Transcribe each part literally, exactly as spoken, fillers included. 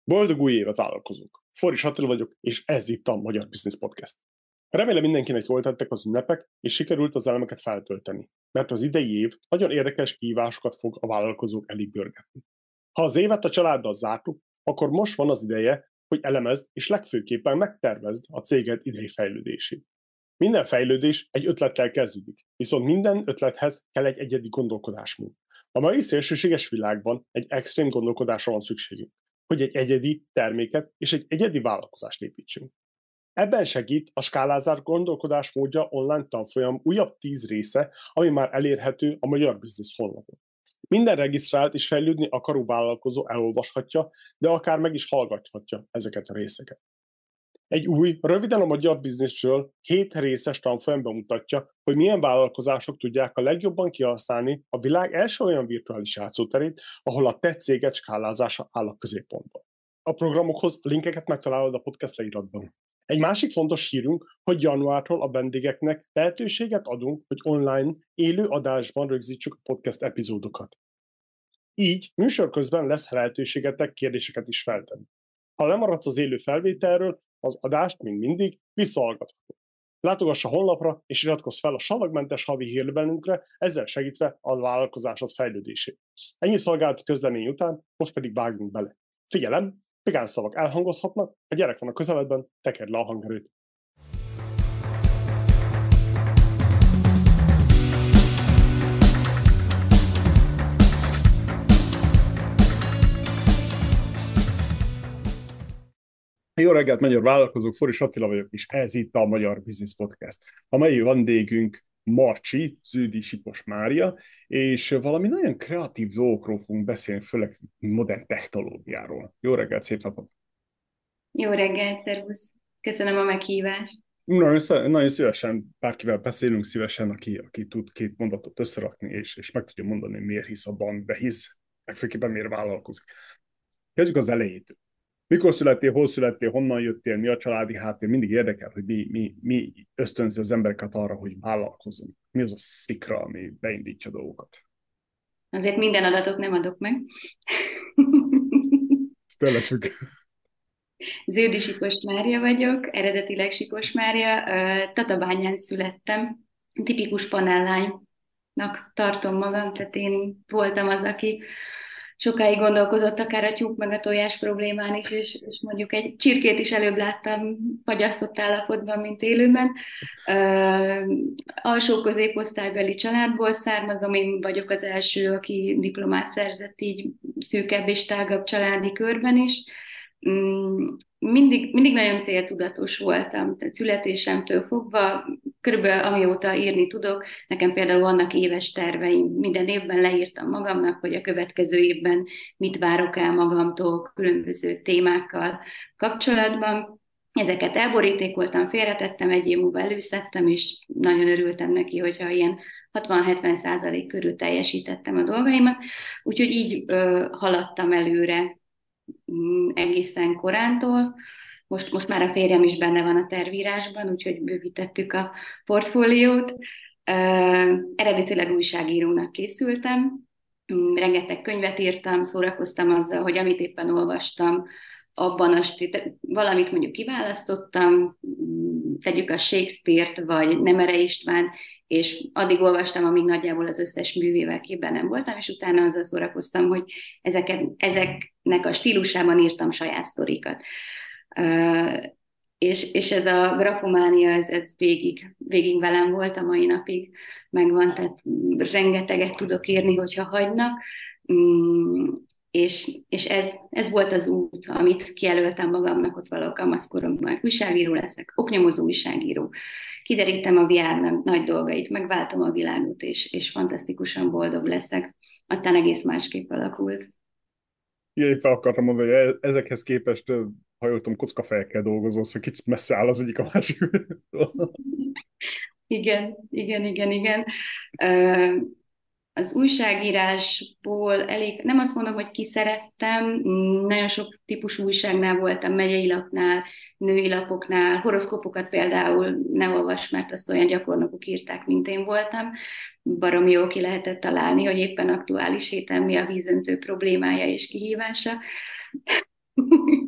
Boldog új évet, vállalkozók! Forris Attila vagyok, és ez itt a Magyar Business Podcast. Remélem mindenkinek jól tettek az ünnepek, és sikerült az elemeket feltölteni, mert az idei év nagyon érdekes kihívásokat fog a vállalkozók elé görgetni. Ha az évet a családdal zártuk, akkor most van az ideje, hogy elemezd és legfőképpen megtervezd a céged idei fejlődését. Minden fejlődés egy ötlettel kezdődik, viszont minden ötlethez kell egy egyedi gondolkodásmód. A mai szélsőséges világban egy extrém gondolkodásra van szükségünk, hogy egy egyedi terméket és egy egyedi vállalkozást építsünk. Ebben segít a Skálázár gondolkodásmódja online tanfolyam újabb tíz része, ami már elérhető a Magyar Business honlapon. Minden regisztrált és fejlődni akaró vállalkozó elolvashatja, de akár meg is hallgathatja ezeket a részeket. Egy új, röviden a Magyar Businessről hét részes tanfolyam bemutatja, hogy milyen vállalkozások tudják a legjobban kihasználni a világ első olyan virtuális játszóterét, ahol a te céged skálázása áll a középpontban. A programokhoz linkeket megtalálod a podcast leíratban. Egy másik fontos hírünk, hogy januártól a vendégeknek lehetőséget adunk, hogy online, élő adásban rögzítsük a podcast epizódokat. Így műsor közben lesz lehetőségetek kérdéseket is feltenni. Ha lemaradsz az élő felvételről, az adást, mint mindig, visszahallgathatod. Látogass a honlapra, és iratkozz fel a savagmentes havi hírlevelünkre, ezzel segítve a vállalkozásod fejlődését. Ennyi szolgálati közlemény után, most pedig vágjunk bele. Figyelem, pigán szavak elhangozhatnak, a gyerek van a közeledben, tekerd le a hangerőt. Jó reggelt, magyar vállalkozók, Forris Attila vagyok, és ez itt a Magyar Business Podcast. A mai vendégünk Marcsi, Zűdi Sipos Mária, és valami nagyon kreatív dolgokról fogunk beszélni, főleg modern technológiáról. Jó reggelt, szép napot! Jó reggelt, szervusz! Köszönöm a meghívást. Nagyon, nagyon szívesen, bárkivel beszélünk szívesen, aki, aki tud két mondatot összerakni, és, és meg tudja mondani, miért hisz abban, miben hisz, megfőképpen miért vállalkozik. Kezdjük az elejétől. Mikor születtél, hol születtél, honnan jöttél, mi a családi háttér, mindig érdekel, hogy mi, mi, mi ösztönzi az embereket arra, hogy vállalkozzon. Mi az a szikra, ami beindítja dolgokat. Azért minden adatot nem adok meg. Ez tőled függ. Ződi Sipos Mária vagyok, eredetileg Sipos Mária. Tatabányán születtem. Tipikus panellánynak tartom magam, tehát én voltam az, aki sokáig gondolkozott akár a tyúk meg a tojás problémán is, és, és mondjuk egy csirkét is előbb láttam fagyasztott állapotban, mint élőben. Uh, alsó középosztálybeli családból származom, én vagyok az első, aki diplomát szerzett így szűkebb és tágabb családi körben is. Um, mindig, mindig nagyon céltudatos voltam, tehát születésemtől fogva, körülbelül amióta írni tudok, nekem például vannak éves terveim, minden évben leírtam magamnak, hogy a következő évben mit várok el magamtól különböző témákkal kapcsolatban. Ezeket elborítékoltam, félretettem, egy év múlva előszedtem, és nagyon örültem neki, hogyha ilyen hatvan-hetven százalék körül teljesítettem a dolgaimat. Úgyhogy így ö, haladtam előre m, egészen korántól. Most, most már a férjem is benne van a tervírásban, úgyhogy bővítettük a portfóliót. Uh, eredetileg újságírónak készültem, um, rengeteg könyvet írtam, szórakoztam azzal, hogy amit éppen olvastam, abban a stit- valamit mondjuk kiválasztottam, tegyük a Shakespeare-t, vagy Nemere István, és addig olvastam, amíg nagyjából az összes művével képben nem voltam, és utána azzal szórakoztam, hogy ezeket, ezeknek a stílusában írtam saját sztorikat. Uh, és, és ez a grafománia, ez, ez végig, végig velem volt, a mai napig megvan, tehát rengeteget tudok írni, hogyha hagynak, um, és, és ez, ez volt az út, amit kijelöltem magamnak, ott valahol kamaszkoromban, újságíró leszek, oknyomozó újságíró. Kiderítem a világ nagy dolgait, megváltom a világot, és, és fantasztikusan boldog leszek. Aztán egész másképp alakult. Igen, éppen akartam mondani, hogy ezekhez képest, ha jól tudom, kockafejekkel dolgozol, szóval kicsit messze áll az egyik a másik. Igen, igen, igen, igen. Az újságírásból elég, nem azt mondom, hogy kiszerettem, nagyon sok típusú újságnál voltam, megyei lapnál, női lapoknál, horoszkópokat például ne olvas, mert azt olyan gyakornokok írták, mint én voltam. Baromi jó ki lehetett találni, hogy éppen aktuális héten mi a vízöntő problémája és kihívása.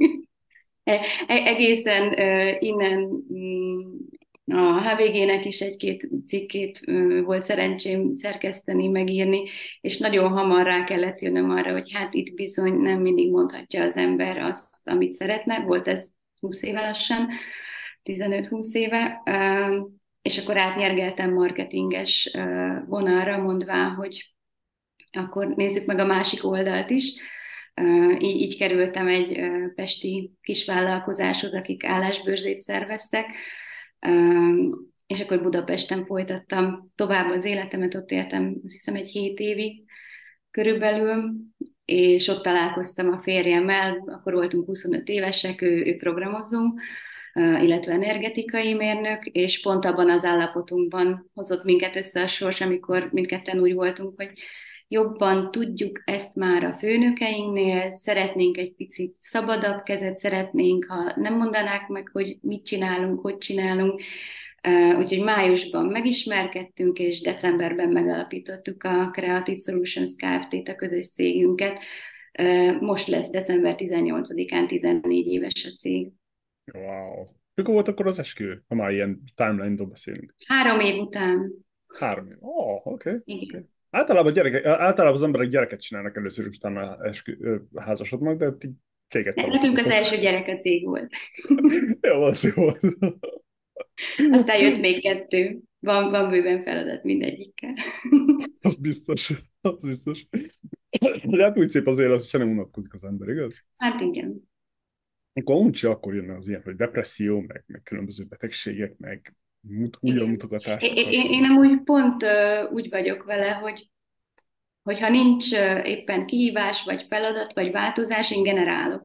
egészen uh, innen um, a há vé gének is egy-két cikkét uh, volt szerencsém szerkeszteni, megírni, és nagyon hamar rá kellett jönnöm arra, hogy hát itt bizony nem mindig mondhatja az ember azt, amit szeretne. Volt ez húsz éve lassan, tizenöt-húsz éve, uh, és akkor átnyergeltem marketinges uh, vonalra, mondván, hogy akkor nézzük meg a másik oldalt is. Így, így kerültem egy pesti kisvállalkozáshoz, akik állásbőrzét szerveztek, és akkor Budapesten folytattam tovább az életemet, ott éltem azt hiszem egy hét évig körülbelül, és ott találkoztam a férjemmel, akkor voltunk huszonöt évesek, ő, ő programozó, illetve energetikai mérnök, és pont abban az állapotunkban hozott minket össze a sors, amikor mindketten úgy voltunk, hogy jobban tudjuk ezt már a főnökeinknél, szeretnénk egy picit szabadabb kezet, szeretnénk, ha nem mondanák meg, hogy mit csinálunk, hogy csinálunk. Úgyhogy májusban megismerkedtünk, és decemberben megalapítottuk a Creative Solutions Kft-t, a közös cégünket. Most lesz december tizennyolcadikán tizennégy éves a cég. Wow. Mikor volt akkor az eskü, ha már ilyen timeline-ról beszélünk? Három év után. Három év. Oh, oké. Okay. Igen. Okay. Általában, gyereke, általában az emberek gyereket csinálnak először, és utána eskü, házasodnak, de ti céget találtatok. Nekünk az első gyerek a cég volt. Jó, az jó. Aztán jött még kettő. Van, van bőven feladat mindegyikkel. Az biztos. Az biztos. De hát úgy szép az élet, hogy nem unatkozik az ember, igaz? Hát igen. Akkor uncsi akkor jönne az ilyen, hogy depresszió, meg, meg különböző betegségek, meg mut, újra mutogatás. Én, én, én amúgy pont uh, úgy vagyok vele, hogy hogyha nincs uh, éppen kihívás, vagy feladat, vagy változás, én generálok.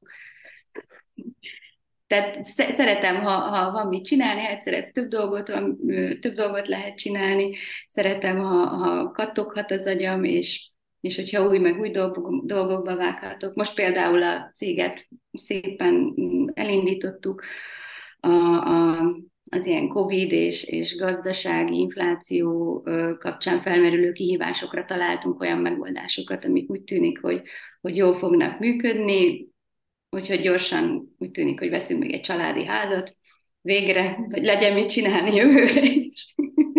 Tehát szeretem, ha, ha van mit csinálni, hát szeret több dolgot, van, több dolgot lehet csinálni, szeretem, ha, ha kattoghat az agyam, és, és hogyha új meg új dolgok, dolgokba vághatok. Most például a céget szépen elindítottuk, a, a, az ilyen Covid és, és gazdasági infláció kapcsán felmerülő kihívásokra találtunk olyan megoldásokat, amik úgy tűnik, hogy, hogy jól fognak működni. Úgyhogy gyorsan úgy tűnik, hogy veszünk még egy családi házat, végre, hogy legyen mit csinálni jövőre is.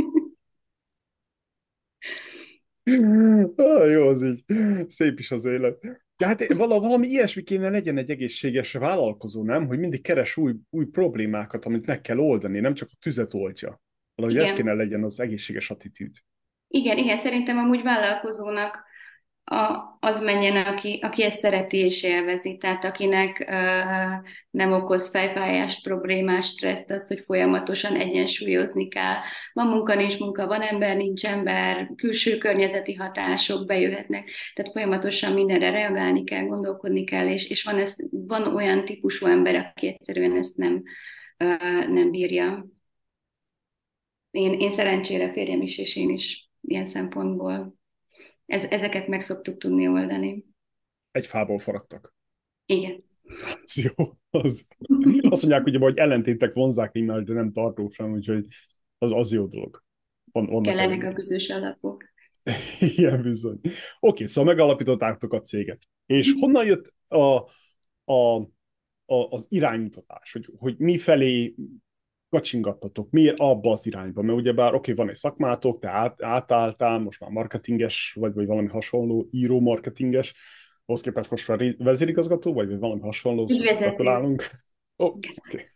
Ah, jó, az így. Szép is az élet. Ja, hát vala, valami ilyesmi kéne legyen egy egészséges vállalkozó, nem? Hogy mindig keres új, új problémákat, amit meg kell oldani, nem csak a tüzet oltja. Valahogy ez kéne legyen az egészséges attitűd. Igen, igen, szerintem amúgy vállalkozónak a, az menjen, aki, aki ezt szereti és élvezi, tehát akinek uh, nem okoz fejfájást, problémás, stresszt az, hogy folyamatosan egyensúlyozni kell. Van munka, nincs munka, van ember, nincs ember, külső környezeti hatások bejöhetnek, tehát folyamatosan mindenre reagálni kell, gondolkodni kell, és, és van, ez, van olyan típusú ember, aki egyszerűen ezt nem, uh, nem bírja. Én, én szerencsére férjem is, és én is ilyen szempontból Ez, ezeket meg szoktuk tudni oldani. Egy fából faragtak. Igen. Az jó. Az. Azt mondják, hogy, hogy ellentétek vonzák egymást, de nem tartósan, úgyhogy az, az jó dolog. Van, Kellenek a közös alapok. Igen, bizony. Oké, okay, szóval megalapítottátok a céget. És honnan jött a, a, a, az iránymutatás, hogy, hogy mi felé kacsingattatok, miért abba az irányba? Mert ugyebár oké, okay, van egy szakmátok, te át, átálltál, most már marketinges vagy, vagy valami hasonló, író marketinges, ahhoz képest most már vezérigazgató, vagy, vagy valami hasonló, gratulálunk. Oh, okay.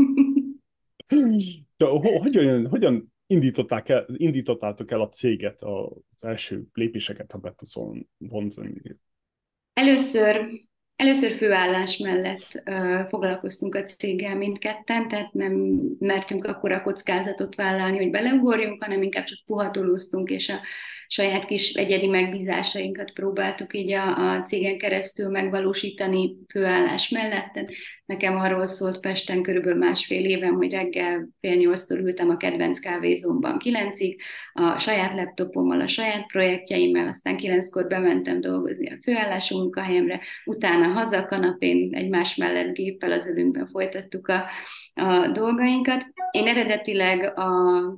hogyan, hogyan indították el, indítottátok el a céget, az első lépéseket, ha be tudsz vonzani? Először, először főállás mellett uh, foglalkoztunk a céggel mindketten, tehát nem mertünk akkora kockázatot vállalni, hogy beleugorjunk, hanem inkább csak puhatolóztunk, és a saját kis egyedi megbízásainkat próbáltuk így a, a cégen keresztül megvalósítani főállás mellett. Nekem arról szólt Pesten körülbelül másfél éven, hogy reggel fél nyolctól ültem a kedvenc kávézómban kilencig, a saját laptopommal, a saját projektjeimmel, aztán kilenckor bementem dolgozni a főállású munkahelyemre, utána haza a kanapén egymás mellett géppel az ölünkben folytattuk a, a dolgainkat. Én eredetileg a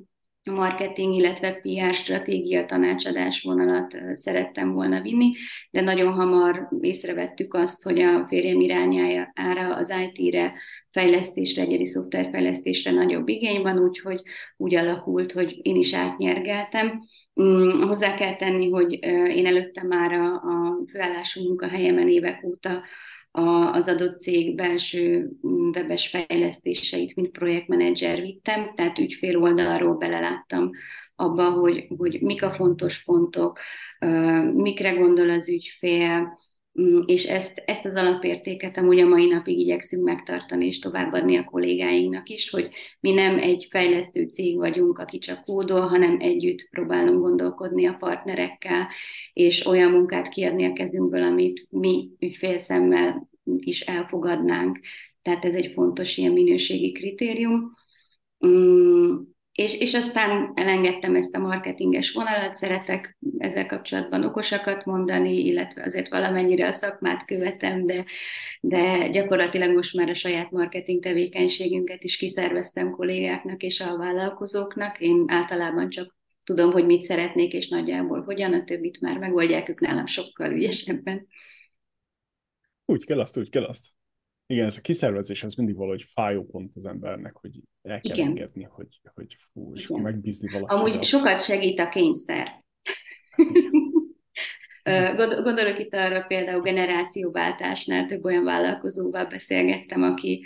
marketing, illetve pé er stratégia tanácsadás vonalat szerettem volna vinni, de nagyon hamar észrevettük azt, hogy a férjem irányára, az i té-re, fejlesztésre, egyedi szoftverfejlesztésre nagyobb igény van, úgyhogy úgy alakult, hogy én is átnyergeltem. Hozzá kell tenni, hogy én előtte már a, a főállású munkahelyemen évek óta az adott cég belső webes fejlesztéseit, mint projektmenedzser vittem, tehát ügyfél oldalról beleláttam abba, hogy, hogy mik a fontos pontok, mikre gondol az ügyfél, és ezt, ezt az alapértéket amúgy a mai napig igyekszünk megtartani és továbbadni a kollégáinknak is, hogy mi nem egy fejlesztő cég vagyunk, aki csak kódol, hanem együtt próbálunk gondolkodni a partnerekkel, és olyan munkát kiadni a kezünkből, amit mi ügyfélszemmel is elfogadnánk. Tehát ez egy fontos ilyen minőségi kritérium. És, és aztán elengedtem ezt a marketinges vonalat, szeretek ezzel kapcsolatban okosakat mondani, illetve azért valamennyire a szakmát követem, de, de gyakorlatilag most már a saját marketing tevékenységünket is kiszerveztem kollégáknak és a vállalkozóknak. Én általában csak tudom, hogy mit szeretnék, és nagyjából hogyan, a többit már megoldják ők nálam sokkal ügyesebben. Úgy kell azt, úgy kell azt. Igen, ez a kiszervezés, ez mindig valahogy fájó pont az embernek, hogy el kell Igen. engedni, hogy, hogy fú, és akkor megbízni valakivel. Amúgy sokat segít a kényszer. Gondolok itt arra például generációváltásnál, több olyan vállalkozóval beszélgettem, aki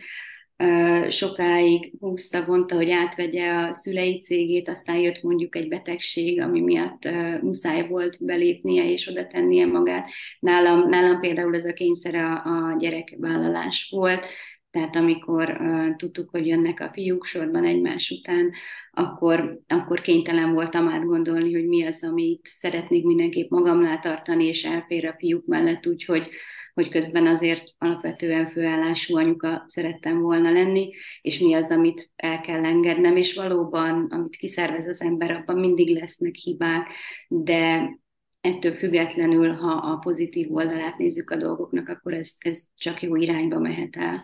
sokáig húzta, vonta, hogy átvegye a szülei cégét, aztán jött mondjuk egy betegség, ami miatt muszáj volt belépnie és oda tennie magát. Nálam, nálam például ez a kényszer a, a gyerekvállalás volt, tehát amikor uh, tudtuk, hogy jönnek a fiúk sorban egymás után, akkor, akkor kénytelen voltam átgondolni, hogy mi az, amit szeretnék mindenképp magamnál tartani, és elfér a fiúk mellett, úgyhogy hogy közben azért alapvetően főállású anyuka szerettem volna lenni, és mi az, amit el kell engednem, és valóban, amit kiszervez az ember, abban mindig lesznek hibák, de ettől függetlenül, ha a pozitív oldalát nézzük a dolgoknak, akkor ez, ez csak jó irányba mehet el.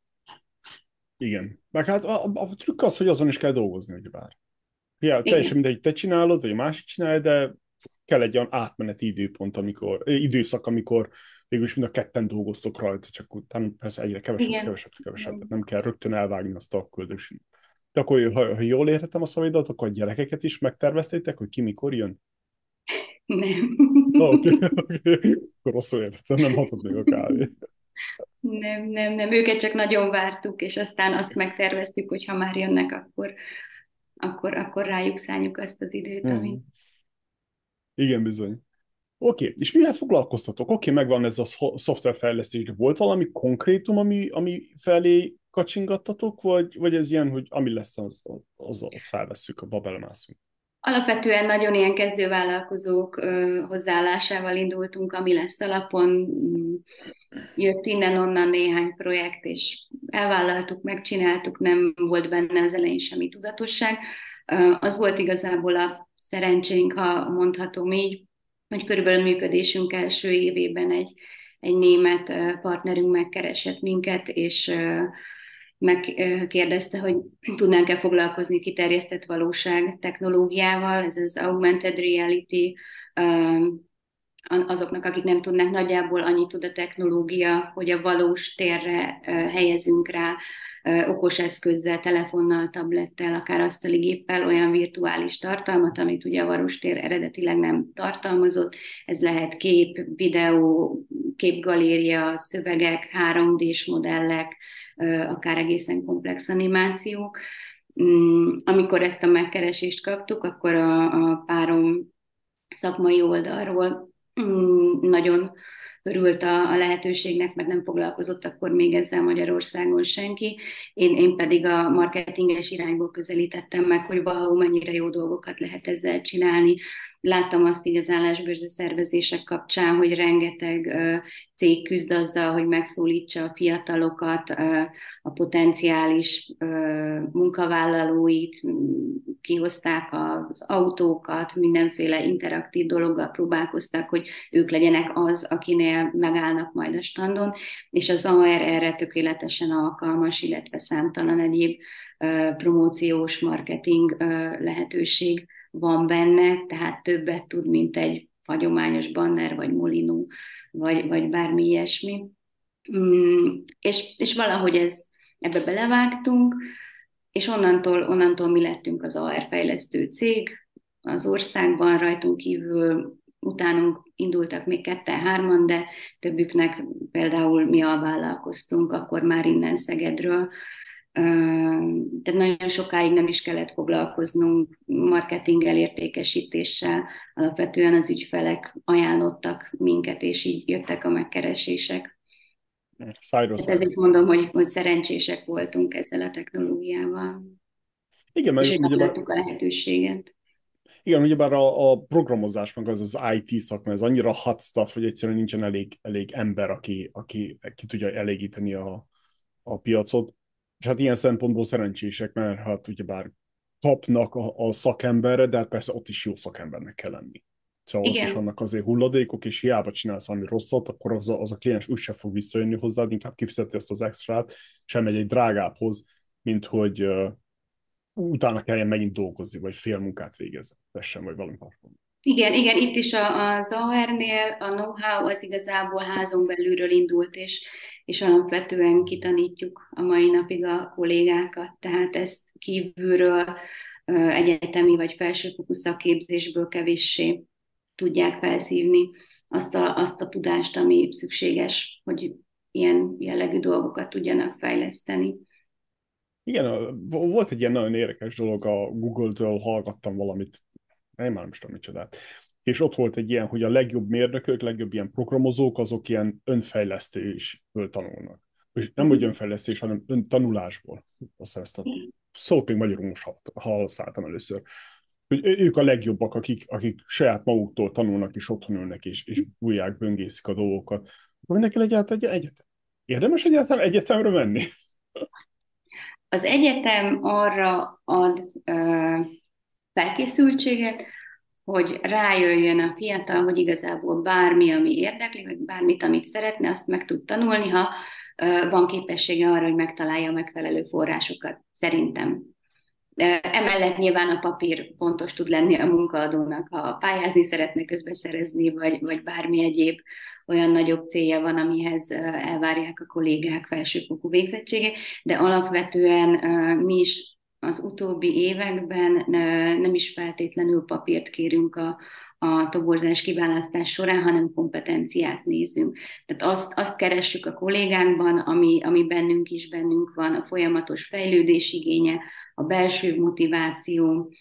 Igen. Meg hát a, a, a trükk az, hogy azon is kell dolgozni, hogy bár. Ja, teljesen mindegy, hogy te csinálod, vagy a másik csinálja, de kell egy olyan átmeneti időpont, amikor, időszak, amikor végülis mind a ketten dolgoztok rajta, csak utána persze egyre kevesebb, kevesebb, kevesebb. Igen. Nem kell rögtön elvágni azt a küldős. De akkor, ha, ha jól értettem a szavaidat, akkor a gyerekeket is megterveztétek, hogy ki mikor jön? Nem. Oké, okay, okay. Akkor rosszul értettem, nem hatod még a kávé. Nem, nem, nem. Őket csak nagyon vártuk, és aztán azt megterveztük, hogy ha már jönnek, akkor, akkor, akkor rájuk szálljuk azt az időt, hmm. amit... Igen, bizony. Oké, okay. És mivel foglalkoztatok? Oké, okay, megvan ez a szoftverfejlesztés, de volt valami konkrétum, ami, ami felé kacsingattatok, vagy, vagy ez ilyen, hogy ami lesz, az, az, az felvesszük, abba belemászunk? Alapvetően nagyon ilyen kezdővállalkozók ö, hozzáállásával indultunk, ami lesz alapon. Jött innen-onnan néhány projekt, és elvállaltuk, megcsináltuk, nem volt benne az elején semmi tudatosság. Ö, az volt igazából a szerencsénk, ha mondhatom így, hogy körülbelül működésünk első évében egy, egy német partnerünk megkeresett minket, és megkérdezte, hogy tudnánk-e foglalkozni kiterjesztett valóság technológiával, ez az augmented reality, azoknak, akik nem tudnak, nagyjából annyit tud a technológia, hogy a valós térre helyezünk rá okos eszközzel, telefonnal, tablettel, akár asztali géppel olyan virtuális tartalmat, amit ugye a valós tér eredetileg nem tartalmazott. Ez lehet kép, videó, képgaléria, szövegek, három dés modellek, akár egészen komplex animációk. Amikor ezt a megkeresést kaptuk, akkor a, a párom szakmai oldalról nagyon örült a, a lehetőségnek, mert nem foglalkozott akkor még ezzel Magyarországon senki. Én, én pedig a marketinges irányból közelítettem meg, hogy valahol mennyire jó dolgokat lehet ezzel csinálni. Láttam azt így az állásbőrző szervezések kapcsán, hogy rengeteg ö, cég küzd azzal, hogy megszólítsa a fiatalokat, ö, a potenciális ö, munkavállalóit, kihozták az autókat, mindenféle interaktív dologgal próbálkoztak, hogy ők legyenek az, akinél megállnak majd a standon, és az á er erre tökéletesen alkalmas, illetve számtalan egyéb ö, promóciós, marketing ö, lehetőség van benne, tehát többet tud, mint egy hagyományos banner, vagy molinó, vagy, vagy bármi ilyesmi. Mm, és, és valahogy ez, ebbe belevágtunk, és onnantól, onnantól mi lettünk az á er fejlesztő cég az országban, rajtunk kívül utánunk indultak még ketten-hárman, de többüknek például mi alvállalkoztunk, akkor már innen Szegedről. Tehát nagyon sokáig nem is kellett foglalkoznunk marketinggel, értékesítéssel, alapvetően az ügyfelek ajánlottak minket, és így jöttek a megkeresések. Szájról Hát szájra. ezért mondom, hogy, hogy szerencsések voltunk ezzel a technológiával, Igen, és mert hogy ugyebár, megadtuk a lehetőséget. igen, ugyebár a, a programozás, meg az az i té szakma, ez annyira hot stuff, hogy egyszerűen nincsen elég, elég ember, aki, aki ki tudja elégíteni a, a piacot. És hát ilyen szempontból szerencsések, mert hát ugyebár kapnak a, a szakemberre, de hát persze ott is jó szakembernek kell lenni. Szóval ott is Igen, vannak azért hulladékok, és hiába csinálsz valami rosszat, akkor az a, az a kliens úgyse fog visszajönni hozzád, inkább kifizeti ezt az extrát, sem egy, egy drágábbhoz, mint hogy uh, utána kelljen megint dolgozni, vagy fél munkát végezni, tessen, vagy valami hasonló. igen, igen, itt is a, az á er-nél a know-how az igazából házon belülről indult, és, és alapvetően kitanítjuk a mai napig a kollégákat, tehát ezt kívülről ö, egyetemi vagy felsőfokú szakképzésből kevéssé tudják felszívni azt a, azt a tudást, ami szükséges, hogy ilyen jellegű dolgokat tudjanak fejleszteni. Igen, a- volt egy ilyen nagyon érdekes dolog, a Google-től hallgattam valamit, én már nem is tudom micsodát, és ott volt egy ilyen, hogy a legjobb mérnökök, legjobb ilyen programozók, azok ilyen önfejlesztésből tanulnak. És nem hogy önfejlesztés, hanem öntanulásból. Aztán ezt a szót még magyarul most használtam először. Hogy ők a legjobbak, akik, akik saját maguktól tanulnak, és otthon ülnek, és, és bújják, böngészik a dolgokat. Akkor mindenki legyen egy egyetem. Érdemes egyáltalán egyetemre menni? Az egyetem arra ad ö, felkészültséget, hogy rájöjjön a fiatal, hogy igazából bármi, ami érdekli, vagy bármit, amit szeretne, azt meg tud tanulni, ha ö, van képessége arra, hogy megtalálja a megfelelő forrásokat, szerintem. Emellett nyilván a papír fontos tud lenni a munkaadónak, ha pályázni szeretne közbeszerezni, vagy, vagy bármi egyéb olyan nagyobb célja van, amihez elvárják a kollégák felsőfokú végzettséget, de alapvetően mi is az utóbbi években nem is feltétlenül papírt kérünk a, a toborzás kiválasztás során, hanem kompetenciát nézünk. Tehát azt, azt keressük a kollégánkban, ami, ami bennünk is bennünk van, a folyamatos fejlődés igénye, a belső motiváció.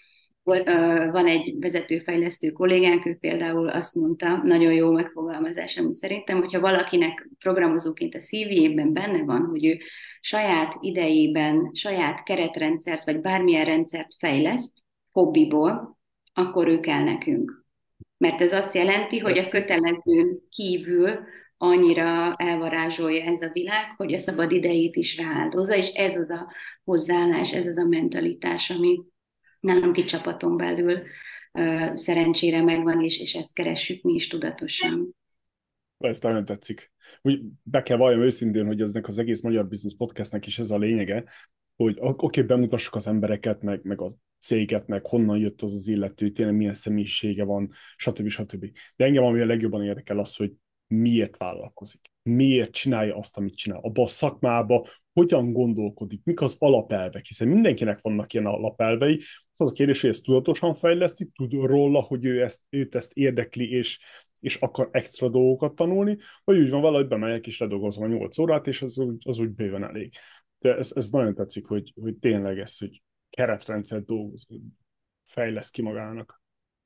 Van egy vezetőfejlesztő kollégánk, ő például azt mondta, nagyon jó megfogalmazás, ami szerintem, hogyha valakinek programozóként a cé vé-ében benne van, hogy ő saját idejében, saját keretrendszert, vagy bármilyen rendszert fejleszt, hobbiból, akkor ő kell nekünk. Mert ez azt jelenti, hogy a Tetszik. kötelezőn kívül annyira elvarázsolja ez a világ, hogy a szabad idejét is rááldozza, és ez az a hozzáállás, ez az a mentalitás, ami nálunk itt csapaton belül uh, szerencsére megvan, és, és ezt keressük mi is tudatosan. Ez nagyon tetszik. Úgy be kell valljam őszintén, hogy eznek az egész Magyar Business Podcastnek is ez a lényege, hogy oké, okay, bemutassuk az embereket, meg, meg a céget, meg honnan jött az az illető, tényleg milyen személyisége van, stb. stb. De engem ami a legjobban érdekel az, hogy miért vállalkozik, miért csinálja azt, amit csinál, abban a szakmába, hogyan gondolkodik, mik az alapelvek, hiszen mindenkinek vannak ilyen alapelvei. Az a kérdés, hogy ezt tudatosan fejleszti, tud róla, hogy ő ezt, őt ezt érdekli, és és akar extra dolgokat tanulni, vagy úgy van vele, hogy bemegyek és ledolgozom a nyolc órát, és az, úgy- az úgy bőven elég. De ez, ez nagyon tetszik, hogy, hogy tényleg ez, hogy keretrendszer dolgoz, fejlesz ki magának.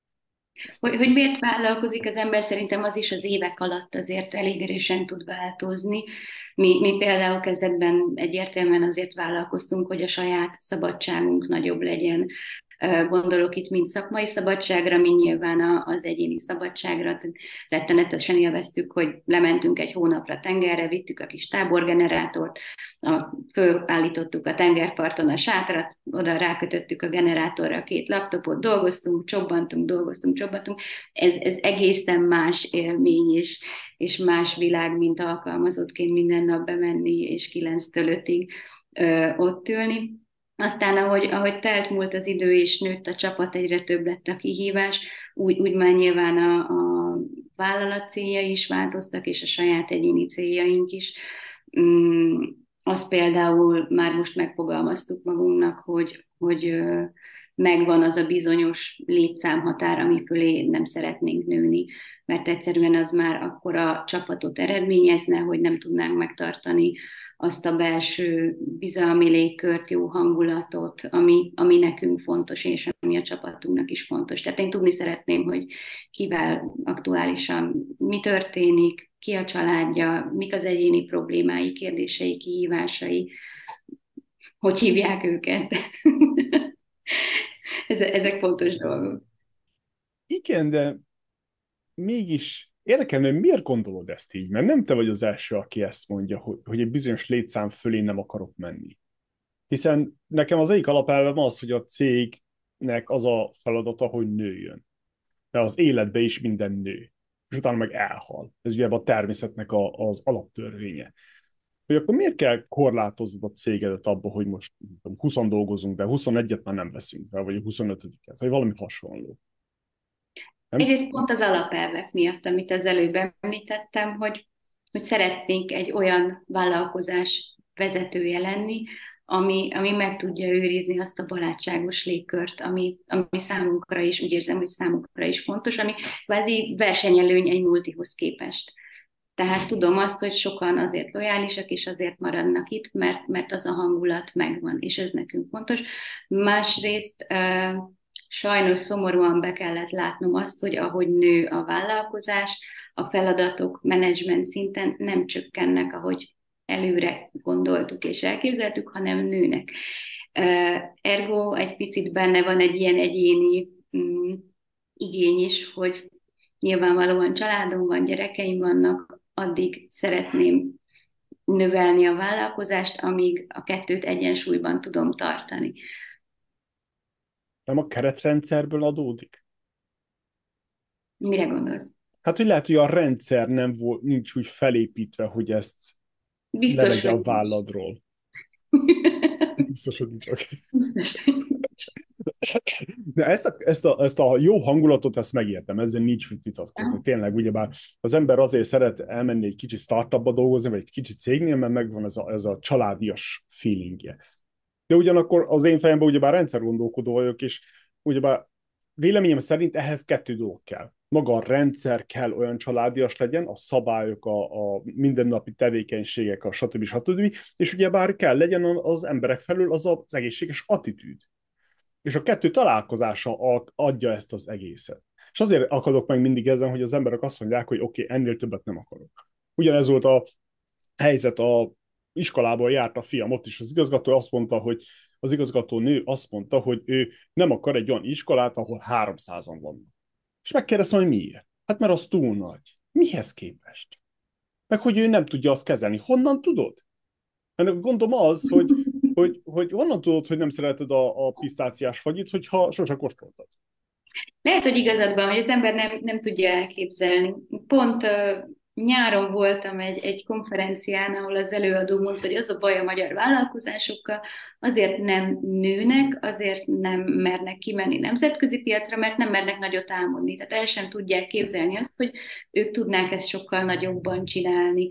Ez Hogy, hogy tetszik. miért vállalkozik az ember, szerintem az is az évek alatt azért elég erősen tud változni. Mi, mi például kezdetben egyértelműen azért vállalkoztunk, hogy a saját szabadságunk nagyobb legyen, Gondolok itt mind szakmai szabadságra, mind nyilván az egyéni szabadságra. Rettenetesen élveztük, hogy lementünk egy hónapra tengerre, vittük a kis táborgenerátort, a, fölállítottuk a tengerparton a sátrat, oda rákötöttük a generátorra a két laptopot, dolgoztunk, csobbantunk, dolgoztunk, csobbantunk. Ez, ez egészen más élmény és, és más világ, mint alkalmazottként minden nap bemenni és kilenctől ötig ott ülni. Aztán, ahogy, ahogy telt múlt az idő, és nőtt a csapat, egyre több lett a kihívás, úgy, úgy már nyilván a, a vállalat céljai is változtak, és a saját egyéni céljaink is. Mm, azt például már most megfogalmaztuk magunknak, hogy, hogy megvan az a bizonyos létszámhatár, ami fölé nem szeretnénk nőni, mert egyszerűen az már akkor a csapatot eredményezne, hogy nem tudnánk megtartani azt a belső bizalmi légkört, jó hangulatot, ami, ami nekünk fontos, és ami a csapatunknak is fontos. Tehát én tudni szeretném, hogy kivel aktuálisan mi történik, ki a családja, mik az egyéni problémái, kérdései, kihívásai, hogy hívják őket. Ezek fontos dolgok. Igen, de mégis érdekelne, hogy miért gondolod ezt így? Mert nem te vagy az első, aki ezt mondja, hogy, hogy egy bizonyos létszám fölé nem akarok menni. Hiszen nekem az egyik alapelvem az, hogy a cégnek az a feladata, hogy nőjön. De az életbe is minden nő. És utána meg elhal. Ez ugye a természetnek a, az alaptörvénye. Hogy akkor miért kell korlátoznod a cégedet abba, hogy most húszan dolgozunk, de huszonegyet már nem veszünk fel, vagy a huszonötödiket, vagy valami hasonló. Nem? Egyrészt pont az alapelvek miatt, amit az előbb említettem, hogy, hogy szeretnénk egy olyan vállalkozás vezetője lenni, ami, ami meg tudja őrizni azt a barátságos légkört, ami, ami számunkra is, úgy érzem, hogy számunkra is fontos, ami kvázi versenyelőny egy multihoz képest. Tehát tudom azt, hogy sokan azért lojálisak, és azért maradnak itt, mert, mert az a hangulat megvan, és ez nekünk fontos. Másrészt sajnos szomorúan be kellett látnom azt, hogy ahogy nő a vállalkozás, a feladatok menedzsment szinten nem csökkennek, ahogy előre gondoltuk és elképzeltük, hanem nőnek. Ergo egy picit benne van egy ilyen egyéni mm, igény is, hogy nyilvánvalóan családom van, gyerekeim vannak, addig szeretném növelni a vállalkozást, amíg a kettőt egyensúlyban tudom tartani. Nem a keretrendszerből adódik? Mire gondolsz? Hát, hogy lehet, hogy a rendszer nem volt, nincs úgy felépítve, hogy ezt Biztos, levegye a hogy válladról. Biztos, hogy nincs. De ezt a, ezt, a, ezt a jó hangulatot, ezt megértem, ezzel nincs mit vitatkozni. Tényleg, ugyebár az ember azért szeret elmenni egy kicsit startupba dolgozni, vagy egy kicsit cégnél, mert megvan ez a, ez a családias feelingje. De ugyanakkor az én fejemben ugyebár rendszergondolkodó vagyok, és ugyebár véleményem szerint ehhez kettő dolog kell. Maga a rendszer kell olyan családias legyen, a szabályok, a, a mindennapi tevékenységek, a stb. stb. És ugyebár kell legyen az emberek felül az az egészséges attitűd. És a kettő találkozása adja ezt az egészet. És azért akadok meg mindig ezen, hogy az emberek azt mondják, hogy oké, okay, ennél többet nem akarok. Ugyanez volt a helyzet, a iskolában járt a fiam, ott is az igazgató azt mondta, hogy az igazgató nő azt mondta, hogy ő nem akar egy olyan iskolát, ahol háromszázan vannak. És megkérdeztem, hogy miért? Hát mert az túl nagy. Mihez képest? Meg hogy ő nem tudja azt kezelni. Honnan tudod? Mert gondolom az, hogy, hogy, hogy honnan tudod, hogy nem szereted a, a pisztáciás fagyit, hogyha sose kóstoltad. Lehet, hogy igazad van, hogy az ember nem, nem tudja elképzelni. Pont uh, nyáron voltam egy, egy konferencián, ahol az előadó mondta, hogy az a baj a magyar vállalkozásokkal, azért nem nőnek, azért nem mernek kimenni nemzetközi piacra, mert nem mernek nagyot álmodni. Tehát el sem tudják képzelni azt, hogy ők tudnák ezt sokkal nagyobban csinálni.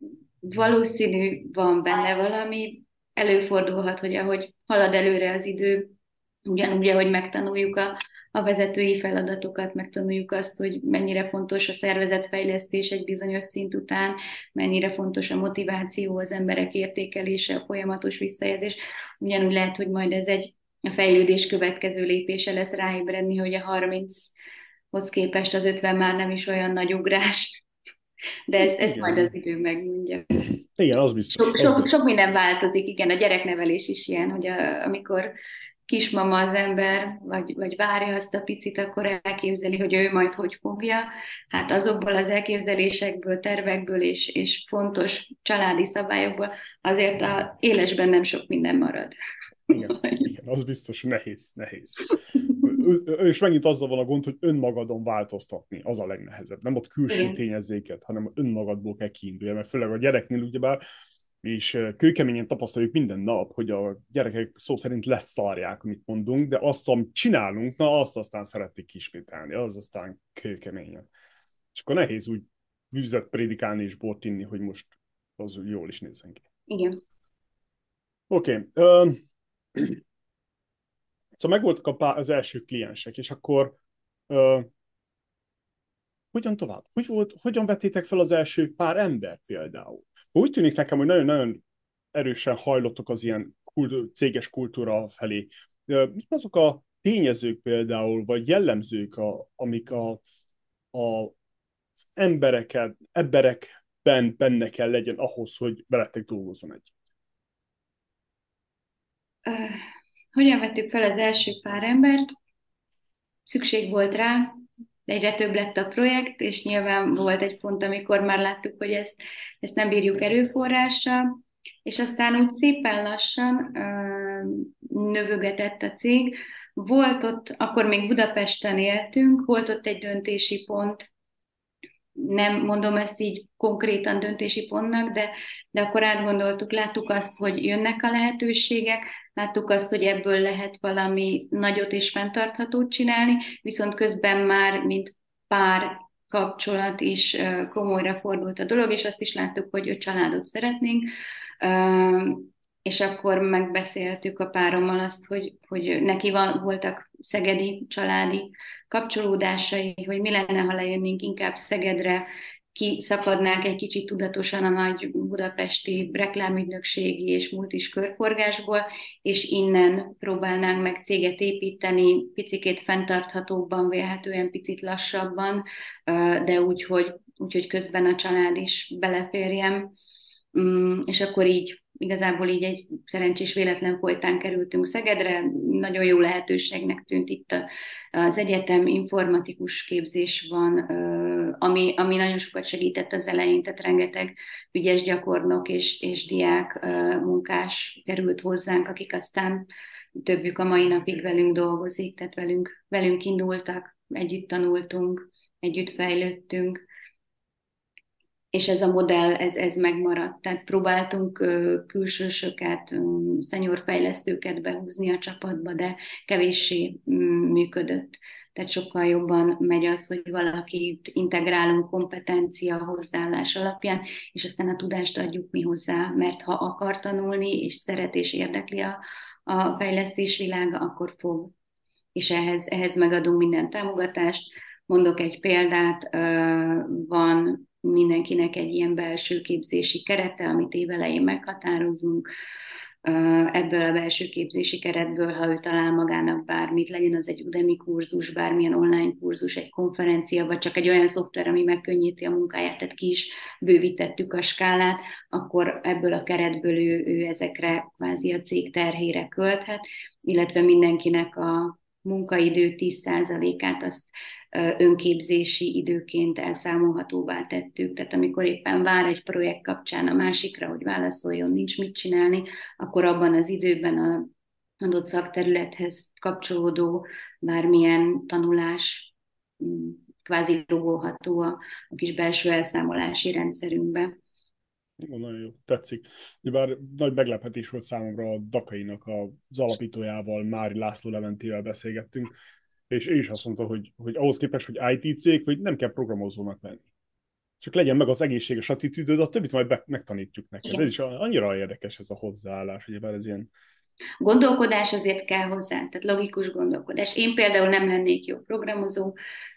Valószínű van benne valami, előfordulhat, hogy ahogy halad előre az idő, ugyanúgy, ahogy megtanuljuk a, a vezetői feladatokat, megtanuljuk azt, hogy mennyire fontos a szervezetfejlesztés egy bizonyos szint után, mennyire fontos a motiváció, az emberek értékelése, a folyamatos visszajelzés. Ugyanúgy lehet, hogy majd ez egy a fejlődés következő lépése lesz ráébredni, hogy a harminchoz képest az ötven már nem is olyan nagy ugrás. De ezt, ezt majd az idő megmondja. Igen, az biztos. Sok, az sok, biztos. sok minden változik, igen, a gyereknevelés is ilyen, hogy a, amikor kismama az ember, vagy, vagy várja azt a picit, akkor elképzeli, hogy ő majd hogy fogja. Hát azokból az elképzelésekből, tervekből és, és fontos családi szabályokból azért a élesben nem sok minden marad. Igen, igen, az biztos nehéz, nehéz. És megint azzal van a gond, hogy önmagadon változtatni, az a legnehezebb. Nem ott külső Igen. tényezőket, hanem önmagadból kell kiindulni, mert főleg a gyereknél ugyebár, és kőkeményen tapasztaljuk minden nap, hogy a gyerekek szó szerint leszarják, amit mondunk, de azt, amit csinálunk, na azt aztán szeretik kismételni, az aztán kőkeményen. És akkor nehéz úgy vizet prédikálni és bort inni, hogy most az jól is nézzen ki. Igen. Oké. Okay. Szóval megvoltak a pár, az első kliensek, és akkor uh, hogyan tovább? Hogy volt, hogyan vettétek fel az első pár ember például? Úgy tűnik nekem, hogy nagyon-nagyon erősen hajlottok az ilyen kult, céges kultúra felé. Uh, mik azok a tényezők például, vagy jellemzők, a, amik a, a, az embereket, emberekben benne kell legyen ahhoz, hogy veletek dolgozzon egy? Uh, hogyan vettük fel az első pár embert? Szükség volt rá, egyre több lett a projekt, és nyilván volt egy pont, amikor már láttuk, hogy ezt, ezt nem bírjuk erőforrással, és aztán úgy szépen lassan uh, növögetett a cég. Volt ott, akkor még Budapesten éltünk, volt ott egy döntési pont, nem mondom ezt így konkrétan döntési pontnak, de, de akkor átgondoltuk, láttuk azt, hogy jönnek a lehetőségek, láttuk azt, hogy ebből lehet valami nagyot és fenntarthatót csinálni, viszont közben már, mint pár kapcsolat is komolyra fordult a dolog, és azt is láttuk, hogy öt családot szeretnénk, és akkor megbeszéltük a párommal azt, hogy, hogy neki van, voltak szegedi családi kapcsolódásai, hogy mi lenne, ha lejönnénk inkább Szegedre, kiszakadnánk egy kicsit tudatosan a nagy budapesti reklámügynökségi és multis körforgásból, és innen próbálnánk meg céget építeni, picikét fenntarthatóbban, vélhetően picit lassabban, de úgy, hogy, úgy, hogy közben a család is beleférjen. És akkor így igazából így egy szerencsés véletlen folytán kerültünk Szegedre, nagyon jó lehetőségnek tűnt itt az egyetem, informatikus képzés van, ami, ami nagyon sokat segített az elején, tehát rengeteg ügyes gyakornok és, és diák munkás került hozzánk, akik aztán többjük a mai napig velünk dolgozik, tehát velünk, velünk indultak, együtt tanultunk, együtt fejlődtünk, és ez a modell, ez, ez megmaradt. Tehát próbáltunk uh, külsősöket, um, szenyorfejlesztőket behúzni a csapatba, de kevéssé um, működött. Tehát sokkal jobban megy az, hogy valakit integrálunk kompetencia, hozzáállás alapján, és aztán a tudást adjuk mi hozzá, mert ha akar tanulni, és szeret, és érdekli a, a fejlesztés világa, akkor fog. És ehhez, ehhez megadunk minden támogatást. Mondok egy példát, uh, van mindenkinek egy ilyen belső képzési kerete, amit évelején meghatározunk. Ebből a belső képzési keretből, ha ő talál magának bármit, legyen az egy Udemy kurzus, bármilyen online kurzus, egy konferencia, vagy csak egy olyan szoftver, ami megkönnyíti a munkáját, tehát ki is bővítettük a skálát, akkor ebből a keretből ő, ő ezekre kvázi a cég terhére költhet, illetve mindenkinek a munkaidő tíz százalékát azt önképzési időként elszámolhatóvá tettük. Tehát amikor éppen vár egy projekt kapcsán a másikra, hogy válaszoljon, nincs mit csinálni, akkor abban az időben a adott szakterülethez kapcsolódó bármilyen tanulás kvázi logolható a, a kis belső elszámolási rendszerünkbe. Ó, nagyon jó, tetszik. Bár nagy meglepetés volt számomra a Dakainak az alapítójával, Mári László Leventével beszélgettünk, és ő is azt mondta, hogy, hogy ahhoz képest, hogy i té cég, hogy nem kell programozónak lenni. Csak legyen meg az egészséges attitűdöd, a többit majd be, megtanítjuk neked. Igen. Ez is annyira érdekes ez a hozzáállás, hogy ez ilyen... Gondolkodás azért kell hozzá, tehát logikus gondolkodás. Én például nem lennék jó programozó,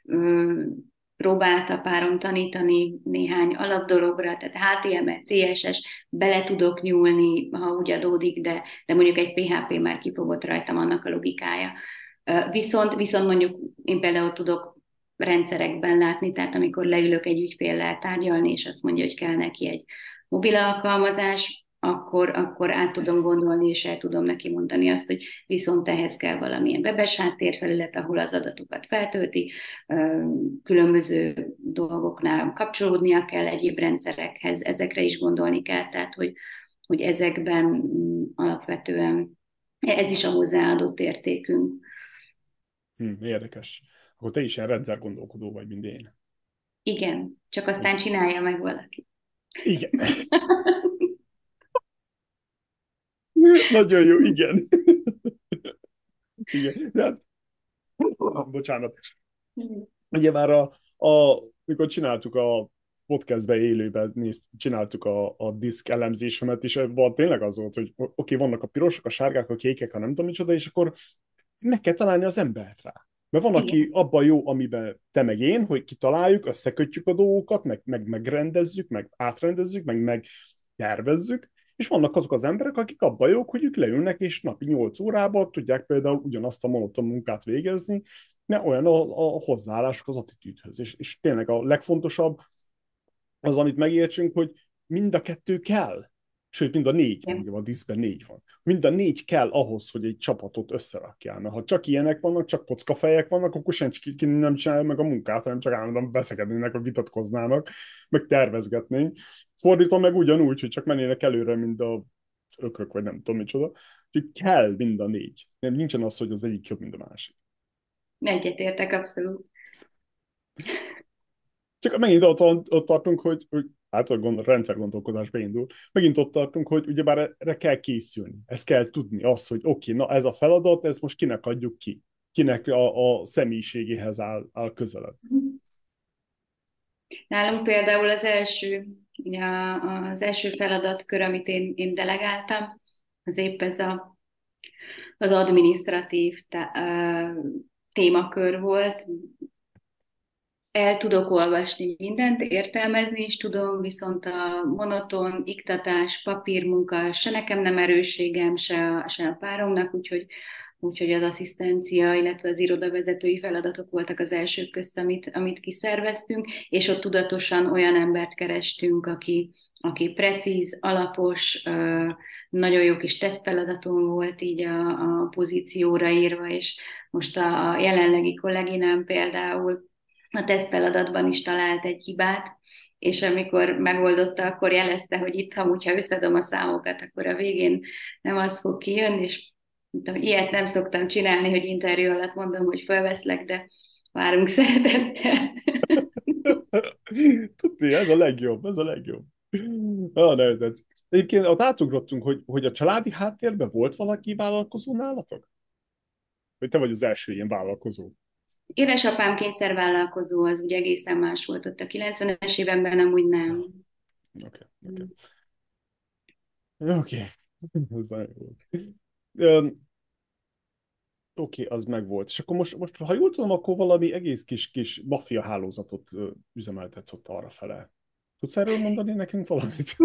próbálta párom tanítani néhány alapdologra, tehát há té em el, cé es es, bele tudok nyúlni, ha úgy adódik, de, de mondjuk egy pé há pé már kifogott rajtam annak a logikája. Viszont, viszont mondjuk én például tudok rendszerekben látni, tehát amikor leülök egy ügyféllel tárgyalni, és azt mondja, hogy kell neki egy mobil alkalmazás, akkor, akkor át tudom gondolni, és el tudom neki mondani azt, hogy viszont ehhez kell valamilyen webes háttérfelület, ahol az adatokat feltölti, különböző dolgoknál kapcsolódnia kell egyéb rendszerekhez, ezekre is gondolni kell, tehát hogy, hogy ezekben mm, alapvetően ez is a hozzáadott értékünk. Hm, érdekes. Akkor te is ilyen rendszer gondolkodó vagy, mint én. Igen, csak aztán csinálja meg valaki. Igen. Nagyon jó, igen. Igen. De hát, bocsánat. Ugye már a, a, mikor csináltuk a podcastbe élőben, nézd, csináltuk a, a diszk elemzésemet, és van tényleg az volt, hogy oké, okay, vannak a pirosok, a sárgák, a kékek, a nem tudom micsoda, és akkor meg kell találni az embert rá. Mert van, Igen. aki abban jó, amiben te meg én, hogy kitaláljuk, összekötjük a dolgokat, meg, meg megrendezzük, meg átrendezzük, meg megtervezzük, és vannak azok az emberek, akik abban jók, hogy ők leülnek, és napi nyolc órában tudják például ugyanazt a monoton munkát végezni, mert olyan a, a hozzáállások az attitűdhöz. És, és tényleg a legfontosabb az, amit megértsünk, hogy mind a kettő kell. Sőt, mind a négy van, ugye a diszben négy van. Mind a négy kell ahhoz, hogy egy csapatot összerakjál. Mert ha csak ilyenek vannak, csak kockafejek vannak, akkor senki nem csinálja meg a munkát, hanem csak állandóan beszegednének, vagy vitatkoznának, meg tervezgetnénk. Fordítva meg ugyanúgy, hogy csak mennének előre, mint a ökrök, vagy nem tudom micsoda. Úgyhogy kell mind a négy. Nem, nincsen az, hogy az egyik jobb, mint a másik. Egyetértek, abszolút. Csak megint ott, ott tartunk, hogy, hogy hát a gond, rendszergondolkodás beindul, megint ott tartunk, hogy ugyebár erre kell készülni. Ezt kell tudni, az, hogy oké, okay, na ez a feladat, ezt most kinek adjuk ki? Kinek a, a személyiségéhez áll, áll közelebb. Nálunk például az első, ugye az első feladatkör, amit én, én delegáltam, az épp ez a, az adminisztratív témakör volt. El tudok olvasni mindent, értelmezni is tudom, viszont a monoton iktatás, papírmunka se nekem nem erősségem, se a, se a páromnak, úgyhogy, úgyhogy az asszisztencia, illetve az irodavezetői feladatok voltak az elsők közt, amit, amit kiszerveztünk, és ott tudatosan olyan embert kerestünk, aki, aki precíz, alapos, nagyon jó kis tesztfeladatom volt így a, a pozícióra írva, és most a, a jelenlegi kolléginám például a tesztfeladatban is talált egy hibát, és amikor megoldotta, akkor jelezte, hogy itt, ha hogyha összedom a számokat, akkor a végén nem az fog kijönni, és mondtam, hogy ilyet nem szoktam csinálni, hogy interjú alatt mondom, hogy felveszlek, de várunk szeretettel. Tudni, ez a legjobb, ez a legjobb. Ah, ne, de egyébként ott átugrottunk, hogy, hogy a családi háttérben volt valaki vállalkozó nálatok? Vagy te vagy az első ilyen vállalkozó? Édesapám kényszervállalkozó, az ugye egészen más volt ott a kilencvenes években, amúgy nem. Oké, oké. Oké, ez nagyon jó. Oké, okay, az meg volt. És akkor most, most, ha jól tudom, akkor valami egész kis, kis maffia hálózatot ö, üzemeltetsz ott arra fele. Tudsz erről mondani nekünk valamit?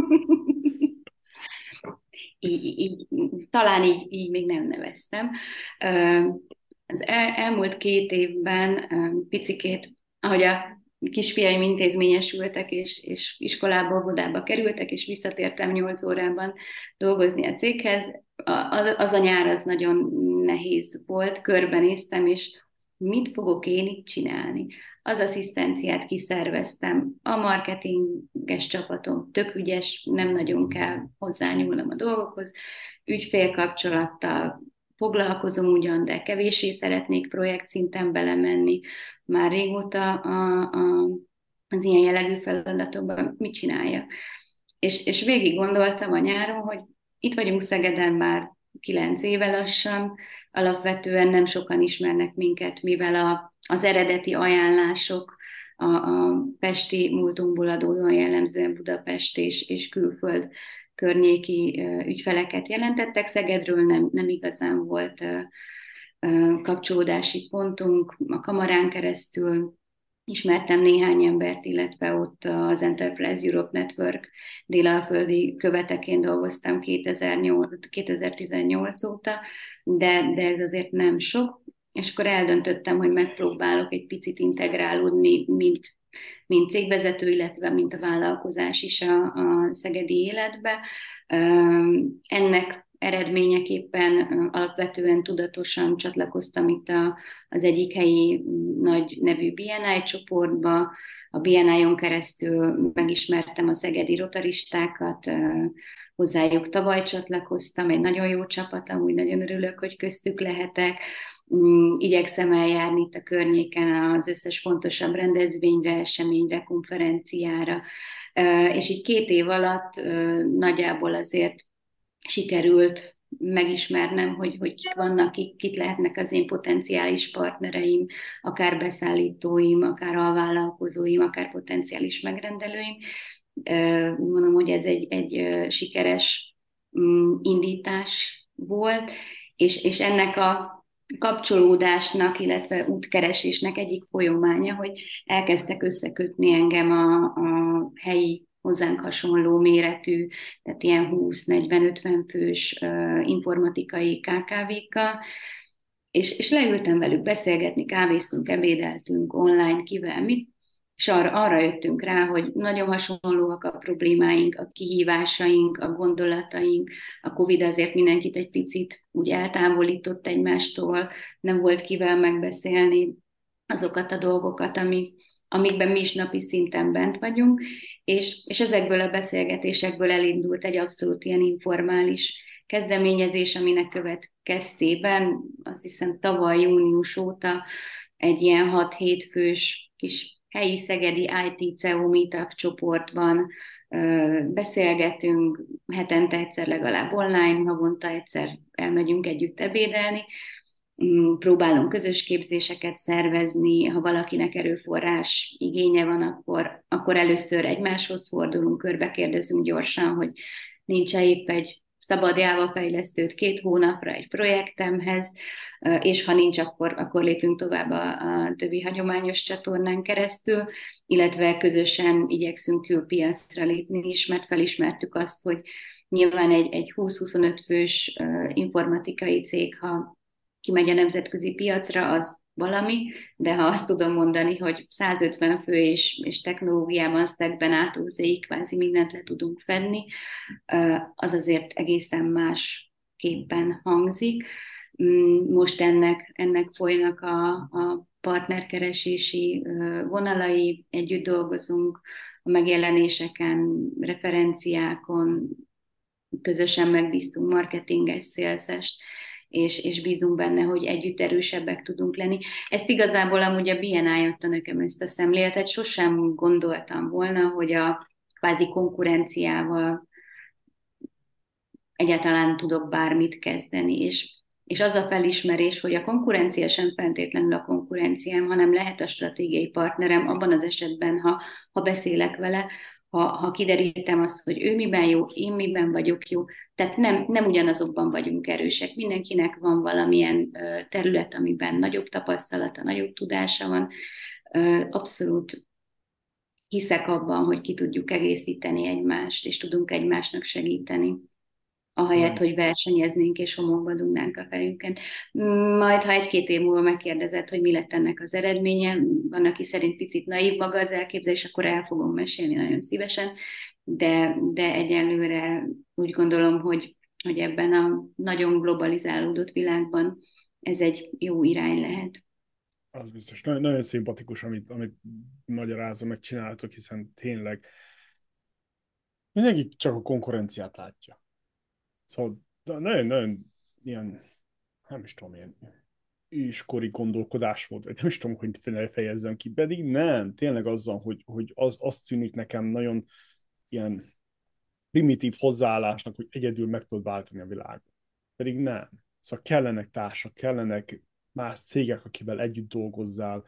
így, így, talán így, így még nem neveztem. Az el, elmúlt két évben picikét, ahogy a kisfiaim intézményesültek, és, és iskolába, óvodába kerültek, és visszatértem nyolc órában dolgozni a céghez, az, az a nyár az nagyon nehéz volt, körbenéztem, és mit fogok én itt csinálni? Az asszisztenciát kiszerveztem, a marketinges csapatom tök ügyes, nem nagyon kell hozzányúlnom a dolgokhoz, ügyfélkapcsolattal foglalkozom ugyan, de kevéssé szeretnék projekt szinten belemenni. Már régóta a, a, az ilyen jellegű feladatokban mit csináljak. És, és végig gondoltam a nyáron, hogy itt vagyunk Szegeden már kilenc éve lassan, alapvetően nem sokan ismernek minket, mivel a, az eredeti ajánlások a, a pesti múltunkból adódóan jellemzően Budapest és, és külföld környéki ügyfeleket jelentettek. Szegedről nem, nem igazán volt kapcsolódási pontunk. A kamarán keresztül ismertem néhány embert, illetve ott az Enterprise Europe Network délalföldi követeként dolgoztam kétezer-tizennyolc óta, de, de ez azért nem sok. És akkor eldöntöttem, hogy megpróbálok egy picit integrálódni, mint mint cégvezető, illetve mint a vállalkozás is a, a szegedi életbe. Üm, Ennek eredményeképpen alapvetően tudatosan csatlakoztam itt a, az egyik helyi nagy nevű bé en i csoportba. A bé en i-on keresztül megismertem a szegedi rotaristákat, hozzájuk tavaly csatlakoztam, egy nagyon jó csapat, amúgy nagyon örülök, hogy köztük lehetek. Igyekszem eljárni itt a környéken az összes fontosabb rendezvényre, eseményre, konferenciára, és így két év alatt nagyjából azért sikerült megismernem, hogy, hogy kik vannak, kik, kik lehetnek az én potenciális partnereim, akár beszállítóim, akár alvállalkozóim, akár potenciális megrendelőim. Mondom, hogy ez egy, egy sikeres indítás volt, és, és ennek a kapcsolódásnak, illetve útkeresésnek egyik folyamánya, hogy elkezdtek összekötni engem a, a helyi hozzánk hasonló méretű, tehát ilyen húsz-negyven-ötven fős uh, informatikai ká ká vékkal, és, és leültem velük beszélgetni, kávéztunk, ebédeltünk online, kivel mit, és arra, arra jöttünk rá, hogy nagyon hasonlóak a problémáink, a kihívásaink, a gondolataink. A Covid azért mindenkit egy picit úgy eltávolított egymástól, nem volt kivel megbeszélni azokat a dolgokat, amik, amikben mi is napi szinten bent vagyunk, és, és ezekből a beszélgetésekből elindult egy abszolút ilyen informális kezdeményezés, aminek következtében azt hiszem tavaly június óta egy ilyen hat-hét fős kis helyi szegedi i té cé e o meetup csoportban beszélgetünk, hetente egyszer legalább online, havonta egyszer elmegyünk együtt ebédelni, próbálunk közös képzéseket szervezni, ha valakinek erőforrás igénye van, akkor, akkor először egymáshoz fordulunk, körbekérdezünk gyorsan, hogy nincs-e épp egy szabad Java fejlesztőt két hónapra egy projektemhez, és ha nincs, akkor, akkor lépünk tovább a, a többi hagyományos csatornán keresztül, illetve közösen igyekszünk külpiacra lépni is, mert felismertük azt, hogy nyilván egy, egy húsz-huszonöt fős informatikai cég, ha kimegy a nemzetközi piacra, az valami, de ha azt tudom mondani, hogy százötven fő és, és technológiában, stackben átúzéig kvázi mindent le tudunk fedni, az azért egészen más képpen hangzik. Most ennek, ennek folynak a, a partnerkeresési vonalai, együtt dolgozunk a megjelenéseken, referenciákon, közösen megbíztunk marketinges, szélszest, és, és bízunk benne, hogy együtt erősebbek tudunk lenni. Ezt igazából amúgy a bé en i adta nekem ezt a szemléletet, sosem gondoltam volna, hogy a kvázi konkurenciával egyáltalán tudok bármit kezdeni, és, és az a felismerés, hogy a konkurencia sem feltétlenül a konkurenciám, hanem lehet a stratégiai partnerem abban az esetben, ha, ha beszélek vele, ha, ha kiderítem azt, hogy ő miben jó, én miben vagyok jó, tehát nem, nem ugyanazokban vagyunk erősek. Mindenkinek van valamilyen terület, amiben nagyobb tapasztalata, nagyobb tudása van. Abszolút hiszek abban, hogy ki tudjuk egészíteni egymást, és tudunk egymásnak segíteni, ahelyett, hogy versenyeznénk és homokba dugnánk a fejünken. Majd, ha egy-két év múlva megkérdezed, hogy mi lett ennek az eredménye, van, aki szerint picit naív maga az elképzelés, akkor el fogom mesélni nagyon szívesen, de, de egyelőre úgy gondolom, hogy, hogy ebben a nagyon globalizálódott világban ez egy jó irány lehet. Az biztos. Nagyon, nagyon szimpatikus, amit, amit magyarázom, meg csináltok, hiszen tényleg mindenki csak a konkurenciát látja. Szóval nagyon-nagyon ilyen, nem is tudom, ilyen őskori gondolkodás volt, vagy nem is tudom, hogy fejezzem ki, pedig nem, tényleg azzal, hogy, hogy az, az tűnik nekem nagyon ilyen primitív hozzáállásnak, hogy egyedül meg tudod váltani a világot. Pedig nem. Szóval kellenek társak, kellenek más cégek, akivel együtt dolgozzál.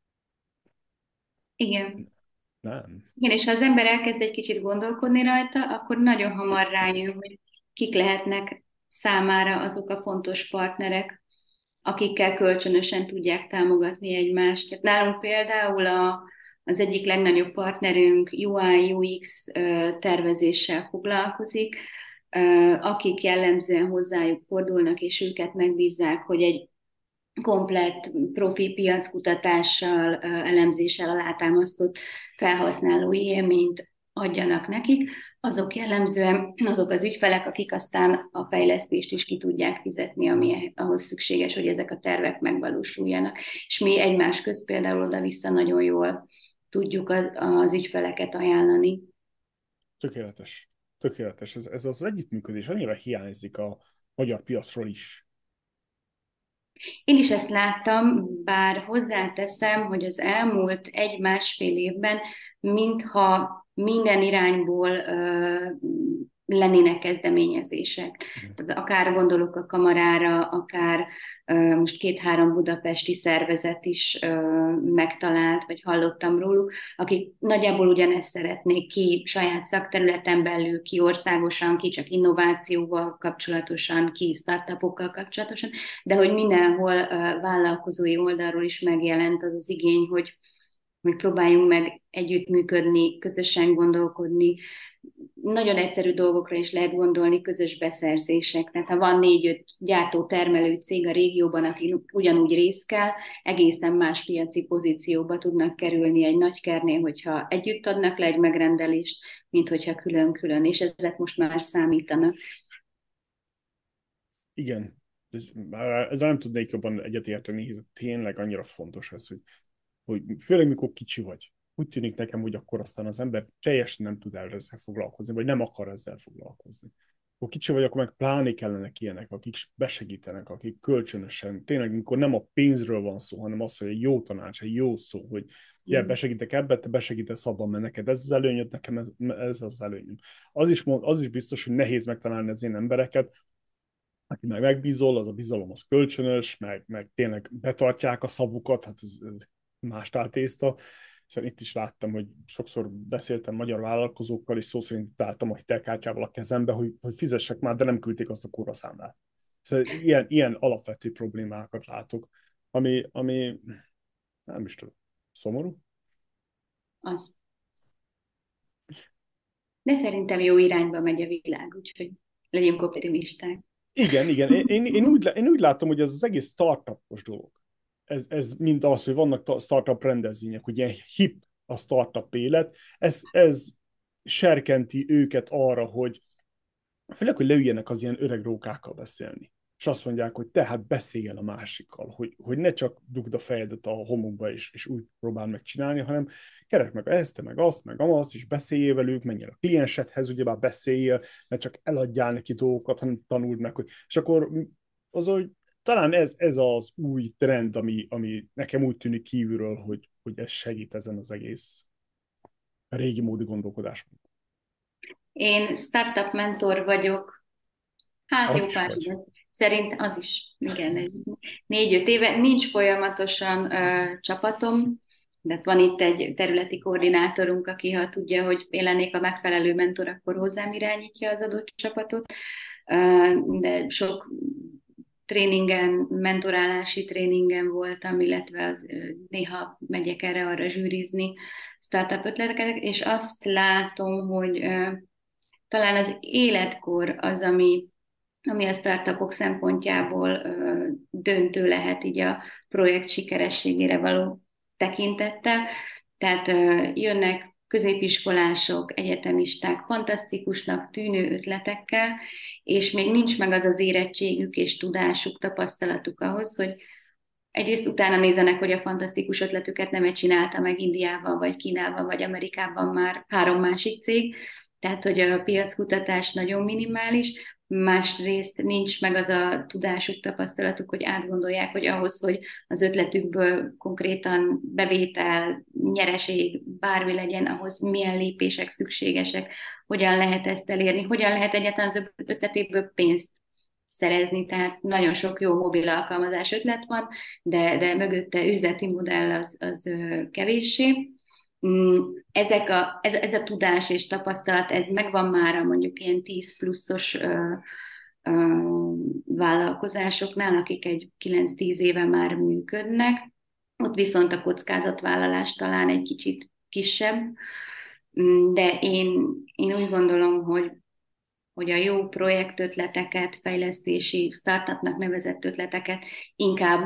Igen. Nem. Igen, és ha az ember elkezd egy kicsit gondolkodni rajta, akkor nagyon hamar rájön, hogy kik lehetnek számára azok a fontos partnerek, akikkel kölcsönösen tudják támogatni egymást. Tehát nálunk például a, az egyik legnagyobb partnerünk u i u iksz tervezéssel foglalkozik, akik jellemzően hozzájuk fordulnak, és őket megbízzák, hogy egy komplett profi piackutatással, elemzéssel alátámasztott felhasználói élményt adjanak nekik, azok jellemzően azok az ügyfelek, akik aztán a fejlesztést is ki tudják fizetni, ami ahhoz szükséges, hogy ezek a tervek megvalósuljanak. És mi egymás közt például oda-vissza nagyon jól tudjuk az, az ügyfeleket ajánlani. Tökéletes. Tökéletes. Ez, ez az együttműködés annyira hiányzik a magyar piacról is. Én is ezt láttam, bár hozzáteszem, hogy az elmúlt egy-másfél évben, mintha minden irányból ö, lennének kezdeményezések. Tehát akár gondolok a kamarára, akár ö, most két-három budapesti szervezet is ö, megtalált, vagy hallottam róluk, akik nagyjából ugyanezt szeretnék ki saját szakterületen belül, ki országosan, ki csak innovációval kapcsolatosan, ki startupokkal kapcsolatosan, de hogy mindenhol uh, vállalkozói oldalról is megjelent az az igény, hogy, hogy próbáljunk meg együttműködni, közösen gondolkodni. Nagyon egyszerű dolgokra is lehet gondolni, közös beszerzések. Tehát ha van négy-öt gyártó-termelő cég a régióban, aki ugyanúgy részt kell, egészen más piaci pozícióba tudnak kerülni egy nagykernél, hogyha együtt adnak le egy megrendelést, mint hogyha külön-külön, és ezek most már számítanak. Igen. Ez, ezzel nem tudnék jobban egyetérteni, hisz tényleg annyira fontos ez, hogy, hogy főleg mikor kicsi vagy. Úgy tűnik nekem, hogy akkor aztán az ember teljesen nem tud ezzel foglalkozni, vagy nem akar ezzel foglalkozni. Akkor kicsi vagy, akkor meg pláne kellenek ilyenek, akik besegítenek, akik kölcsönösen, tényleg, mikor nem a pénzről van szó, hanem az, hogy egy jó tanács, egy jó szó, hogy ja, besegítek ebbe, te besegítesz abban, mert neked ez az előnyöd, nekem ez, ez az előnyöm. Az is, az is biztos, hogy nehéz megtalálni az én embereket, aki meg megbízol, az a bizalom az kölcsönös, meg, meg tényleg betartják a szavukat, hát ez, ez más táltészta. Szóval itt is láttam, hogy sokszor beszéltem magyar vállalkozókkal, és szó szerint álltam a hitelkártyával a kezembe, hogy, hogy fizessek már, de nem küldték azt a kurva számlát. Szóval ilyen, ilyen alapvető problémákat látok, ami, ami nem is tudom, szomorú. Az. De szerintem jó irányba megy a világ, úgyhogy legyünk optimisták. Igen, igen. Én, én, úgy, én úgy látom, hogy ez az egész startupos dolog. Ez, ez mind az, hogy vannak startup rendezvények, hogy ilyen hip a startup élet, ez, ez serkenti őket arra, hogy főleg, hogy leüljenek az ilyen öreg rókákkal beszélni. És azt mondják, hogy te hát beszéljen a másikkal, hogy, hogy ne csak dugd a fejedet a homokba, és, és úgy próbál megcsinálni, hanem keresd meg ezt, te meg azt, meg azt, és beszéljél velük, menjél a kliensedhez, ugyebár beszéljél, ne csak eladjál neki dolgokat, hanem tanuld meg, hogy... És akkor az, hogy talán ez, ez az új trend, ami, ami nekem úgy tűnik kívülről, hogy, hogy ez segít ezen az egész régi módi gondolkodásban. Én startup mentor vagyok, hát Az jó is pár vagy. éve. Szerint az is, igen, egy négy-öt éve. Nincs folyamatosan uh, csapatom, de van itt egy területi koordinátorunk, aki ha tudja, hogy én lennék a megfelelő mentor, akkor hozzám irányítja az adott csapatot. Uh, de sok tréningen, mentorálási tréningen voltam, illetve az, uh, néha megyek erre-arra zsűrizni startup ötleteket, és azt látom, hogy uh, talán az életkor az, ami ami a startupok szempontjából ö, döntő lehet így a projekt sikerességére való tekintettel. Tehát ö, jönnek középiskolások, egyetemisták fantasztikusnak tűnő ötletekkel, és még nincs meg az az érettségük és tudásuk, tapasztalatuk ahhoz, hogy egyrészt utána nézenek, hogy a fantasztikus ötletüket nem csinálta meg Indiában, vagy Kínában, vagy Amerikában már három másik cég, tehát hogy a piackutatás nagyon minimális, másrészt nincs meg az a tudásuk, tapasztalatuk, hogy átgondolják, hogy ahhoz, hogy az ötletükből konkrétan bevétel, nyereség, bármi legyen, ahhoz milyen lépések szükségesek, hogyan lehet ezt elérni, hogyan lehet egyáltalán az ötletéből pénzt szerezni, tehát nagyon sok jó mobil alkalmazás ötlet van, de, de mögötte üzleti modell az, az kevéssé. Ezek a, ez, ez a tudás és tapasztalat, ez megvan már a mondjuk ilyen tíz pluszos ö, ö, vállalkozásoknál, akik egy kilenc-tíz éve már működnek. Ott viszont a kockázatvállalás talán egy kicsit kisebb, de én, én úgy gondolom, hogy hogy a jó projektötleteket, fejlesztési, startupnak nevezett ötleteket inkább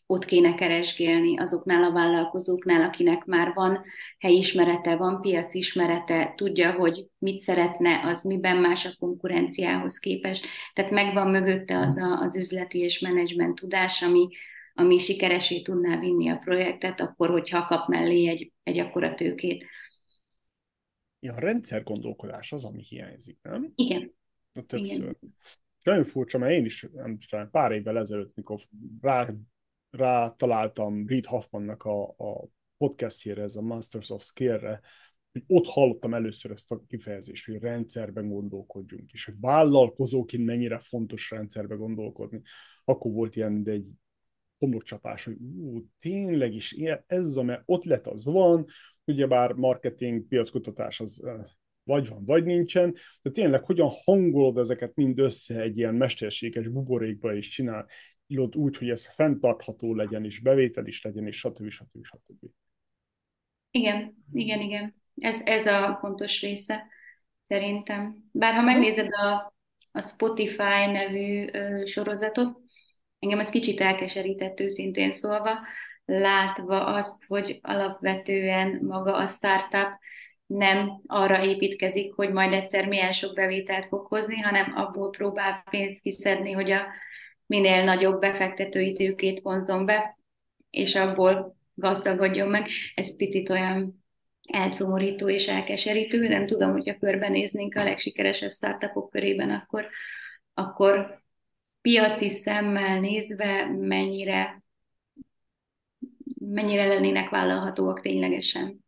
ott kéne keresgélni azoknál a vállalkozóknál, akinek már van helyismerete, van piacismerete, tudja, hogy mit szeretne, az miben más a konkurenciához képest. Tehát megvan mögötte az a, az üzleti és menedzsment tudás, ami, ami sikeresé tudná vinni a projektet, akkor, hogyha kap mellé egy, egy akkora tőkét. Ja, a rendszer gondolkodás az, ami hiányzik, nem? Igen, Na, többször. igen. És nagyon furcsa, mert én is nem tudom, pár évvel ezelőtt, mikor rá, rá találtam Reid Hoffmannak a, a podcastjére, ez a Masters of Skill-re, hogy ott hallottam először ezt a kifejezést, hogy rendszerben gondolkodjunk, és hogy vállalkozóként mennyire fontos rendszerben gondolkodni. Akkor volt ilyen, de egy homlokcsapás, hogy ú, tényleg is, ez a, mert ott lett az van, ugyebár marketing, piackutatás az vagy van, vagy nincsen, de tényleg hogyan hangolod ezeket mind össze egy ilyen mesterséges buborékba, és csinálod úgy, hogy ez fenntartható legyen, és bevétel is legyen, és stb. stb. stb. Igen, igen, igen. Ez, ez a fontos része, szerintem. Bár ha megnézed a, a Spotify nevű ö, sorozatot, engem ez kicsit elkeserített őszintén szólva, látva azt, hogy alapvetően maga a startup nem arra építkezik, hogy majd egyszer milyen sok bevételt fog hozni, hanem abból próbál pénzt kiszedni, hogy a minél nagyobb befektetői tőkét vonzon be, és abból gazdagodjon meg. Ez picit olyan elszomorító és elkeserítő. Nem tudom, hogyha körbenéznénk a legsikeresebb startupok körében, akkor, akkor piaci szemmel nézve mennyire, mennyire lennének vállalhatóak ténylegesen.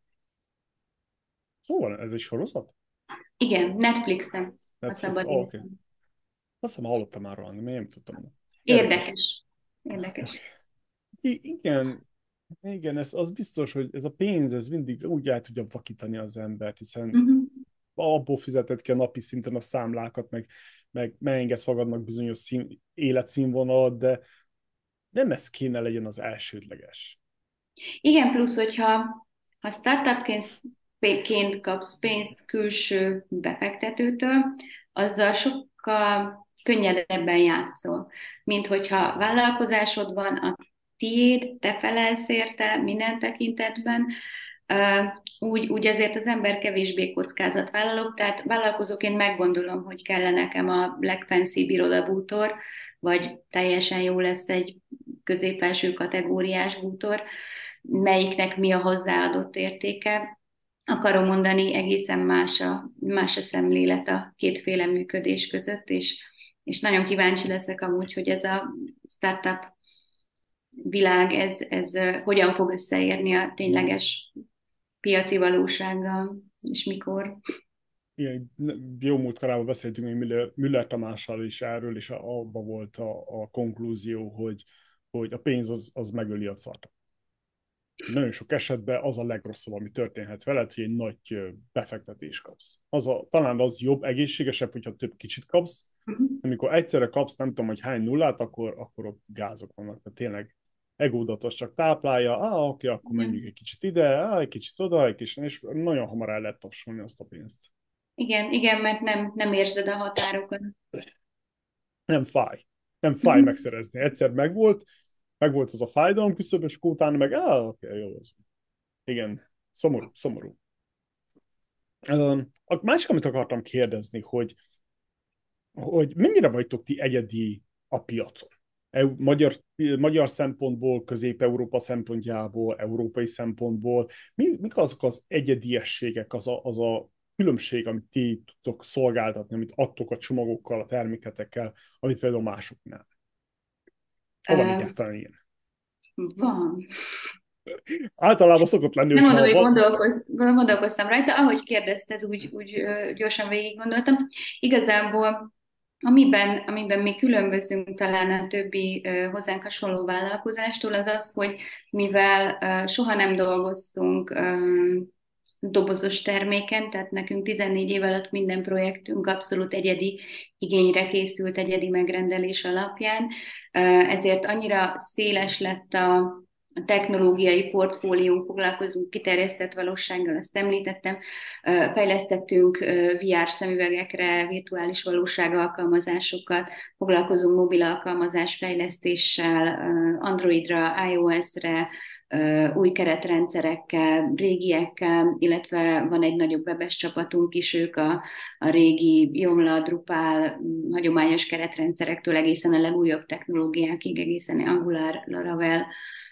Szóval ez egy sorozat? Igen, Netflixen, a Netflix? szabad Oh, oké. idő. Okay. Azt hiszem hallottam már róla, de még nem tudtam. Érdekes. Érdekes. Érdekes. Okay. I- igen, igen, ez, az biztos, hogy ez a pénz, ez mindig úgy el tudja vakítani az embert, hiszen Uh-huh. abból fizeted ki a napi szinten a számlákat, meg, meg megengedsz magadnak bizonyos szín, életszínvonalat, de nem ez kéne legyen az elsődleges. Igen, plusz, hogyha ha startupként ként kapsz pénzt külső befektetőtől, azzal sokkal könnyedebben játszol, mint hogyha vállalkozásod van, a tiéd, te felelsz érte minden tekintetben, úgy, úgy azért az ember kevésbé kockázatvállaló, tehát vállalkozóként meggondolom, hogy kellene nekem a legfancybb irodabútor, vagy teljesen jó lesz egy középelső kategóriás bútor, melyiknek mi a hozzáadott értéke. Akarom mondani, egészen más a, más a szemlélet a kétféle működés között, és, és nagyon kíváncsi leszek amúgy, hogy ez a startup világ, ez, ez hogyan fog összeérni a tényleges piaci valósággal, és mikor. Igen, jó múltkorában beszéltünk még Müller, Müller Tamással is erről, és abban volt a, a konklúzió, hogy, hogy a pénz az, az megöli a szart. Nagyon sok esetben az a legrosszabb, ami történhet veled, hogy egy nagy befektetés kapsz. Az a, talán az jobb, egészségesebb, hogyha több kicsit kapsz. Uh-huh. Amikor egyszerre kapsz, nem tudom, hogy hány nullát, akkor, akkor ott gázok vannak. Tehát tényleg egódatos csak táplálja, ah, oké, akkor menjünk egy kicsit ide, ah, egy kicsit oda, egy kicsit, és nagyon hamar el lehet tapsolni azt a pénzt. Igen, igen, mert nem, nem érzed a határokat. Nem fáj. Nem fáj Uh-huh. megszerezni. Egyszer megvolt, megvolt az a fájdalom küszöb, és akkor utána meg, ah, oké, okay, jó az. Igen, szomorú, szomorú. A másik, amit akartam kérdezni, hogy, hogy mennyire vagytok ti egyedi a piacon? Magyar, magyar szempontból, Közép-Európa szempontjából, európai szempontból, mi, mik azok az egyediességek, az a, az a különbség, amit ti tudtok szolgáltatni, amit adtok a csomagokkal, a terméketekkel, amit például másoknál? Ha van Uh, egyáltalán ilyen. van. Általában szokott lenni, Nem mondom, hogyha hogy van... gondolkoz, gondolkoztam rajta, ahogy kérdezted, úgy, úgy ö, gyorsan végig gondoltam. Igazából, amiben, amiben mi különbözünk talán a többi ö, hozzánk hasonló vállalkozástól, az az, hogy mivel ö, soha nem dolgoztunk ö, dobozos terméken, tehát nekünk tizennégy év alatt minden projektünk abszolút egyedi igényre készült, egyedi megrendelés alapján, ö, ezért annyira széles lett a a technológiai portfóliónk, foglalkozunk kiterjesztett valósággal, azt említettem, fejlesztettünk vé er szemüvegekre, virtuális valóság alkalmazásokat, foglalkozunk mobil alkalmazás fejlesztéssel, Androidra, iOS-re, új keretrendszerekkel, régiekkel, illetve van egy nagyobb webes csapatunk is, ők a, a régi Joomla, Drupal, hagyományos keretrendszerektől egészen a legújabb technológiákig, egészen Angular, Laravel,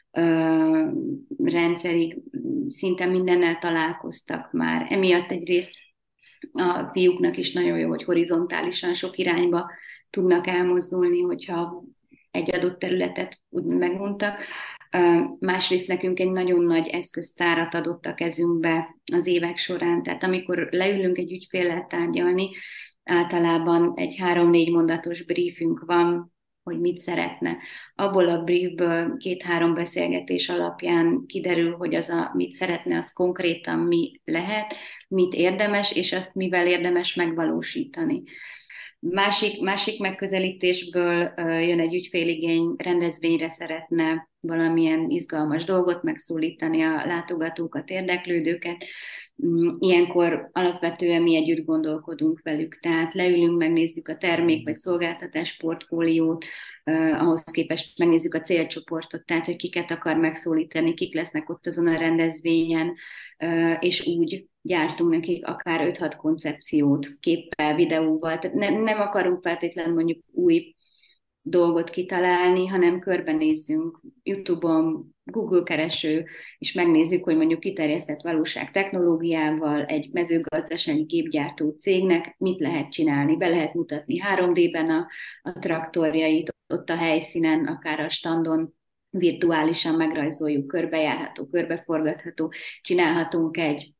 rendszerig szinte mindennel találkoztak már. Emiatt egyrészt a fiúknak is nagyon jó, hogy horizontálisan sok irányba tudnak elmozdulni, hogyha egy adott területet úgy meguntak. Másrészt nekünk egy nagyon nagy eszköztárat adott a kezünkbe az évek során, tehát amikor leülünk egy ügyféllel tárgyalni, általában egy három-négy mondatos briefünk van, hogy mit szeretne. Abból a briefből két-három beszélgetés alapján kiderül, hogy az, a, mit szeretne, az konkrétan mi lehet, mit érdemes, és azt mivel érdemes megvalósítani. Másik, másik megközelítésből jön egy ügyféligény, rendezvényre szeretne valamilyen izgalmas dolgot megszólítani a látogatókat, érdeklődőket. Ilyenkor alapvetően mi együtt gondolkodunk velük, tehát leülünk, megnézzük a termék vagy szolgáltatás portfóliót, eh, ahhoz képest megnézzük a célcsoportot, tehát hogy kiket akar megszólítani, kik lesznek ott azon a rendezvényen, eh, és úgy gyártunk nekik akár öt-hat koncepciót, képpel, videóval, tehát nem, nem akarunk feltétlenül mondjuk új dolgot kitalálni, hanem körbenézzünk YouTube-on, Google kereső, és megnézzük, hogy mondjuk kiterjesztett valóság technológiával egy mezőgazdasági gépgyártó cégnek mit lehet csinálni. Be lehet mutatni három dé-ben a, a traktorjait, ott a helyszínen, akár a standon, virtuálisan megrajzoljuk, körbejárható, körbeforgatható, csinálhatunk egy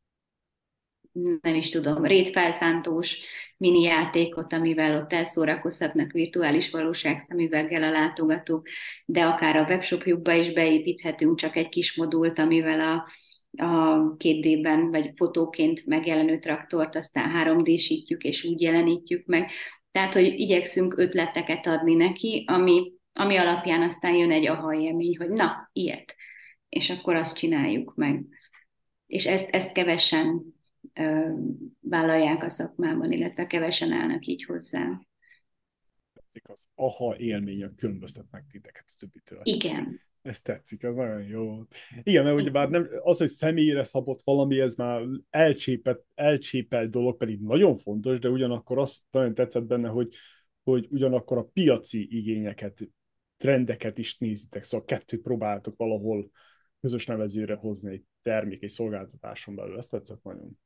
nem is tudom, rétfelszántós mini játékot, amivel ott elszórakozhatnak virtuális valóság szemüveggel a látogatók, de akár a webshopjukba is beépíthetünk csak egy kis modult, amivel a, a két dé-ben vagy fotóként megjelenő traktort aztán három dé-sítjük és úgy jelenítjük meg. Tehát, hogy igyekszünk ötleteket adni neki, ami, ami alapján aztán jön egy aha élmény, hogy na, ilyet. És akkor azt csináljuk meg. És ezt, ezt kevesen vállalják a szakmában, illetve kevesen állnak így hozzá. Tetszik az aha élmény, különböztet meg titeket a többitől. Igen. Ez tetszik, ez nagyon jó. Igen, mert ugyebár nem, az, hogy személyre szabott valami, ez már elcsépelt, elcsépelt dolog, pedig nagyon fontos, de ugyanakkor azt nagyon tetszett benne, hogy, hogy ugyanakkor a piaci igényeket, trendeket is nézitek, szóval kettőt próbáltok valahol közös nevezőre hozni egy termék, egy szolgáltatáson belül. Ez tetszett nagyon.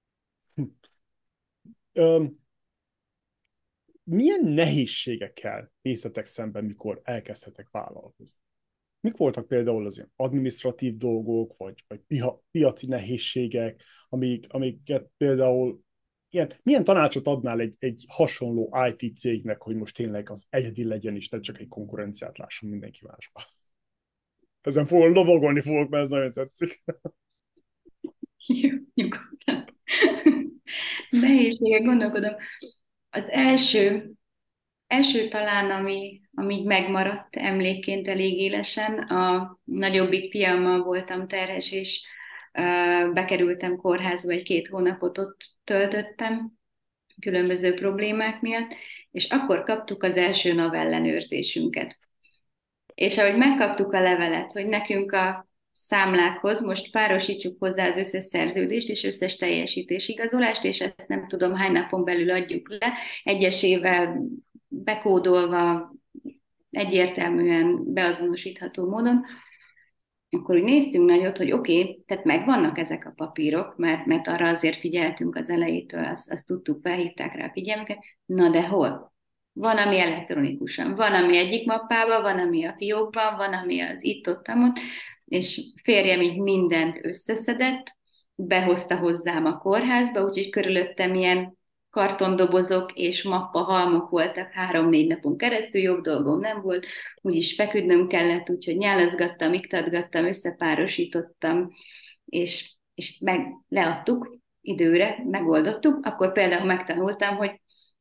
Öm, milyen nehézségekkel néztetek szemben, mikor elkezdhetek vállalkozni? Mik voltak például az ilyen adminisztratív dolgok, vagy, vagy piaci nehézségek, amik, amiket például ilyen, milyen tanácsot adnál egy, egy hasonló i té cégnek, hogy most tényleg az egyedi legyen, és ne csak egy konkurenciát lásson mindenki másba? Ezen fogok lovagolni fogok, mert ez nagyon tetszik. Jó, nyugodtan. Nehézségek, gondolkodom. Az első, első talán, ami, ami így megmaradt emlékként elég élesen, a nagyobbik fiammal voltam terhes, és uh, bekerültem kórházba, egy két hónapot ott töltöttem, különböző problémák miatt, és akkor kaptuk az első NAV ellenőrzésünket. És ahogy megkaptuk a levelet, hogy nekünk a számlákhoz most párosítsuk hozzá az összes szerződést és összes teljesítésigazolást, és ezt nem tudom hány napon belül adjuk le, egyesével bekódolva, egyértelműen beazonosítható módon, akkor úgy néztünk nagyot, hogy oké, okay, tehát megvannak ezek a papírok, mert, mert arra azért figyeltünk az elejétől, azt, azt tudtuk, felhívták rá a figyelmüket, na de hol? Van, ami elektronikusan, van, ami egyik mappában, van, ami a fiókban, van, ami az itt-ott, ott, és férjem így mindent összeszedett, behozta hozzám a kórházba, úgyhogy körülöttem ilyen kartondobozok és mappahalmok voltak három-négy napon keresztül, jobb dolgom nem volt, úgyis feküdnöm kellett, úgyhogy nyálazgattam, iktatgattam, összepárosítottam, és, és meg leadtuk időre, megoldottuk, akkor például megtanultam, hogy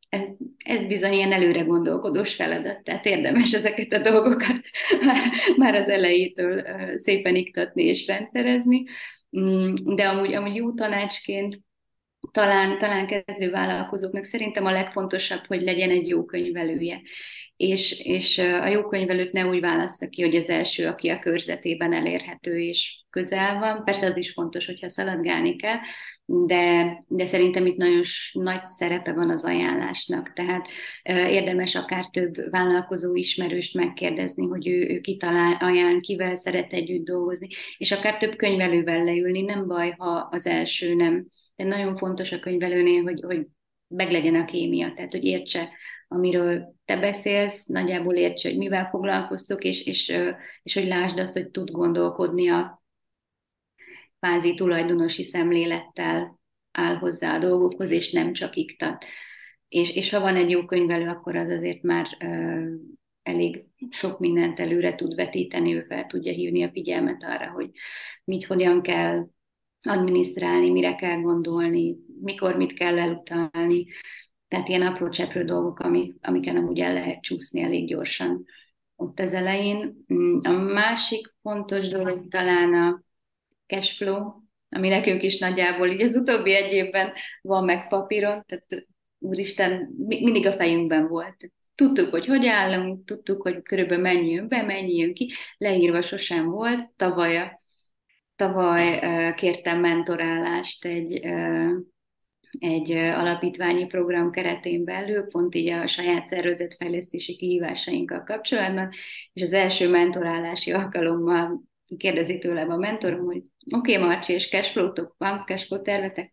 ez, ez bizony ilyen előre gondolkodós feladat, tehát érdemes ezeket a dolgokat már, már az elejétől szépen iktatni és rendszerezni. Mm, De amúgy, amúgy jó tanácsként talán, talán kezdő vállalkozóknak szerintem a legfontosabb, hogy legyen egy jó könyvelője. És, és a jó könyvelőt ne úgy válassza ki, hogy az első, aki a körzetében elérhető és közel van. Persze az is fontos, hogyha szaladgálni kell, de, de szerintem itt nagyon nagy szerepe van az ajánlásnak. Tehát érdemes akár több vállalkozó ismerőst megkérdezni, hogy ő, ő kitalál, ajánl, kivel szeret együtt dolgozni, és akár több könyvelővel leülni, nem baj, ha az első nem. De nagyon fontos a könyvelőnél, hogy, hogy meglegyen a kémia, tehát hogy értse, amiről te beszélsz, nagyjából értse, hogy mivel foglalkoztok, és, és, és hogy lásd azt, hogy tud gondolkodni a kvázi tulajdonosi szemlélettel áll hozzá a dolgokhoz, és nem csak iktat. És, és ha van egy jó könyvelő, akkor az azért már uh, elég sok mindent előre tud vetíteni, ő fel tudja hívni a figyelmet arra, hogy mit, hogyan kell adminisztrálni, mire kell gondolni, mikor mit kell elutalni. Tehát ilyen apró cseprő dolgok, amik, amiken amúgy el lehet csúszni elég gyorsan ott az elején. A másik fontos dolog talán a cash flow, ami nekünk is nagyjából így az utóbbi egy évben van meg papíron, tehát úristen, mindig a fejünkben volt. Tudtuk, hogy hogy állunk, tudtuk, hogy körülbelül mennyi jön be, mennyi jön ki, leírva sosem volt. Tavaly, tavaly kértem mentorálást egy, egy alapítványi program keretén belül, pont így a saját szervezetfejlesztési kihívásainkkal kapcsolatban, és az első mentorálási alkalommal kérdezi tőlem a mentorom, hogy oké, okay, Marci, és cashflow-tok van, cashflow tervetek?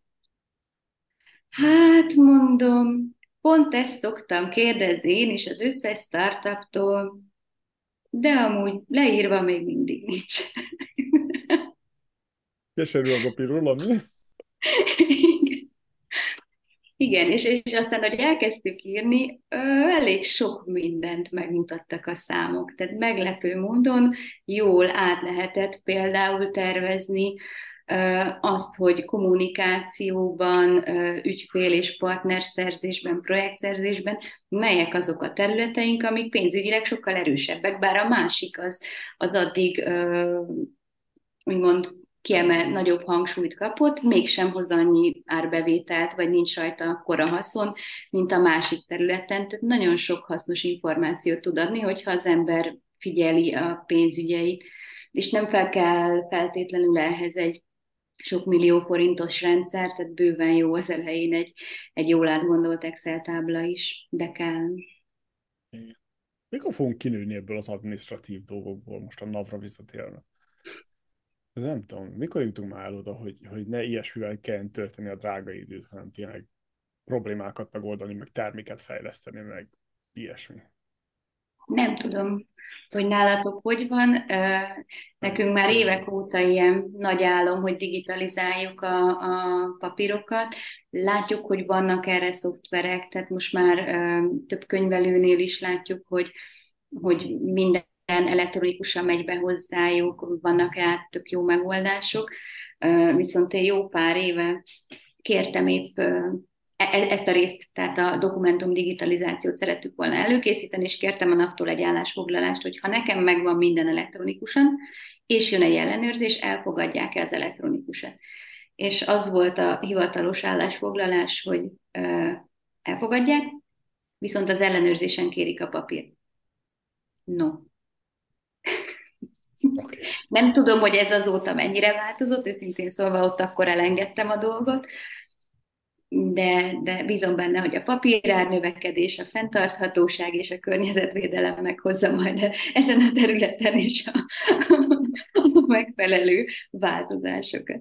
Hát mondom, pont ezt szoktam kérdezni én is az összes startuptól, de amúgy leírva még mindig nincs. Keserű az a pirul, ami? Igen, és, és aztán, hogy elkezdtük írni, ö, elég sok mindent megmutattak a számok. Tehát meglepő módon jól át lehetett például tervezni ö, azt, hogy kommunikációban, ö, ügyfél és partnerszerzésben, projektszerzésben melyek azok a területeink, amik pénzügyileg sokkal erősebbek, bár a másik az, az addig ö, úgymond kiemel, nagyobb hangsúlyt kapott, mégsem hoz annyi árbevételt, vagy nincs rajta akkora haszon, mint a másik területen. Tehát nagyon sok hasznos információt tud adni, hogyha az ember figyeli a pénzügyeit, és nem fel kell feltétlenül ehhez egy sok millió forintos rendszer, tehát bőven jó az elején egy, egy jól átgondolt Excel tábla is, de kell. Mikor fogunk kinőni ebből az administratív dolgokból, most a NAV-ra visszatérve? Ez nem tudom, mikor jutunk már el oda, hogy, hogy ne ilyesmivel kelljen tölteni a drága időt, hanem tényleg problémákat megoldani, meg terméket fejleszteni, meg ilyesmi. Nem tudom, hogy nálatok hogy van. Nekünk már évek óta ilyen nagy álom, hogy digitalizáljuk a, a papírokat. Látjuk, hogy vannak erre szoftverek, tehát most már több könyvelőnél is látjuk, hogy, hogy minden elektronikusan megy be hozzájuk, vannak rá tök jó megoldások. Viszont én jó pár éve kértem épp e- ezt a részt, tehát a dokumentum digitalizációt szerettük volna előkészíteni, és kértem a naptól egy állásfoglalást, hogy ha nekem megvan minden elektronikusan, és jön egy ellenőrzés, elfogadják-e az elektronikusat. És az volt a hivatalos állásfoglalás, hogy ö, elfogadják, viszont az ellenőrzésen kérik a papírt. No. Okay. Nem tudom, hogy ez azóta mennyire változott, őszintén szólva ott akkor elengedtem a dolgot, de, de bízom benne, hogy a papírár növekedés, a fenntarthatóság és a környezetvédelem meghozza majd ezen a területen is a, a megfelelő változásokat.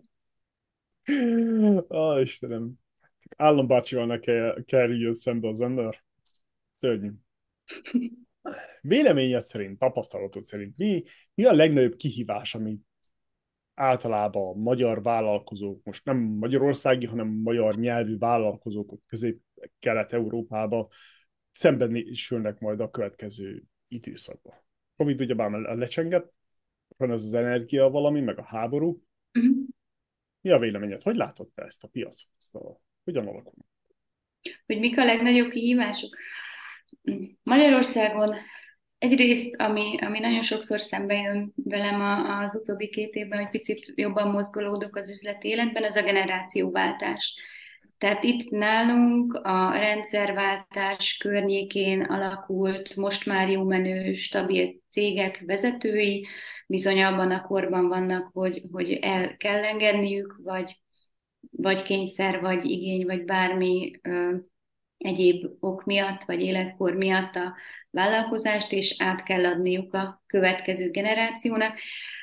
Á, Istenem. Állambácsival ne kell, kerüljön szembe az ember. Szörnyű. Véleményed szerint, tapasztalatod szerint mi, mi a legnagyobb kihívás, amit általában a magyar vállalkozók, most nem magyarországi, hanem magyar nyelvű vállalkozók közép-kelet-európában szembesülnek majd a következő időszakban? Covid ugyebár lecsengett, van ez az energia valami, meg a háború. Uh-huh. Mi a véleményed? Hogy látod te ezt a piacot? Ezt a, hogyan alakul? Hogy mik a legnagyobb kihívások? Magyarországon egyrészt, ami, ami nagyon sokszor szembe jön velem a- az utóbbi két évben, hogy picit jobban mozgolódok az üzleti életben, az a generációváltás. Tehát itt nálunk a rendszerváltás környékén alakult most már jó menő, stabil cégek vezetői, bizony abban a korban vannak, hogy, hogy el kell engedniük, vagy, vagy kényszer, vagy igény, vagy bármi ö, egyéb ok miatt, vagy életkor miatt a vállalkozást, és át kell adniuk a következő generációnak.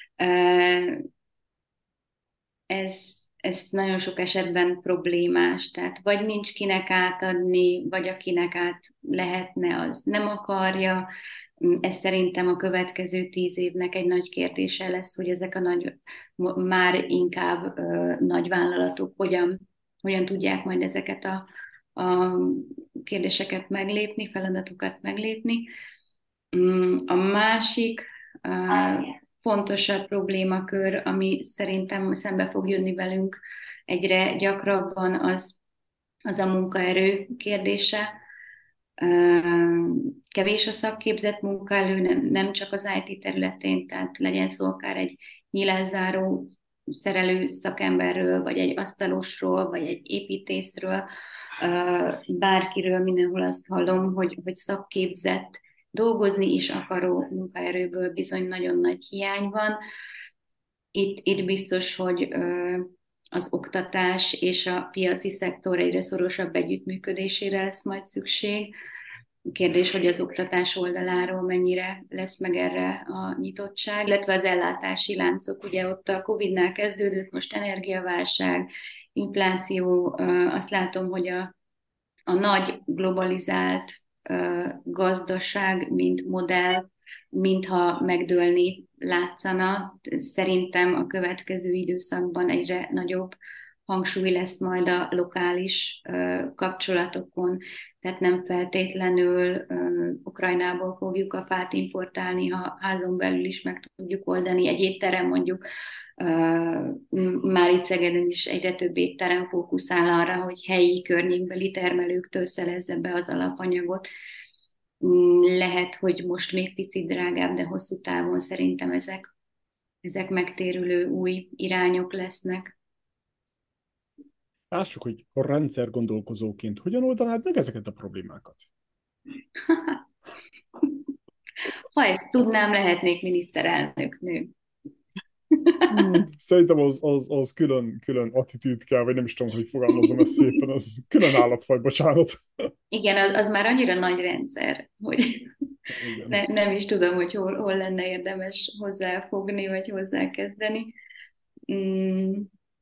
Ez, ez nagyon sok esetben problémás, tehát vagy nincs kinek átadni, vagy akinek át lehetne, az nem akarja. Ez szerintem a következő tíz évnek egy nagy kérdése lesz, hogy ezek a nagy, már inkább ö, nagy vállalatok hogyan, hogyan tudják majd ezeket a, a kérdéseket meglépni, feladatokat meglépni. Mm, A másik uh, fontosabb problémakör, ami szerintem szembe fog jönni velünk egyre gyakrabban, az, az a munkaerő kérdése. Uh, Kevés a szakképzett munkaerő, nem, nem csak az i té területén, tehát legyen szó akár egy nyilászáró szerelő szakemberről, vagy egy asztalosról, vagy egy építészről, uh, bárkiről mindenhol azt hallom, hogy, hogy szakképzett, dolgozni is akaró munkaerőből bizony nagyon nagy hiány van. Itt, itt biztos, hogy ö, az oktatás és a piaci szektor egyre szorosabb együttműködésére lesz majd szükség. Kérdés, hogy az oktatás oldaláról mennyire lesz meg erre a nyitottság, illetve az ellátási láncok. Ugye ott a Covidnál kezdődött, most energiaválság, infláció, azt látom, hogy a, a nagy globalizált gazdaság, mint modell, mintha megdőlni látszana. Szerintem a következő időszakban egyre nagyobb hangsúly lesz majd a lokális kapcsolatokon, tehát nem feltétlenül Ukrajnából fogjuk a fát importálni, ha házon belül is meg tudjuk oldani. Egy étterem mondjuk már itt Szegeden is egyre több étterem fókuszál arra, hogy helyi környékbeli termelőktől szerezze be az alapanyagot. Lehet, hogy most még picit drágább, de hosszú távon szerintem ezek, ezek megtérülő új irányok lesznek. Lássuk, hogy a rendszer gondolkozóként hogyan oldanád meg ezeket a problémákat. Ha ezt tudnám, lehetnék miniszterelnök nő. Hmm, szerintem az, az, az külön, külön attitűd kell, vagy nem is tudom, hogy fogalmazom ezt szépen, az külön állatfaj, bocsánat. Igen, az, az már annyira nagy rendszer, hogy ne, Igen. nem is tudom, hogy hol, hol lenne érdemes hozzáfogni, vagy hozzákezdeni. Mm,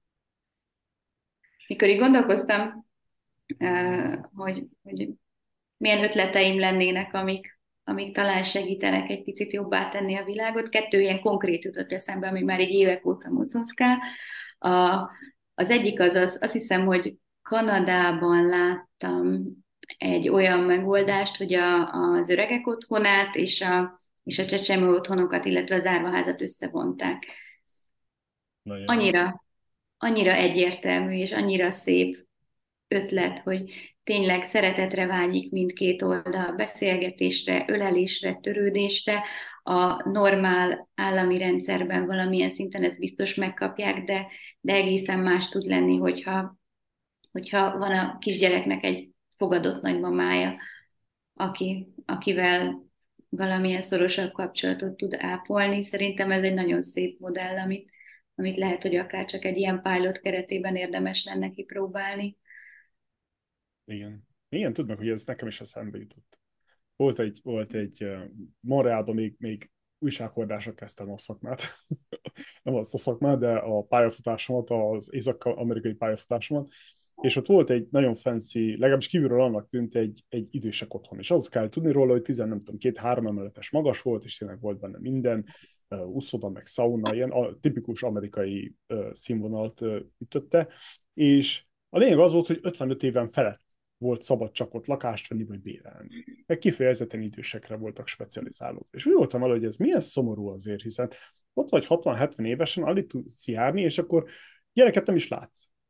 Mikor így gondolkoztam, eh, hogy, hogy milyen ötleteim lennének, amik, amik talán segítenek egy picit jobbá tenni a világot. Kettő ilyen konkrét jutott eszembe, ami már egy évek óta mozogál. A, az egyik az, az, azt hiszem, hogy Kanadában láttam egy olyan megoldást, hogy a, az öregek otthonát és a, és a csecsemő otthonokat, illetve az árvaházat összevonták. Nagyon jó. Annyira, annyira egyértelmű és annyira szép ötlet, hogy tényleg szeretetre vágyik mindkét oldal, beszélgetésre, ölelésre, törődésre. A normál állami rendszerben valamilyen szinten ezt biztos megkapják, de, de egészen más tud lenni, hogyha, hogyha van a kisgyereknek egy fogadott nagymamája, aki, akivel valamilyen szorosabb kapcsolatot tud ápolni. Szerintem ez egy nagyon szép modell, amit, amit lehet, hogy akár csak egy ilyen pilot keretében érdemes lenne kipróbálni. Igen. Igen, tudnak, hogy ez nekem is eszembe jutott. Volt egy, volt egy uh, Montrealban még, még újsághordásra kezdtem a szakmát. Nem azt a szakmát, de a pályafutásomat, az észak-amerikai pályafutásomat. És ott volt egy nagyon fancy, legalábbis kívülről annak tűnt egy, egy idősek otthon. És azt kell tudni róla, hogy tizen, nem tudom, két-három emeletes magas volt, és tényleg volt benne minden, uh, uszoda, meg sauna, ilyen a tipikus amerikai uh, színvonalt uh, ütötte. És a lényeg az volt, hogy ötvenöt éven felett volt szabad csak ott lakást venni, vagy bérelni. Meg kifejezetten idősekre voltak specializálók. És úgy voltam el, hogy ez milyen szomorú azért, hiszen ott vagy hatvan-hetven évesen, alig tudsz járni, és akkor gyereket nem is látsz.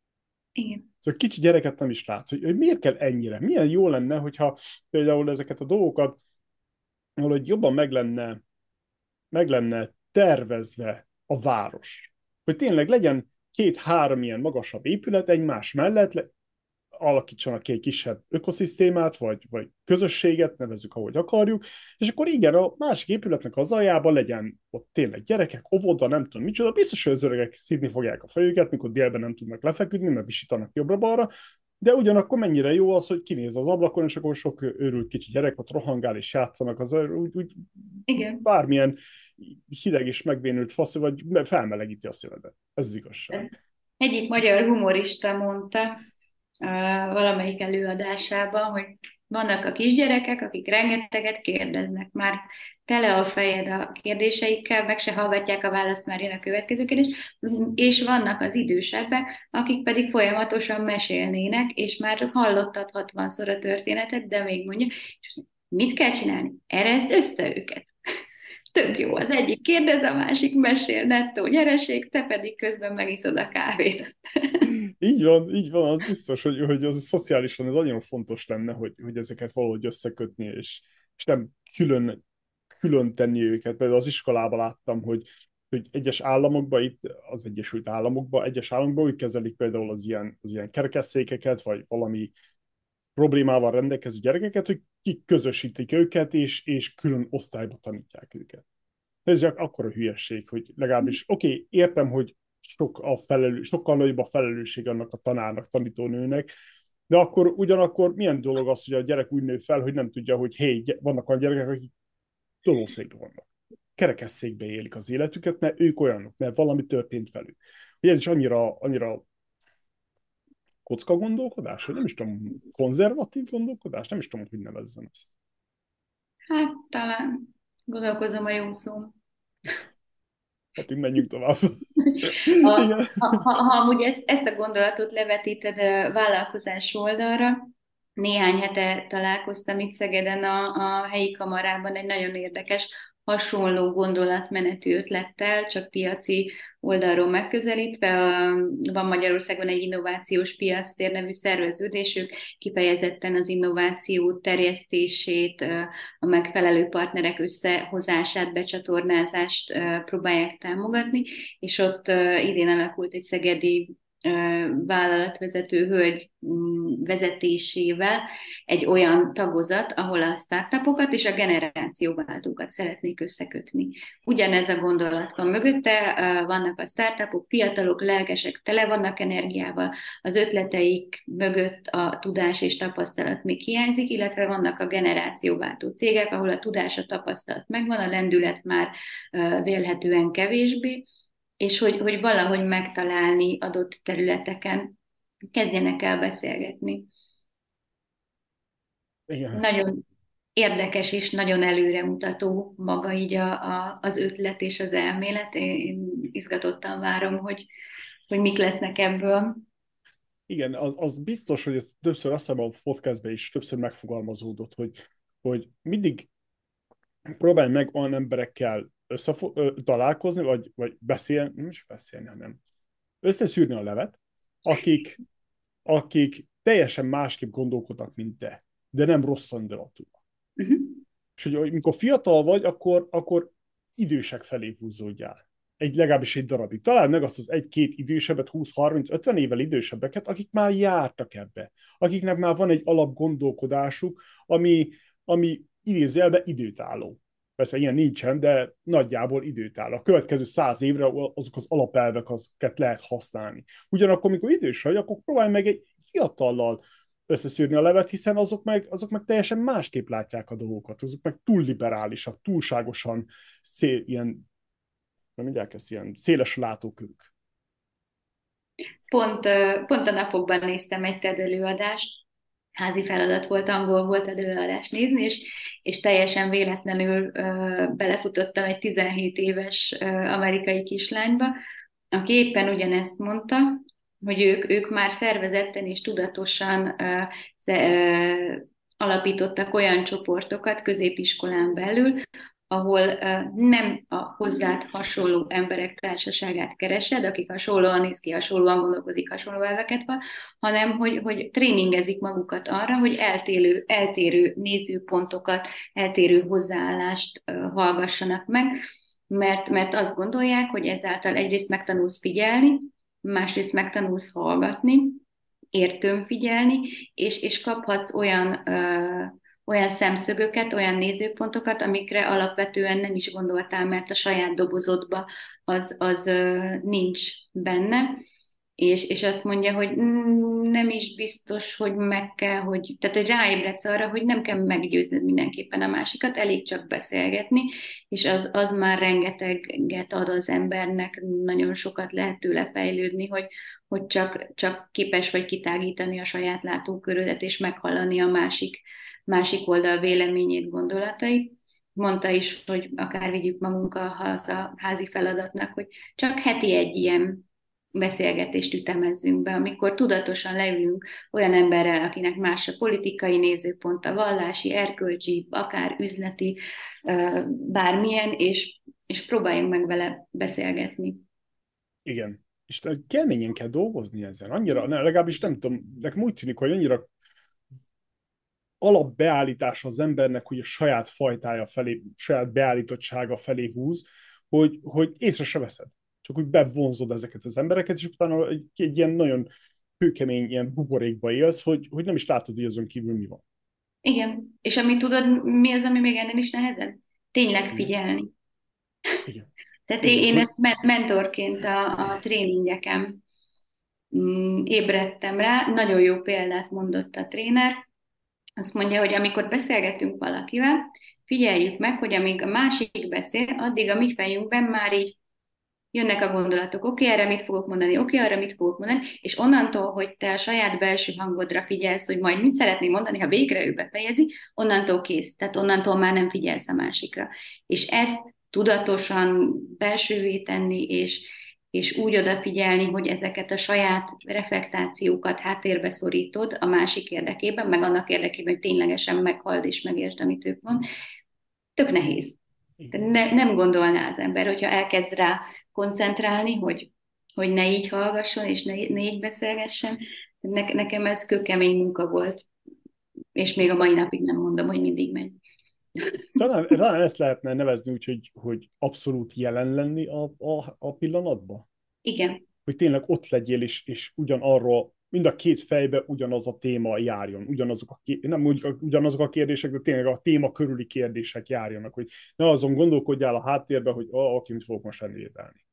Igen. Szóval kicsi gyereket nem is látsz, hogy, hogy miért kell ennyire. Milyen jó lenne, hogyha például ezeket a dolgokat valahogy jobban meg lenne, meg lenne tervezve a város. Hogy tényleg legyen két-három ilyen magasabb épület egymás mellett, le, alakítsanak ki egy kisebb ökoszisztémát, vagy, vagy közösséget, nevezzük, ahogy akarjuk, és akkor igen, a másik épületnek az aljában legyen ott tényleg gyerekek, óvoda, nem tudom micsoda, biztos, hogy az öregek szídni fogják a fejüket, mikor délben nem tudnak lefeküdni, mert visítanak jobbra-balra, de ugyanakkor mennyire jó az, hogy kinéz az ablakon, és akkor sok őrült kicsi gyerek ott rohangál és játszanak, az úgy, úgy Igen. bármilyen hideg és megbénult fasz, vagy felmelegíti a szívedet. Ez az igazság. Egyik magyar humorista mondta uh, valamelyik előadásában, hogy vannak a kisgyerekek, akik rengeteget kérdeznek, már tele a fejed a kérdéseikkel, meg se hallgatják a választ, már jön a következő kérdés, és vannak az idősebbek, akik pedig folyamatosan mesélnének, és már hallottad hatvanszor a történetet, de még mondja, és mit kell csinálni? Erezd össze őket. Tök jó, az egyik kérdez, a másik mesél, nettó nyereség, te pedig közben megiszod a kávét. Így van, így van, az biztos, hogy, hogy az szociálisan ez nagyon fontos lenne, hogy, hogy ezeket valahogy összekötni, és, és nem külön, külön tenni őket. Például az iskolában láttam, hogy, hogy egyes államokban, itt az Egyesült Államokban, egyes államokban úgy kezelik például az ilyen, az ilyen kerekesszékeket, vagy valami problémával rendelkező gyerekeket, hogy kiközösítik őket, és, és külön osztályba tanítják őket. Ez csak akkora hülyeség, hogy legalábbis, oké, okay, értem, hogy sok a felelő, sokkal nagyobb a felelősség annak a tanárnak, tanítónőnek, de akkor ugyanakkor milyen dolog az, hogy a gyerek úgy nő fel, hogy nem tudja, hogy hé, vannak olyan gyerekek, akik tolószékben vannak. Kerekesszékbe élik az életüket, mert ők olyanok, mert valami történt velük. Hogy ez is annyira, annyira kocka gondolkodás, vagy nem is tudom, konzervatív gondolkodás, nem is tudom, hogy nevezzem ezt. Hát talán gondolkozom a jó szó. Hát így menjünk tovább. A, Igen. ha, ha, ha amúgy ezt, ezt a gondolatot levetíted a vállalkozás oldalra, néhány hete találkoztam itt Szegeden a, a helyi kamarában egy nagyon érdekes, hasonló gondolatmenetű ötlettel, csak piaci oldalról megközelítve. A, van Magyarországon egy innovációs piactér nevű szerveződésük, kifejezetten az innováció terjesztését, a megfelelő partnerek összehozását, becsatornázást próbálják támogatni, és ott idén alakult egy szegedi vállalatvezető hölgy vezetésével egy olyan tagozat, ahol a startupokat és a generációváltókat szeretnék összekötni. Ugyanez a gondolat van mögötte, vannak a startupok, fiatalok, lelkesek, tele vannak energiával, az ötleteik mögött a tudás és tapasztalat még hiányzik, illetve vannak a generációváltó cégek, ahol a tudás, a tapasztalat megvan, a lendület már vélhetően kevésbé, és hogy, hogy valahogy megtalálni adott területeken, kezdjenek el beszélgetni. Igen. Nagyon érdekes és nagyon előremutató maga így a, a, az ötlet és az elmélet. Én izgatottan várom, hogy, hogy mik lesznek ebből. Igen, az, az biztos, hogy ez többször azt hiszem a podcastben is többször megfogalmazódott, hogy, hogy mindig próbálj meg olyan emberekkel összefo- ö, találkozni, vagy, vagy beszélni, nem is beszélni, hanem összeszűrni a levet, akik, akik teljesen másképp gondolkodnak, mint te, de nem rossz indulatúak. Uh-huh. És hogy amikor fiatal vagy, akkor, akkor idősek felé húzódjál. Egy, legalábbis egy darabig. Találd meg azt az egy-két idősebbet, húsz, harminc, ötven évvel idősebbeket, akik már jártak ebbe. Akiknek már van egy alapgondolkodásuk, ami, ami idézőjelben időtálló. Persze ilyen nincsen, de nagyjából időtálló. A következő száz évre azok az alapelvek, azokat lehet használni. Ugyanakkor, amikor idős vagy, akkor próbálj meg egy fiatallal összeszűrni a levet, hiszen azok meg, azok meg teljesen másképp látják a dolgokat, azok meg túl liberálisak, túlságosan szél, ilyen, nem mondják ezt, ilyen széles látókörük. Pont, pont a napokban néztem egy TED előadást, házi feladat volt, angol volt előadást nézni, és, és teljesen véletlenül uh, belefutottam egy tizenhét éves uh, amerikai kislányba, aki éppen ugyanezt mondta, hogy ők, ők már szervezetten és tudatosan uh, sze, uh, alapítottak olyan csoportokat középiskolán belül, ahol uh, nem a hozzád hasonló emberek társaságát keresed, akik hasonlóan néz ki, hasonlóan gondolkozik, hasonló elveket van, hanem hogy, hogy tréningezik magukat arra, hogy eltérő, eltérő nézőpontokat, eltérő hozzáállást uh, hallgassanak meg, mert, mert azt gondolják, hogy ezáltal egyrészt megtanulsz figyelni, másrészt megtanulsz hallgatni, értőn figyelni, és, és kaphatsz olyan, ö, olyan szemszögöket, olyan nézőpontokat, amikre alapvetően nem is gondoltál, mert a saját dobozodba az, az ö, nincs benne. És, és azt mondja, hogy mm, nem is biztos, hogy meg kell, hogy, tehát hogy ráébredsz arra, hogy nem kell meggyőznöd mindenképpen a másikat, elég csak beszélgetni, és az, az már rengeteget ad az embernek, nagyon sokat lehet tőle fejlődni, hogy, hogy csak, csak képes vagy kitágítani a saját látókörödet, és meghallani a másik, másik oldal véleményét, gondolatait. Mondta is, hogy akár vigyük magunkkal haza házi feladatnak, hogy csak heti egy ilyen beszélgetést ütemezzünk be, amikor tudatosan leülünk olyan emberrel, akinek más a politikai nézőpont, vallási, erkölcsi, akár üzleti, bármilyen, és, és próbáljunk meg vele beszélgetni. Igen. És keményen kell dolgozni ezen. Annyira, ne, legalábbis nem tudom, nekem úgy tűnik, hogy annyira alapbeállítása az embernek, hogy a saját fajtája felé, saját beállítottsága felé húz, hogy, hogy észre se veszed. Csak úgy bevonzod ezeket az embereket, és utána egy, egy ilyen nagyon hőkemény ilyen buborékba élsz, hogy, hogy nem is látod, hogy azon kívül mi van. Igen. És amit tudod, mi az, ami még ennél is nehezebb? Tényleg Igen. figyelni. Igen. Tehát Igen. én Hogy... ezt mentorként a, a tréningeken mm, ébredtem rá. Nagyon jó példát mondott a tréner. Azt mondja, hogy amikor beszélgetünk valakivel, figyeljük meg, hogy amíg a másik beszél, addig a mi fejünkben már így jönnek a gondolatok, oké, okay, erre mit fogok mondani, oké, okay, arra mit fogok mondani, és onnantól, hogy te a saját belső hangodra figyelsz, hogy majd mit szeretnél mondani, ha végre ő befejezi, onnantól kész, tehát onnantól már nem figyelsz a másikra. És ezt tudatosan belsővé tenni, és, és úgy odafigyelni, hogy ezeket a saját reflektációkat háttérbe szorítod a másik érdekében, meg annak érdekében, hogy ténylegesen meghald és megértsd, amit ők mond, tök nehéz. Ne, nem gondolná az ember, hogyha elkezd rá koncentrálni, hogy, hogy ne így hallgasson, és ne, ne így beszélgessen. Ne, nekem ez kőkemény munka volt, és még a mai napig nem mondom, hogy mindig megy. Talán, talán ezt lehetne nevezni úgy, hogy, hogy abszolút jelen lenni a, a, a pillanatban. Igen. Hogy tényleg ott legyél, és, és ugyanarról, mind a két fejbe ugyanaz a téma járjon, ugyanazok a, nem úgy, ugyanazok a kérdések, de tényleg a téma körüli kérdések járjanak, hogy ne azon gondolkodjál a háttérben, hogy ah, aki mit fogok most elévelni.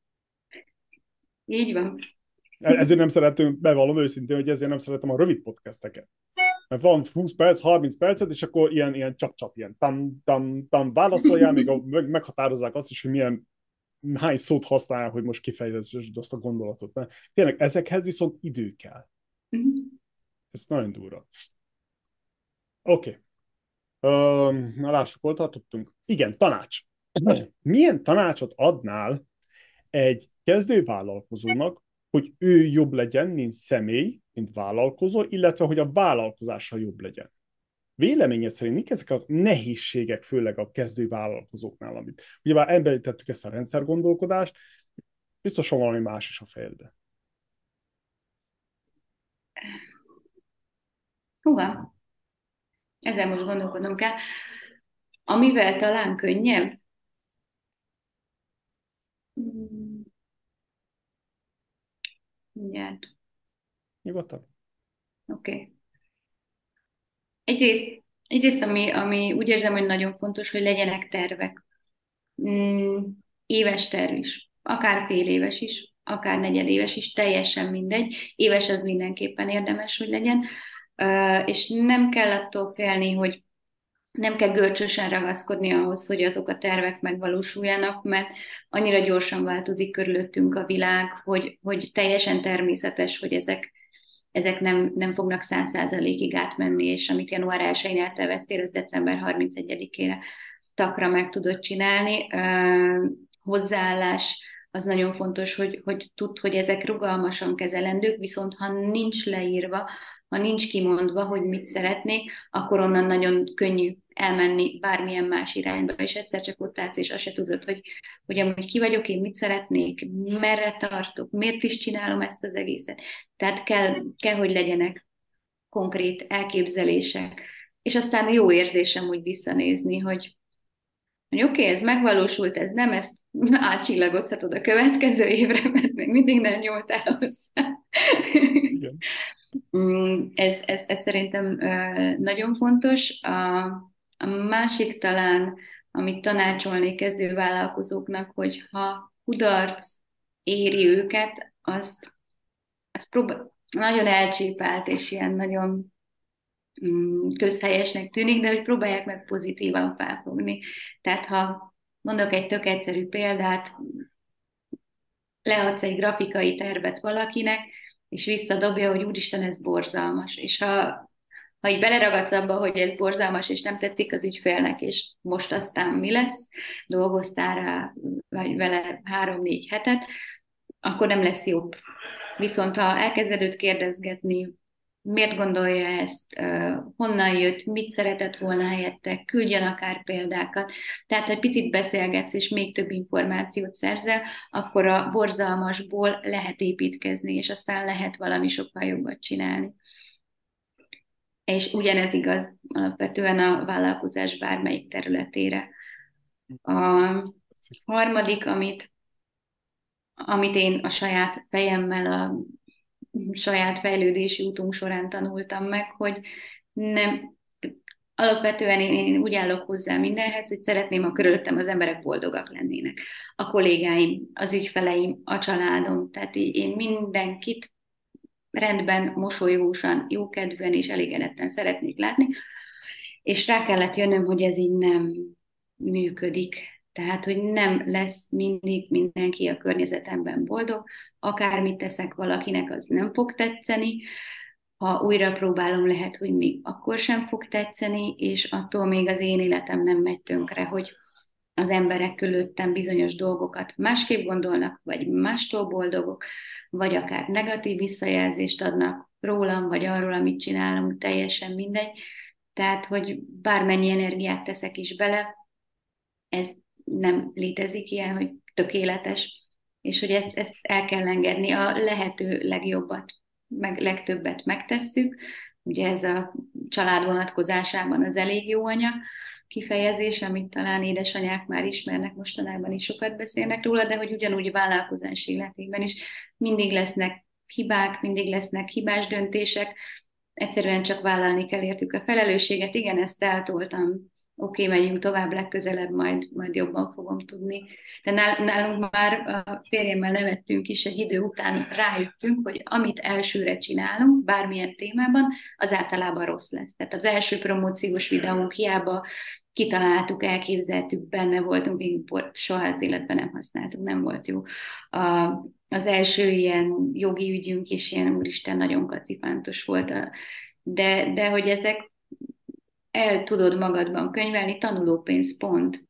Így van. Ezért nem szeretem, bevallom őszintén, hogy ezért nem szeretem a rövid podcasteket. Mert van húsz perc, harminc percet, és akkor ilyen, ilyen csap-csap, ilyen tam, tam, tam válaszoljál, még a, meg, meghatározzák azt is, hogy milyen hány szót használ, hogy most kifejezed azt a gondolatot. Mert tényleg ezekhez viszont idő kell. Ez nagyon durva. Oké. Okay. Na lássuk, hol tartottunk. Igen, tanács. Milyen tanácsot adnál egy kezdővállalkozónak, hogy ő jobb legyen, mint személy, mint vállalkozó, illetve hogy a vállalkozása jobb legyen? Véleményed szerint mik ezek a nehézségek, főleg a kezdő vállalkozóknál, amit ugyebár említettük ezt a rendszergondolkodást, biztosan valami más is a fejedbe. Húha, ezzel most gondolkodnom kell. Amivel talán könnyebb? Mindjárt. Nyugodtan. Oké. Okay. Egyrészt, egyrészt ami, ami úgy érzem, hogy nagyon fontos, hogy legyenek tervek. Mm, éves terv is, akár fél éves is, akár negyedéves is, teljesen mindegy. Éves az mindenképpen érdemes, hogy legyen, uh, és nem kell attól félni, hogy nem kell görcsösen ragaszkodni ahhoz, hogy azok a tervek megvalósuljanak, mert annyira gyorsan változik körülöttünk a világ, hogy, hogy teljesen természetes, hogy ezek, ezek nem, nem fognak száz százalékig átmenni, és amit január elsején elterveztél, az december harmincegyedikére takra meg tudod csinálni. Uh, hozzáállás az nagyon fontos, hogy, hogy tudd, hogy ezek rugalmasan kezelendők, viszont ha nincs leírva, ha nincs kimondva, hogy mit szeretnék, akkor onnan nagyon könnyű elmenni bármilyen más irányba, és egyszer csak ott állsz, és azt se tudod, hogy, hogy amúgy ki vagyok, én mit szeretnék, merre tartok, miért is csinálom ezt az egészet. Tehát kell, kell hogy legyenek konkrét elképzelések, és aztán jó érzésem úgy visszanézni, hogy, hogy oké, okay, ez megvalósult, ez nem, ezt átcsillagozhatod a következő évre, mert még mindig nem nyúltál hozzá. Igen. Mm, Ez, ez, ez szerintem ö, nagyon fontos. A, a másik talán, amit tanácsolnék kezdővállalkozóknak, hogy ha kudarc éri őket, azt, azt próbál, nagyon elcsépált és ilyen nagyon mm, közhelyesnek tűnik, de hogy próbálják meg pozitívan felfogni. Tehát ha mondok egy tök egyszerű példát, leadsz egy grafikai tervet valakinek, és visszadobja, hogy úristen, ez borzalmas. És ha, ha így beleragadsz abba, hogy ez borzalmas, és nem tetszik az ügyfélnek, és most aztán mi lesz, dolgoztál rá vagy vele három-négy hetet, akkor nem lesz jobb. Viszont ha elkezded őt kérdezgetni, miért gondolja ezt, honnan jött, mit szeretett volna helyette, küldjön akár példákat, tehát ha egy picit beszélgetsz és még több információt szerzel, akkor a borzalmasból lehet építkezni, és aztán lehet valami sokkal jobbat csinálni. És ugyanez igaz alapvetően a vállalkozás bármelyik területére. A harmadik, amit, amit én a saját fejemmel, a saját fejlődési útunk során tanultam meg, hogy nem, alapvetően én, én úgy állok hozzá mindenhez, hogy szeretném, ha körülöttem az emberek boldogak lennének. A kollégáim, az ügyfeleim, a családom, tehát így én mindenkit rendben, mosolyósan, jókedvűen és elégedetten szeretnék látni, és rá kellett jönnöm, hogy ez így nem működik. Tehát, hogy nem lesz mindig mindenki a környezetemben boldog, akármit teszek valakinek, az nem fog tetszeni, ha újra próbálom, lehet, hogy még akkor sem fog tetszeni, és attól még az én életem nem megy tönkre, hogy az emberek körülöttem bizonyos dolgokat másképp gondolnak, vagy mástól boldogok, vagy akár negatív visszajelzést adnak rólam, vagy arról, amit csinálom, teljesen mindegy. Tehát, hogy bármennyi energiát teszek is bele, ez nem létezik ilyen, hogy tökéletes, és hogy ezt, ezt el kell engedni, a lehető legjobbat, meg legtöbbet megtesszük. Ugye ez a család vonatkozásában az elég jó anya kifejezés, amit talán édesanyák már ismernek, mostanában is sokat beszélnek róla, de hogy ugyanúgy a vállalkozás életében is mindig lesznek hibák, mindig lesznek hibás döntések, egyszerűen csak vállalni kell értük a felelősséget. Igen, ezt eltoltam, oké, okay, megyünk tovább, legközelebb majd, majd jobban fogom tudni. De nálunk már a férjemmel nevettünk is, egy idő után rájöttünk, hogy amit elsőre csinálunk, bármilyen témában, az általában rossz lesz. Tehát az első promóciós videónk hiába kitaláltuk, elképzeltük, benne voltunk, import soha az életben nem használtuk, nem volt jó. A, az első ilyen jogi ügyünk is ilyen, úristen, nagyon kacifántos volt. A, de, de hogy ezek el tudod magadban könyvelni, tanulópénz, pont.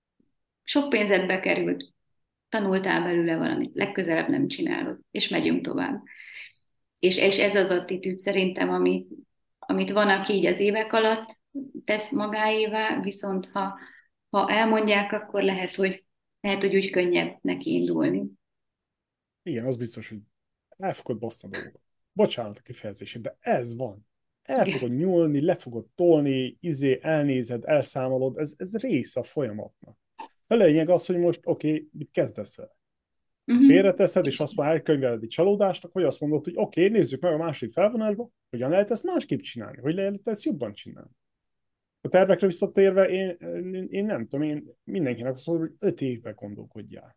Sok pénzed bekerült, tanultál belőle valamit, legközelebb nem csinálod, és megyünk tovább. És, és ez az attitűd szerintem, ami, amit van, aki így az évek alatt tesz magáévá, viszont ha, ha elmondják, akkor lehet, hogy, lehet, hogy úgy könnyebb neki indulni. Igen, az biztos, hogy el fogod basszni a dolgokat. Bocsánat a kifejezését, de ez van. El Igen. fogod nyúlni, le fogod tolni, izé, elnézed, elszámolod, ez, ez része a folyamatnak. A lényeg az, hogy most oké, okay, mit kezdesz vele? Uh-huh. Félreteszed, és azt már elkönyveled egy csalódásnak, vagy azt mondod, hogy oké, okay, nézzük meg a második felvonásba, hogyan lehet ezt másképp csinálni, hogy lehet ezt jobban csinálni. A tervekre visszatérve, én, én, én nem tudom, én mindenkinek azt mondom, hogy öt évben gondolkodjál.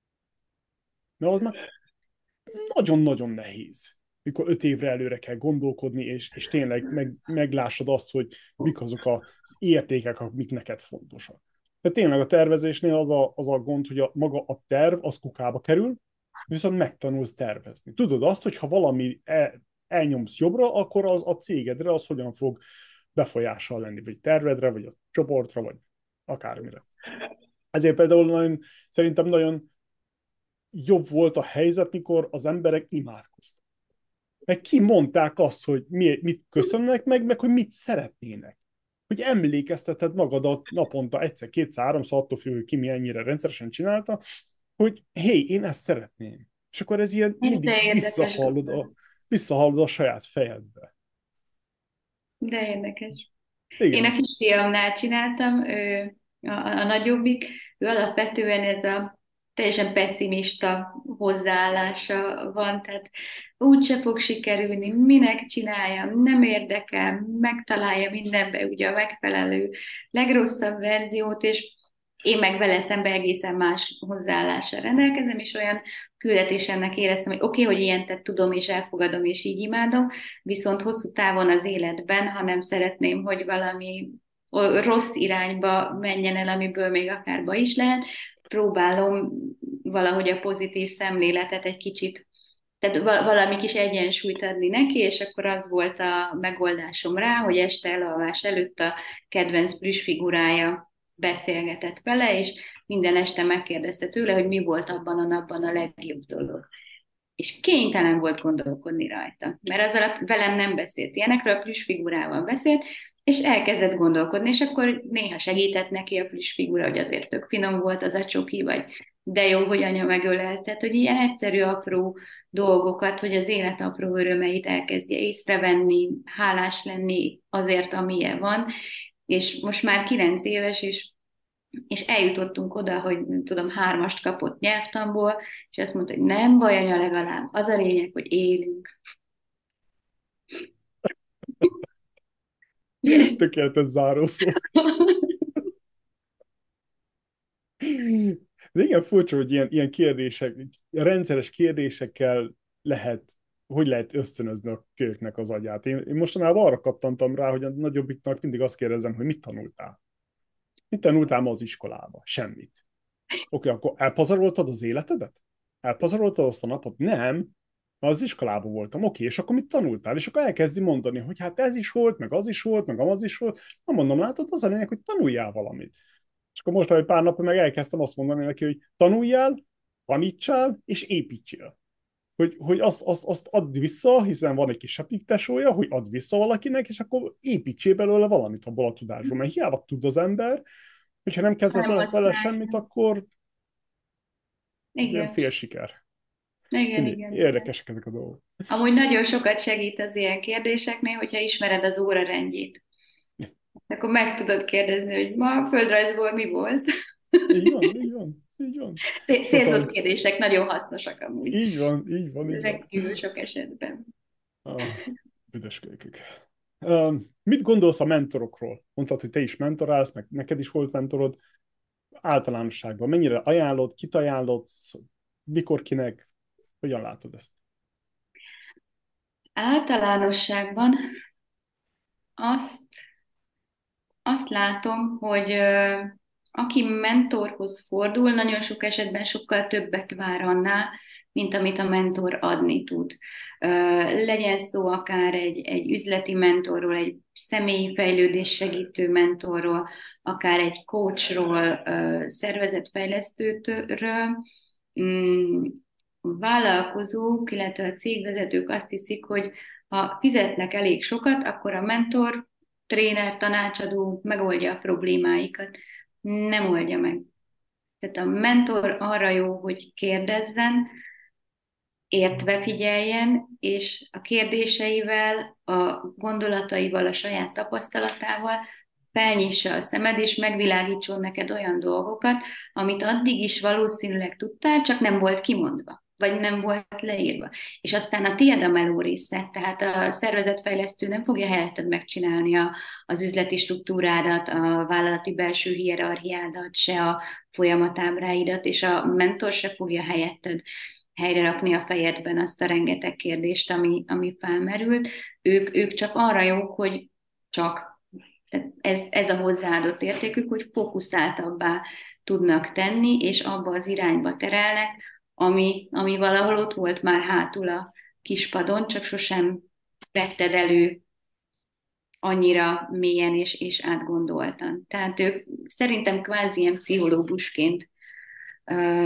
Mert az már nagyon-nagyon nehéz, mikor öt évre előre kell gondolkodni, és, és tényleg meg, meglássad azt, hogy mik azok az értékek, amik neked fontosak. De tényleg a tervezésnél az a, az a gond, hogy a, maga a terv, az kukába kerül, viszont megtanulsz tervezni. Tudod azt, hogy ha valami el, elnyomsz jobbra, akkor az a cégedre az hogyan fog befolyással lenni, vagy tervedre, vagy a csoportra, vagy akármire. Ezért például nagyon, szerintem nagyon jobb volt a helyzet, mikor az emberek imádkoztak. Meg kimondták azt, hogy mi, mit köszönnek meg, meg hogy mit szeretnének. hogy emlékezteted magadat naponta egyszer, kétszer, háromszor, attól függ, hogy ki milyennyire rendszeresen csinálta, hogy hé, én ezt szeretném. És akkor ez ilyen Ez mindig de érdekes visszahallod a, gondolat. visszahallod a saját fejedbe. De érdekes. Én a Igen. kisfiamnál csináltam, ő, a, a nagyobbik, ő alapvetően ez a teljesen pessimista hozzáállása van, tehát úgyse fog sikerülni, minek csináljam, nem érdekel, megtalálja mindenbe ugye a megfelelő legrosszabb verziót, és én meg vele szembe egészen más hozzáállással rendelkezem, és olyan küldetésemnek éreztem, hogy oké, okay, hogy ilyen tett tudom, és elfogadom, és így imádom, viszont hosszú távon az életben, ha nem szeretném, hogy valami rossz irányba menjen el, amiből még akár baj is lehet, próbálom valahogy a pozitív szemléletet egy kicsit, tehát valami kis egyensúlyt adni neki, és akkor az volt a megoldásom rá, hogy este elalvás előtt a kedvenc plüssfigurája beszélgetett vele, és minden este megkérdezte tőle, hogy mi volt abban a napban a legjobb dolog. És kénytelen volt gondolkodni rajta, mert az alatt velem nem beszélt ilyenekről, a plüssfigurával beszélt, és elkezdett gondolkodni, és akkor néha segített neki a plüssfigura, hogy azért tök finom volt az a csoki, vagy de jó, hogy anya megölelt. Tehát, hogy ilyen egyszerű, apró dolgokat, hogy az élet apró örömeit elkezdje észrevenni, hálás lenni azért, amilyen van, és most már kilenc éves, és és eljutottunk oda, hogy nem tudom, hármast kapott nyelvtanból, és azt mondta, hogy nem baj, anya, legalább az a lényeg, hogy élünk. Yes. Tökéletes zárószó. De igen, furcsa, hogy ilyen, ilyen kérdések, rendszeres kérdésekkel lehet, hogy lehet ösztönözni a kölyöknek az agyát. Én, én mostanában arra kattantam rá, hogy a nagyobbiknak mindig azt kérdezem, hogy mit tanultál? Mit tanultál ma az iskolába? Semmit. Oké, okay, akkor elpazaroltad az életedet? Elpazaroltad azt a napot? Nem. Az iskolában voltam. Oké, okay, és akkor mit tanultál? És akkor elkezdi mondani, hogy hát ez is volt, meg az is volt, meg az is volt. Na mondom, látod, az a lényeg, hogy tanuljál valamit. És akkor most, egy pár napja meg elkezdtem azt mondani neki, hogy tanuljál, tanítsál, és építsél. Hogy, hogy azt, azt, azt add vissza, hiszen van egy kis sepik tesója, hogy add vissza valakinek, és akkor építsél belőle valamit abból a tudásból. Mert hiába tud az ember, hogyha nem kezdesz Nem el vele semmit, használja. akkor az ilyen Igen, fél siker. igen, Mindig igen, igen. érdekesek ezek a dolgok. Amúgy nagyon sokat segít az ilyen kérdéseknél, hogyha ismered az órarendjét. Akkor meg tudod kérdezni, hogy ma a földrajzból mi volt. Így van, így van, így van. Cél- Célzott Sokan, kérdések nagyon hasznosak amúgy. így van, így van, így van. Rendkívül sok esetben. Ah, büdös kölykök. Um, mit gondolsz a mentorokról? Mondtad, hogy te is mentorálsz, meg neked is volt mentorod. Általánosságban mennyire ajánlod, kit ajánlodsz, mikor kinek, hogyan látod ezt? Általánosságban azt, azt látom, hogy ö, aki mentorhoz fordul, nagyon sok esetben sokkal többet vár annál, mint amit a mentor adni tud. Ö, Legyen szó akár egy, egy üzleti mentorról, egy személyi fejlődés segítő mentorról, akár egy coachról, ö, szervezetfejlesztőről. Mm, Vállalkozók, illetve a cégvezetők azt hiszik, hogy ha fizetnek elég sokat, akkor a mentor, tréner, tanácsadó megoldja a problémáikat. Nem oldja meg. Tehát a mentor arra jó, hogy kérdezzen, értve figyeljen, és a kérdéseivel, a gondolataival, a saját tapasztalatával felnyissa a szemed, és megvilágítson neked olyan dolgokat, amit addig is valószínűleg tudtál, csak nem volt kimondva, vagy nem volt leírva. És aztán a tiéd a meló része, tehát a szervezetfejlesztő nem fogja helyetted megcsinálni a, az üzleti struktúrádat, a vállalati belső hierarchiádat, se a folyamatábráidat, és a mentor se fogja helyetted helyre rakni a fejedben azt a rengeteg kérdést, ami, ami felmerült. Ők, ők csak arra jók, hogy csak, tehát ez, ez a hozzáadott értékük, hogy fókuszáltabbá tudnak tenni, és abba az irányba terelnek, ami, ami valahol ott volt már hátul a kispadon, csak sosem vetted elő annyira mélyen és, és átgondoltan. Tehát ők szerintem kvázi ilyen pszichológusként ö,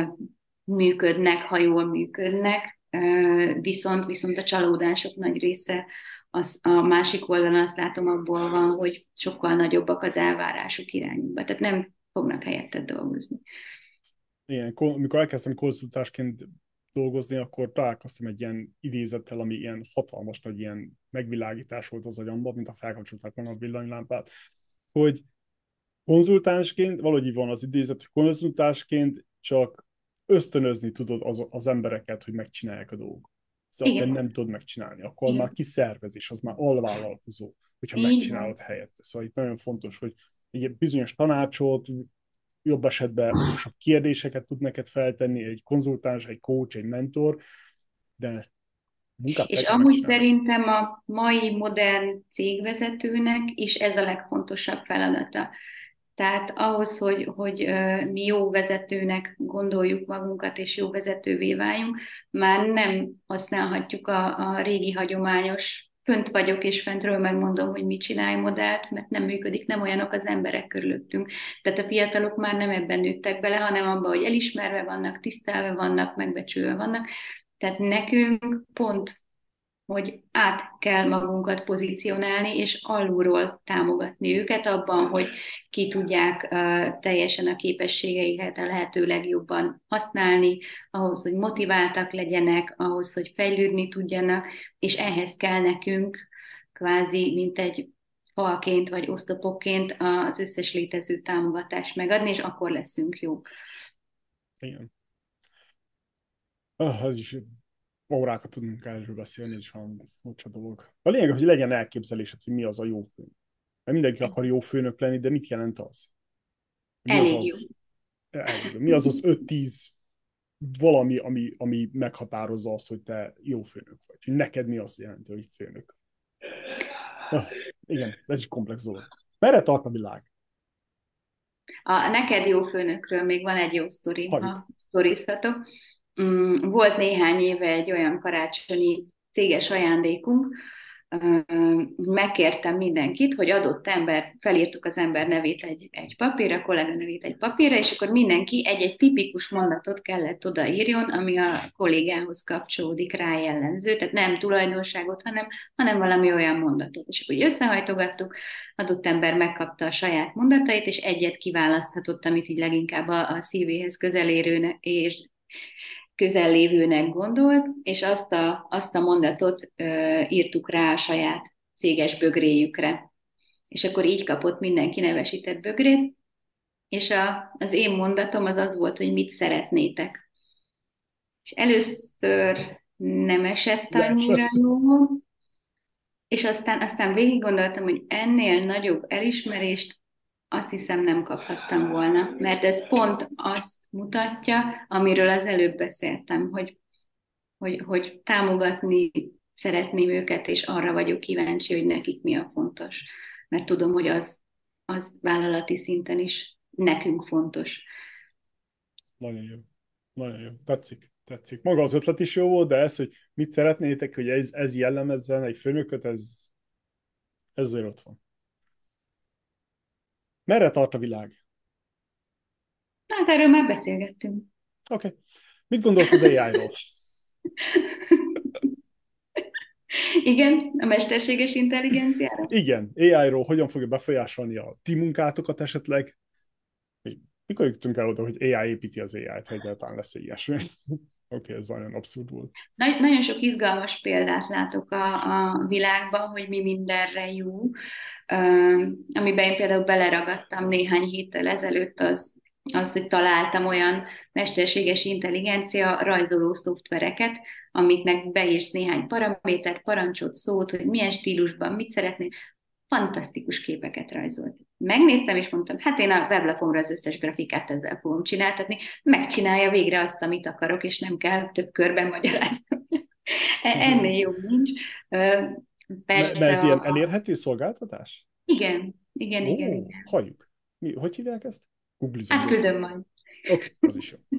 működnek, ha jól működnek, ö, viszont, viszont a csalódások nagy része az, a másik oldalon azt látom abból van, hogy sokkal nagyobbak az elvárások irányunkba. Tehát nem fognak helyetted dolgozni. Igen, ko- amikor elkezdtem konzultásként dolgozni, akkor találkoztam egy ilyen idézettel, ami ilyen hatalmas nagy ilyen megvilágítás volt az agyamban, mint a felkapcsolták volna a villanylámpát, hogy konzultánsként, valahogy így van az idézet, hogy konzultánsként csak ösztönözni tudod az, az embereket, hogy megcsinálják a dolgokat. Szóval te Igen, nem tudod megcsinálni, akkor már igen. kiszervezés, az már alvállalkozó, hogyha Így megcsinálod van. helyette. Szóval itt nagyon fontos, hogy egy bizonyos tanácsot, jobb esetben okosabb kérdéseket tud neked feltenni egy konzultáns, egy coach, egy mentor, de munkát te És kell amúgy megcsinálni. szerintem a mai modern cégvezetőnek is ez a legfontosabb feladata. Tehát ahhoz, hogy, hogy ö, mi jó vezetőnek gondoljuk magunkat, és jó vezetővé váljunk, már nem használhatjuk a, a régi hagyományos fönt vagyok, és fentről megmondom, hogy mit csinálj modellt, mert nem működik, nem olyanok az emberek körülöttünk. Tehát a fiatalok már nem ebben nőttek bele, hanem abban, hogy elismerve vannak, tisztelve vannak, megbecsülve vannak. Tehát nekünk pont hogy át kell magunkat pozícionálni, és alulról támogatni őket abban, hogy ki tudják uh, teljesen a képességeiket a lehető legjobban használni, ahhoz, hogy motiváltak legyenek, ahhoz, hogy fejlődni tudjanak, és ehhez kell nekünk kvázi, mint egy falként vagy oszlopokként az összes létező támogatást megadni, és akkor leszünk jók. Igen. Ah, ez is órákat tudunk erről beszélni, és van furcsa dolog. A lényeg, hogy legyen elképzelésed, hogy mi az a jó főnök. Mert mindenki akar jó főnök lenni, de mit jelent az? Mi az Elég jó. az, elég jó. Mi az az öt-tíz valami, ami, ami meghatározza azt, hogy te jó főnök vagy. Hogy neked mi azt jelenti, hogy főnök. Ah, igen, ez is komplex dolog. Merre tart a világ? A neked jó főnökről még van egy jó sztori, Halljuk. ha sztorizhatok. Mm, Volt néhány éve egy olyan karácsonyi céges ajándékunk, ö, megkértem mindenkit, hogy adott ember, felírtuk az ember nevét egy, egy papírra, kollega nevét egy papírra, és akkor mindenki egy-egy tipikus mondatot kellett odaírjon, ami a kollégához kapcsolódik rá jellemző, tehát nem tulajdonságot, hanem, hanem valami olyan mondatot. És akkor így összehajtogattuk, adott ember megkapta a saját mondatait, és egyet kiválaszthatott, amit így leginkább a, a szívéhez közelérőnek és közellévőnek gondolt, és azt a, azt a mondatot ö, írtuk rá a saját céges bögréjükre. És akkor így kapott mindenki nevesített bögrét, és a, az én mondatom az az volt, hogy mit szeretnétek. És először nem esett annyira Leesett. jó, és aztán, aztán végig gondoltam, hogy ennél nagyobb elismerést azt hiszem nem kaphattam volna, mert ez pont azt mutatja, amiről az előbb beszéltem, hogy, hogy, hogy támogatni szeretném őket, és arra vagyok kíváncsi, hogy nekik mi a fontos. Mert tudom, hogy az, az vállalati szinten is nekünk fontos. Nagyon jó. Nagyon jó. Tetszik. Tetszik. Maga az ötlet is jó volt, de ez, hogy mit szeretnétek, hogy ez, ez jellemezzen egy főnököt, ez, ez azért ott van. Merre tart a világ? Hát erről már beszélgettünk. Oké. Okay. Mit gondolsz az á i-ról? Igen, a mesterséges intelligenciára. Igen, á i-ról hogyan fogja befolyásolni a ti munkátokat esetleg? Mikor jutunk el oda, hogy á i építi az á i-t, ha egyáltalán lesz ilyesmi? Oké, okay, ez nagyon abszurd volt. Nagy, nagyon sok izgalmas példát látok a, a világban, hogy mi mindenre jó. Uh, amiben én például beleragadtam néhány héttel ezelőtt, az, az, hogy találtam olyan mesterséges intelligencia rajzoló szoftvereket, amiknek beírsz néhány paramétert, parancsot, szót, hogy milyen stílusban, mit szeretnél, fantasztikus képeket rajzolt. Megnéztem, és mondtam, hát én a weblapomra az összes grafikát ezzel fogom csináltatni, megcsinálja végre azt, amit akarok, és nem kell több körben magyaráznom. Ennél jobb nincs. Mert Persze ez ilyen a... elérhető szolgáltatás? Igen, igen, igen, Ó, igen. halljuk. Mi, hogy hívják ezt? Googlizom gyorsan. Átküldöm majd. Oké, okay, az is jó.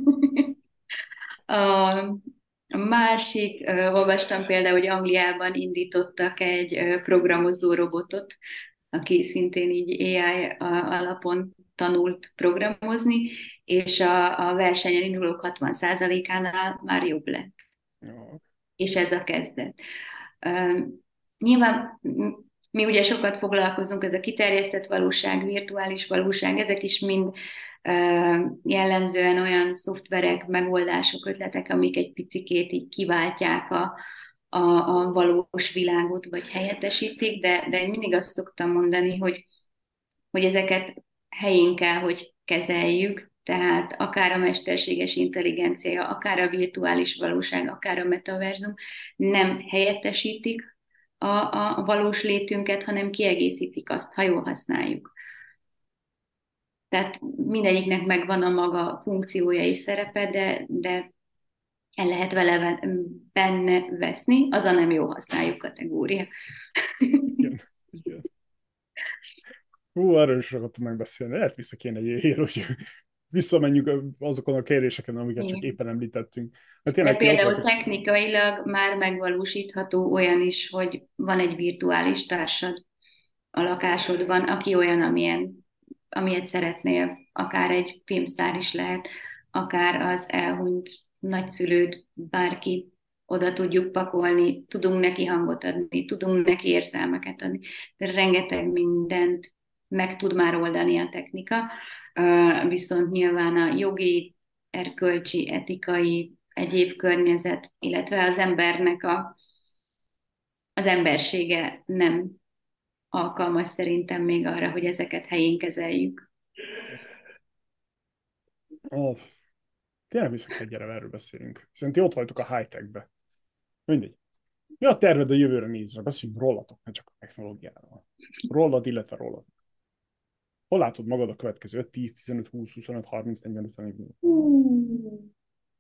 A, a másik, uh, olvastam például, hogy Angliában indítottak egy uh, programozó robotot, aki szintén így á i alapon tanult programozni, és a, a versenyen indulók hatvan százalékánál már jobb lett. Ja. És ez a kezdet. Nyilván m- mi ugye sokat foglalkozunk, ez a kiterjesztett valóság, virtuális valóság, ezek is mind ö, jellemzően olyan szoftverek, megoldások, ötletek, amik egy picikét így kiváltják a, a, a valós világot, vagy helyettesítik, de, de én mindig azt szoktam mondani, hogy, hogy ezeket helyén kell, hogy kezeljük, tehát akár a mesterséges intelligencia, akár a virtuális valóság, akár a metaverzum nem helyettesítik a, a valós létünket, hanem kiegészítik azt, ha jól használjuk. Tehát mindegyiknek megvan a maga funkciója és szerepe, de, de el lehet vele benne veszni, az a nem jó használjuk kategória. Igen, igen. Hú, erről is sokat tudnánk beszélni. Lehet vissza kéne egy ér, hogy visszamenjünk azokon a kérdéseken, amiket csak Igen. éppen említettünk. Mert De tényleg ti ott például vagytok. technikailag már megvalósítható olyan is, hogy van egy virtuális társad a lakásodban, aki olyan, amilyen, amilyet szeretnél, akár egy filmsztár is lehet, akár az elhunyt nagyszülőd, bárki, oda tudjuk pakolni, tudunk neki hangot adni, tudunk neki érzelmeket adni. De rengeteg mindent meg tud már oldani a technika, viszont nyilván a jogi, erkölcsi, etikai, egyéb környezet, illetve az embernek a, az embersége nem alkalmas szerintem még arra, hogy ezeket helyén kezeljük. Oh, tényleg vissza kell, gyere, erről beszélünk. Hiszen ti ott vagytok a high-techbe. Mindegy. Mi a terved a jövőre nézve? Beszéljünk rólatok, ne csak a technológiáról. Rólad, illetve rólad. Hol látod magad a következő öt, tíz, tizenöt, húsz, huszonöt, harminc, negyven, ötven év múlva? Hú,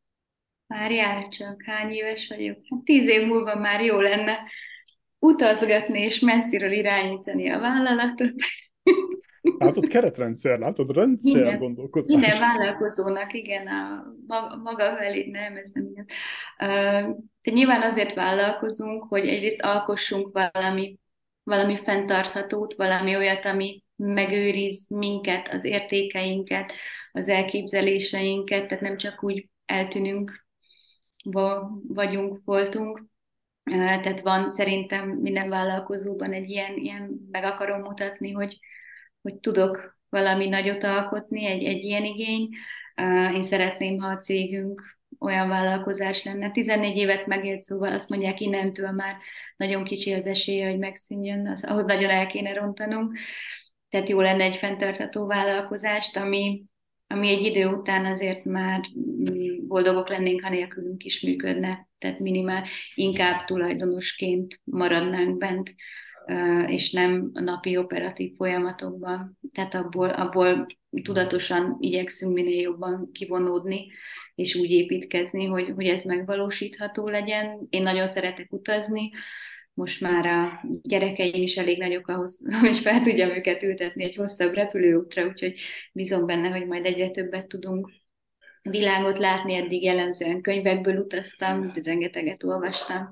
várjál csak, hány éves vagyok? Hát tíz év múlva már jó lenne utazgatni és messziről irányítani a vállalatot. Látod keretrendszer, látod rendszer Minden, minden gondolkodás. vállalkozónak, igen, a maga, maga felé, nem, ez nem igaz. Uh, de nyilván azért vállalkozunk, hogy egyrészt alkossunk valami, valami fenntarthatót, valami olyat, ami megőriz minket, az értékeinket, az elképzeléseinket, tehát nem csak úgy eltűnünk, va, vagyunk, voltunk. Uh, tehát van szerintem minden vállalkozóban egy ilyen, ilyen meg akarom mutatni, hogy hogy tudok valami nagyot alkotni, egy, egy ilyen igény. Uh, Én szeretném, ha a cégünk olyan vállalkozás lenne. tizennégy évet megélt, szóval azt mondják, innentől már nagyon kicsi az esélye, hogy megszűnjön, az, ahhoz nagyon el kéne rontanunk. Tehát jó lenne egy fenntartható vállalkozást, ami, ami egy idő után azért már mm, boldogok lennénk, ha nélkülünk is működne. Tehát minimál, inkább tulajdonosként maradnánk bent, és nem a napi operatív folyamatokban. Tehát abból, abból tudatosan igyekszünk minél jobban kivonódni, és úgy építkezni, hogy, hogy ez megvalósítható legyen. Én nagyon szeretek utazni, most már a gyerekeim is elég nagyok ahhoz, hogy fel tudjam őket ültetni egy hosszabb repülőútra, úgyhogy bízom benne, hogy majd egyre többet tudunk világot látni. Eddig jellemzően könyvekből utaztam, rengeteget olvastam.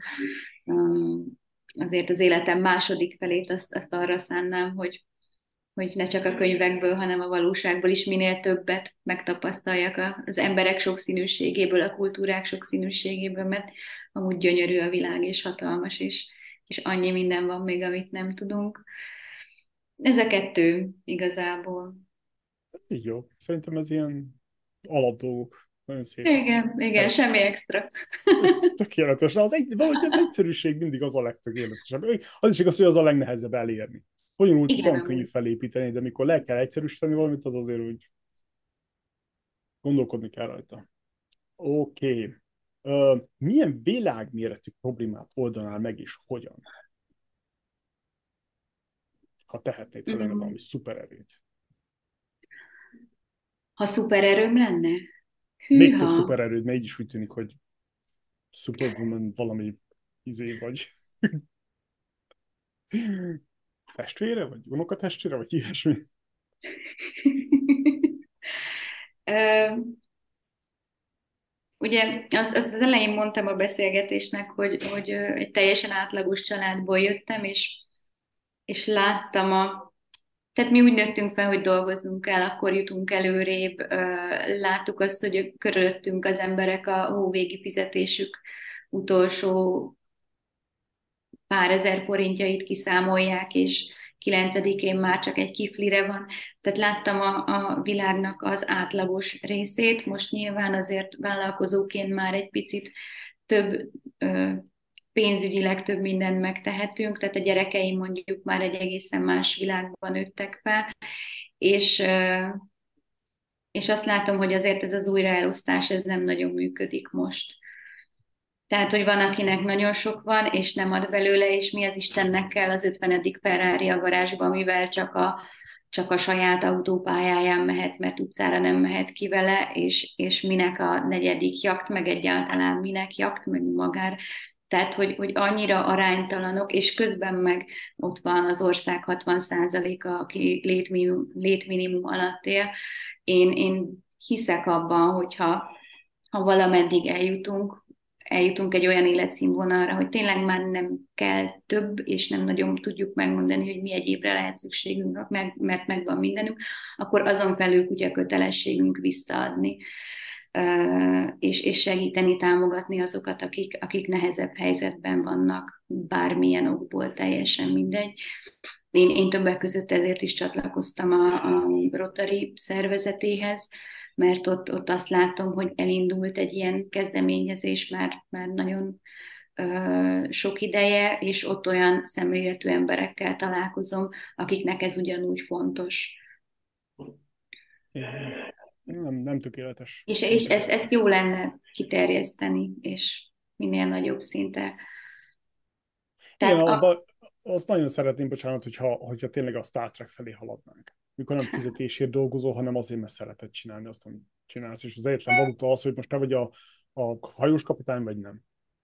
Azért az életem második felét azt, azt arra szánnám, hogy, hogy ne csak a könyvekből, hanem a valóságból is minél többet megtapasztaljak az emberek sokszínűségéből, a kultúrák sokszínűségéből, mert amúgy gyönyörű a világ, és hatalmas, és, és annyi minden van még, amit nem tudunk. Ez a kettő igazából. Ez így jó. Szerintem ez ilyen alapdolgok. Nagyon szép. Igen, igen, Erre. semmi extra. Ez tökéletes. Az egy, valahogy az egyszerűség mindig az a legtökéletesebb. Az is igaz, hogy az a legnehezebb elérni. Bonyolult Igen, olyan könnyű amúgy. felépíteni, de mikor le kell egyszerűsíteni valamit, az azért úgy gondolkodni kell rajta. Oké. Okay. Milyen világméretű problémát oldanál meg, és hogyan? Ha tehetnéd, ha lenne valami Mm. szupererőd. Ha szupererőm lenne? Még több Hűha! szupererőd, mert így is úgy tűnik, hogy Superwoman valami izé vagy. Testvére, vagy unokatestvére, vagy ilyesmi. Ö, Ugye azt, azt az elején mondtam a beszélgetésnek, hogy, hogy ö, egy teljesen átlagos családból jöttem, és, és láttam a... Tehát mi úgy nőttünk fel, hogy dolgoznunk kell, akkor jutunk előrébb, ö, láttuk azt, hogy körülöttünk az emberek a hóvégi fizetésük utolsó pár ezer forintjait kiszámolják, és kilencedikén már csak egy kiflire van. Tehát láttam a, a világnak az átlagos részét, most nyilván azért vállalkozóként már egy picit több ö, pénzügyileg több mindent megtehetünk, tehát a gyerekeim mondjuk már egy egészen más világban nőttek fel, és, ö, és azt látom, hogy azért ez az újraelosztás ez nem nagyon működik most. Tehát, hogy van, akinek nagyon sok van, és nem ad belőle, és mi az Istennek kell az ötvenedik Ferrari a garázsba, mivel csak a, csak a saját autópályáján mehet, mert utcára nem mehet ki vele, és, és minek a negyedik jakt, meg egyáltalán minek jakt, meg magár. Tehát, hogy, hogy annyira aránytalanok, és közben meg ott van az ország hatvan százaléka, aki létminimum, létminimum alatt él. Én, én hiszek abban, hogyha ha valameddig eljutunk, eljutunk egy olyan életszínvonalra, hogy tényleg már nem kell több, és nem nagyon tudjuk megmondani, hogy mi egyébre lehet szükségünk, mert megvan mindenünk, akkor azon felül ugye kötelességünk visszaadni, és, és segíteni, támogatni azokat, akik, akik nehezebb helyzetben vannak, bármilyen okból, teljesen mindegy. Én, én többek között ezért is csatlakoztam a, a Rotary szervezetéhez, mert ott, ott azt látom, hogy elindult egy ilyen kezdeményezés már, már nagyon ö, sok ideje, és ott olyan szemléletű emberekkel találkozom, akiknek ez ugyanúgy fontos. Nem, nem tökéletes. És, és ezt, ezt jó lenne kiterjeszteni, és minél nagyobb szinte. Igen, Tehát a, abba, azt nagyon szeretném, bocsánat, hogyha, hogyha tényleg a Star Trek felé haladnánk. Mikor nem fizetésért dolgozol, hanem azért, mert szereted csinálni azt, amit csinálsz. És az egyetlen valuta az, hogy most te vagy a, a hajós kapitány, vagy nem.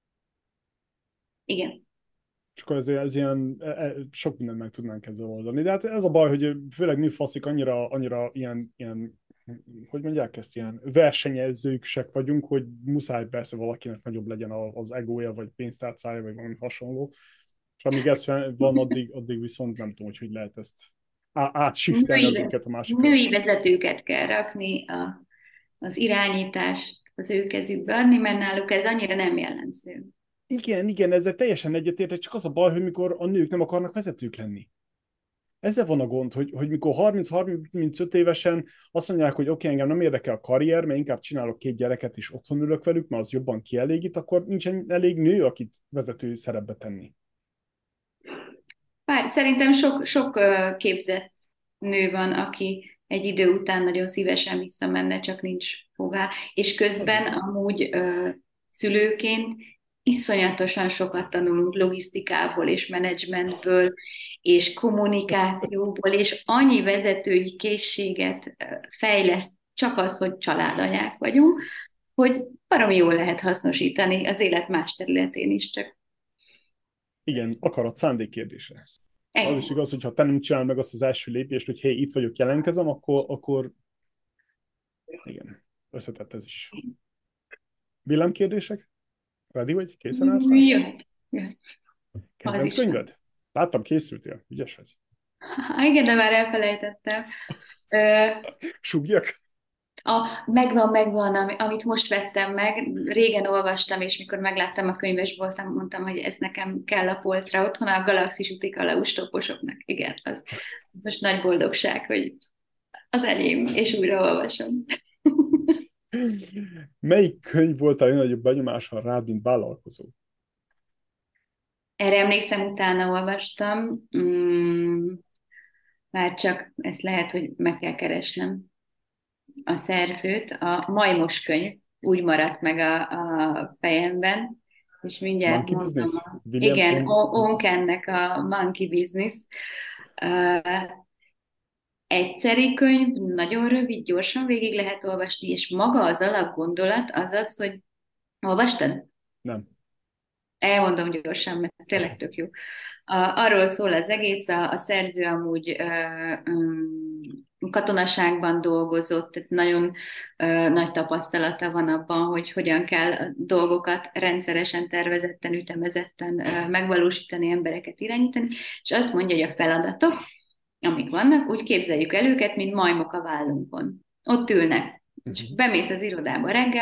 igen. És akkor ez, ez ilyen, e, e, sok mindent meg tudnánk ezzel oldani. De hát ez a baj, hogy főleg mi faszik annyira, annyira ilyen, ilyen, hogy mondják ezt, ilyen versenyezőksek vagyunk, hogy muszáj persze valakinek nagyobb legyen az egója, vagy pénztárcája, vagy valami hasonló. És amíg ez van, addig, addig viszont nem tudom, hogy hogy lehet ezt átsiftelni az Női, őket a másikra. női vezetőket kell rakni, a, az irányítást az ő kezükbe adni, mert náluk ez annyira nem jellemző. Igen, igen, ezzel teljesen egyetértek, csak az a baj, hogy mikor a nők nem akarnak vezetők lenni. Ezzel van a gond, hogy, hogy mikor harminc-harmincöt évesen azt mondják, hogy oké, okay, engem nem érdekel a karrier, mert inkább csinálok két gyereket, és otthon ülök velük, mert az jobban kielégít, akkor nincsen elég nő, akit vezető szerepbe tenni. Bár szerintem sok, sok ö, képzett nő van, aki egy idő után nagyon szívesen visszamenne, csak nincs hová. És közben amúgy ö, szülőként iszonyatosan sokat tanulunk logisztikából és menedzsmentből, és kommunikációból, és annyi vezetői készséget ö, fejleszt csak az, hogy családanyák vagyunk, hogy baromi jól lehet hasznosítani az élet más területén is, csak Igen, akarat, szándék kérdése. Az ennyi. is igaz, hogy ha te nem csinálod meg azt az első lépést, hogy hé, itt vagyok, jelentkezem, akkor, akkor igen, összetett ez is. Villámkérdések? Ready vagy? Készen állsz rá? Jaj, jaj. Az Kedvenc is van. könyved? Láttam, készültél. Ügyes vagy. Há, igen, de már elfelejtettem. Ö, Súgjak? a, megvan, megvan, ami, amit most vettem meg. Régen olvastam, és mikor megláttam a könyvesboltam, mondtam, hogy ez nekem kell a polcra otthon, a Galaxis útik a laustoposoknak. Igen, az most nagy boldogság, hogy az enyém, és újra olvasom. Melyik könyv volt a legnagyobb benyomással rád, mint vállalkozó? Erre emlékszem, utána olvastam, mm, már csak ezt lehet, hogy meg kell keresnem a szerzőt. A Majmos könyv úgy maradt meg a, a fejemben, és mindjárt Monkey mondom. Business? A, William igen, On... Onkennek a Monkey Business. Uh, egyszeri könyv, nagyon rövid, gyorsan végig lehet olvasni, és maga az alapgondolat az az, hogy olvastad? Nem. Elmondom gyorsan, mert tényleg tök jó. A, arról szól az egész, a, a szerző amúgy ö, ö, katonaságban dolgozott, tehát nagyon ö, nagy tapasztalata van abban, hogy hogyan kell a dolgokat rendszeresen, tervezetten, ütemezetten ö, megvalósítani, embereket irányítani, és azt mondja, hogy a feladatok, amik vannak, úgy képzeljük el őket, mint majmok a vállunkon. Ott ülnek. És Uh-huh. bemész az irodába reggel,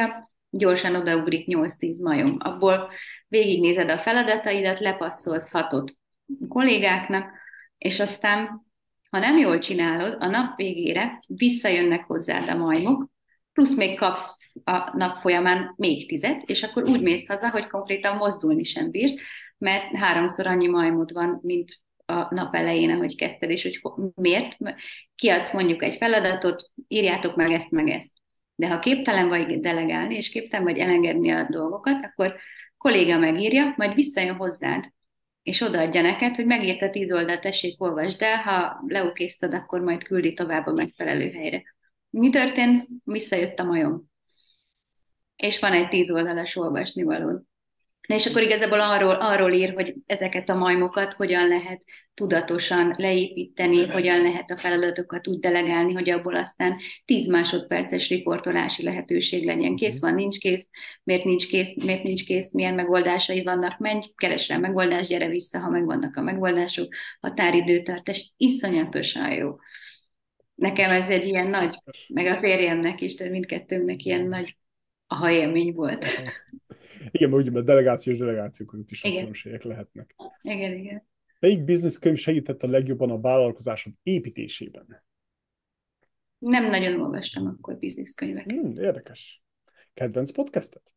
gyorsan odaugrik nyolc-tíz majom. Abból végignézed a feladataidat, lepasszolsz hatot kollégáknak, és aztán, ha nem jól csinálod, a nap végére visszajönnek hozzád a majmok, plusz még kapsz a nap folyamán még tizet, és akkor úgy mész haza, hogy konkrétan mozdulni sem bírsz, mert háromszor annyi majmod van, mint a nap elején, ahogy kezdted, és hogy miért? Kiadsz mondjuk egy feladatot, írjátok meg ezt, meg ezt. De ha képtelen vagy delegálni, és képtelen vagy elengedni a dolgokat, akkor kolléga megírja, majd visszajön hozzád, és odaadja neked, hogy megírta tíz oldalt, tessék, olvasd el, ha leukészted, akkor majd küldi tovább a megfelelő helyre. Mi történt? Visszajött a majom. És van egy tíz oldalas olvasnivalód. Na és akkor igazából arról, arról ír, hogy ezeket a majmokat hogyan lehet tudatosan leépíteni, hogyan lehet a feladatokat úgy delegálni, hogy abból aztán tíz másodperces riportolási lehetőség legyen. Kész van, nincs kész, miért nincs kész, miért nincs kész, milyen megoldásai vannak, menj, keresd rá megoldást, gyere vissza, ha megvannak a megoldások, határidőtartás, iszonyatosan jó. Nekem ez egy ilyen nagy, meg a férjemnek is, tehát mindkettőnknek ilyen nagy aha élmény volt. Igen, mert ugye a delegációs delegációk között is a Igen. különbségek lehetnek. Igen, igen. Melyik bizniszkönyv segített a legjobban a vállalkozásod építésében? Nem nagyon olvastam akkor bizniszkönyveket. Hmm, érdekes. Kedvenc podcastet?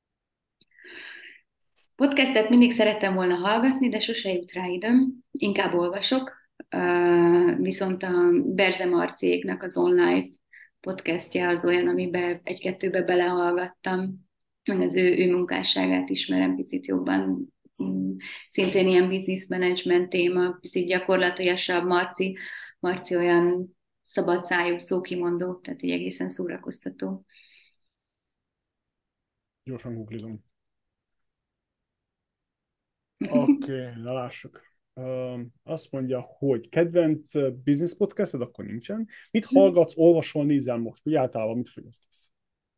Podcastet mindig szerettem volna hallgatni, de sose jut rá időm. Inkább olvasok. Uh, viszont a Berze Marciéknak az online podcastja az olyan, amiben egy-kettőbe belehallgattam, meg az ő, ő munkásságát ismerem picit jobban. Mm, Szintén ilyen business management téma, picit gyakorlatilasabb. Marci, Marci olyan szabadszájú, szókimondó, tehát egy egészen szórakoztató. Gyorsan googlizom. Oké, okay, na lássuk. Um, azt mondja, hogy kedvenc uh, business podcasted, akkor nincsen. Mit hallgatsz, olvasol, nézel most? Úgy általában mit fogyasztasz?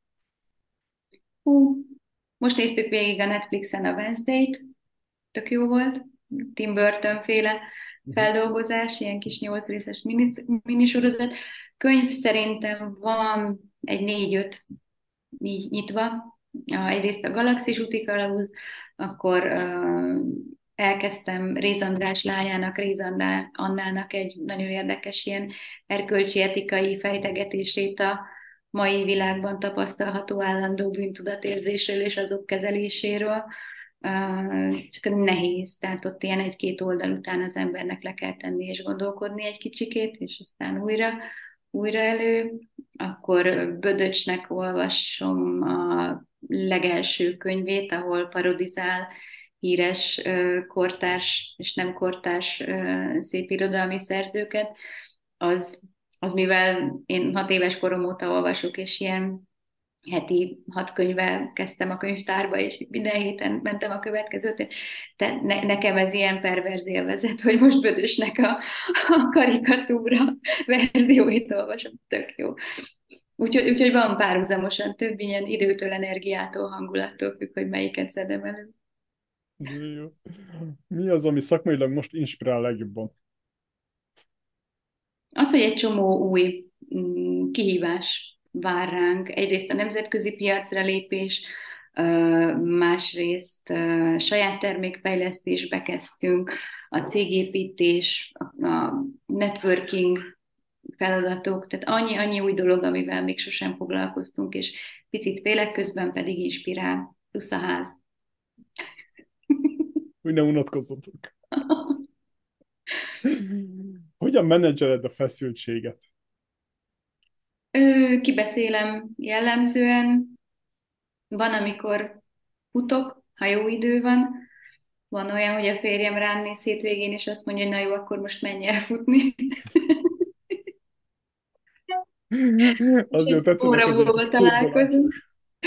Hú, most néztük végig a Netflixen a Wednesday-t, tök jó volt, Tim Burton féle Uh-huh. feldolgozás, ilyen kis nyolc részes minis, minisorozat. Könyv szerintem van egy négy-öt így nyitva. Egyrészt a Galaxis úti kalauz, akkor uh, elkezdtem Réz András lányának, Réz Anná- Annának egy nagyon érdekes ilyen erkölcsi etikai fejtegetését a mai világban tapasztalható állandó bűntudatérzésről és azok kezeléséről. Uh, csak nehéz, tehát ott ilyen egy-két oldal után az embernek le kell tenni és gondolkodni egy kicsikét, és aztán újra, újra elő. Akkor Bödöcsnek olvasom a legelső könyvét, ahol parodizál híres uh, kortárs és nem kortárs uh, szépirodalmi szerzőket. Az, az mivel én hat éves korom óta olvasok, és ilyen heti hat könyvvel kezdtem a könyvtárba, és minden héten mentem a következőt. Te, ne, nekem ez ilyen perverz élvezet, hogy most Bödösnek a, a karikatúra verzióit olvasom, tök jó. Úgyhogy, úgyhogy van párhuzamosan több ilyen időtől, energiától, hangulattól függ, hogy melyiket szedem elő. Jó. Mi az, ami szakmailag most inspirál legjobban? Az, hogy egy csomó új mm, kihívás vár ránk, egyrészt a nemzetközi piacra lépés, ö, másrészt ö, saját termékfejlesztésbe kezdtünk, a cégépítés, a, a networking feladatok, tehát annyi-annyi új dolog, amivel még sosem foglalkoztunk, és picit félek, közben pedig inspirál, plusz a ház. Hogy ne unatkozzatok. Hogyan menedzseled a feszültséget? Ö, kibeszélem jellemzően, van, amikor futok, ha jó idő van, van olyan, hogy a férjem rám néz hétvégén, és azt mondja, hogy na jó, akkor most menj el futni. Az jó, tetszenek Óra az ilyen kis múlva furdalások. találkozunk.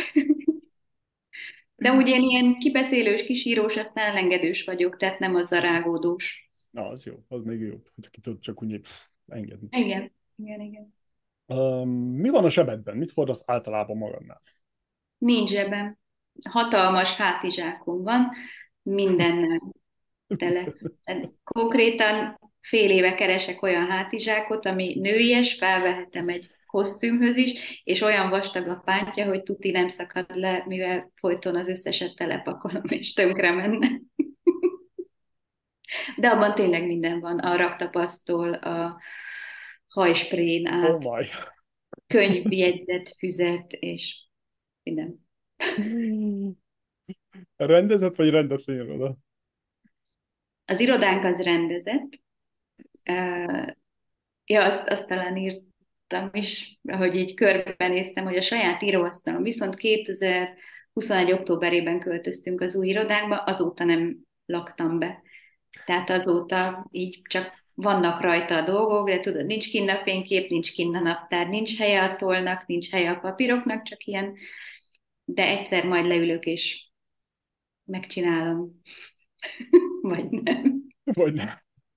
De ugye én ilyen kibeszélős, kisírós, aztán elengedős vagyok, tehát nem az a rágódós. Na, az jó, az még jobb, hogy ki tudod csak úgy pff, engedni. Igen, igen, igen. Um, mi van a zsebedben? Mit hordasz általában magadnál? Nincs zsebem. Hatalmas hátizsákom van, mindennel tele. Konkrétan fél éve keresek olyan hátizsákot, ami nőies, felvehetem egy kosztümhöz is, és olyan vastag a pártja, hogy tuti nem szakad le, mivel folyton az összeset telepakolom, és tönkre menne. De abban tényleg minden van, a raktapasztól, a hajsprén Oh át, my. könyvjegyzet, füzet, és minden. Rendezett vagy rendetlen iroda? Az irodánk az rendezett. Uh, ja, azt, azt talán írtam is, hogy így körbenéztem, hogy a saját íróasztalon. Viszont kétezer-huszonegy. októberében költöztünk az új irodánkba, azóta nem laktam be. Tehát azóta így csak vannak rajta a dolgok, de tudod, nincs kinn a fénykép, nincs kinn a naptár, nincs helye a tollnak, nincs helye a papíroknak, csak ilyen, de egyszer majd leülök és megcsinálom, vagy nem. Vagy nem?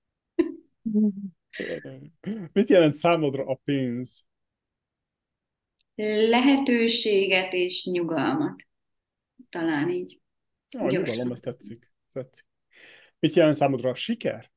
Mit jelent számodra a pénz? Lehetőséget és nyugalmat, talán így Ah, a nyugalom, ez gyorsan. tetszik. tetszik. Mit jelent számodra a siker?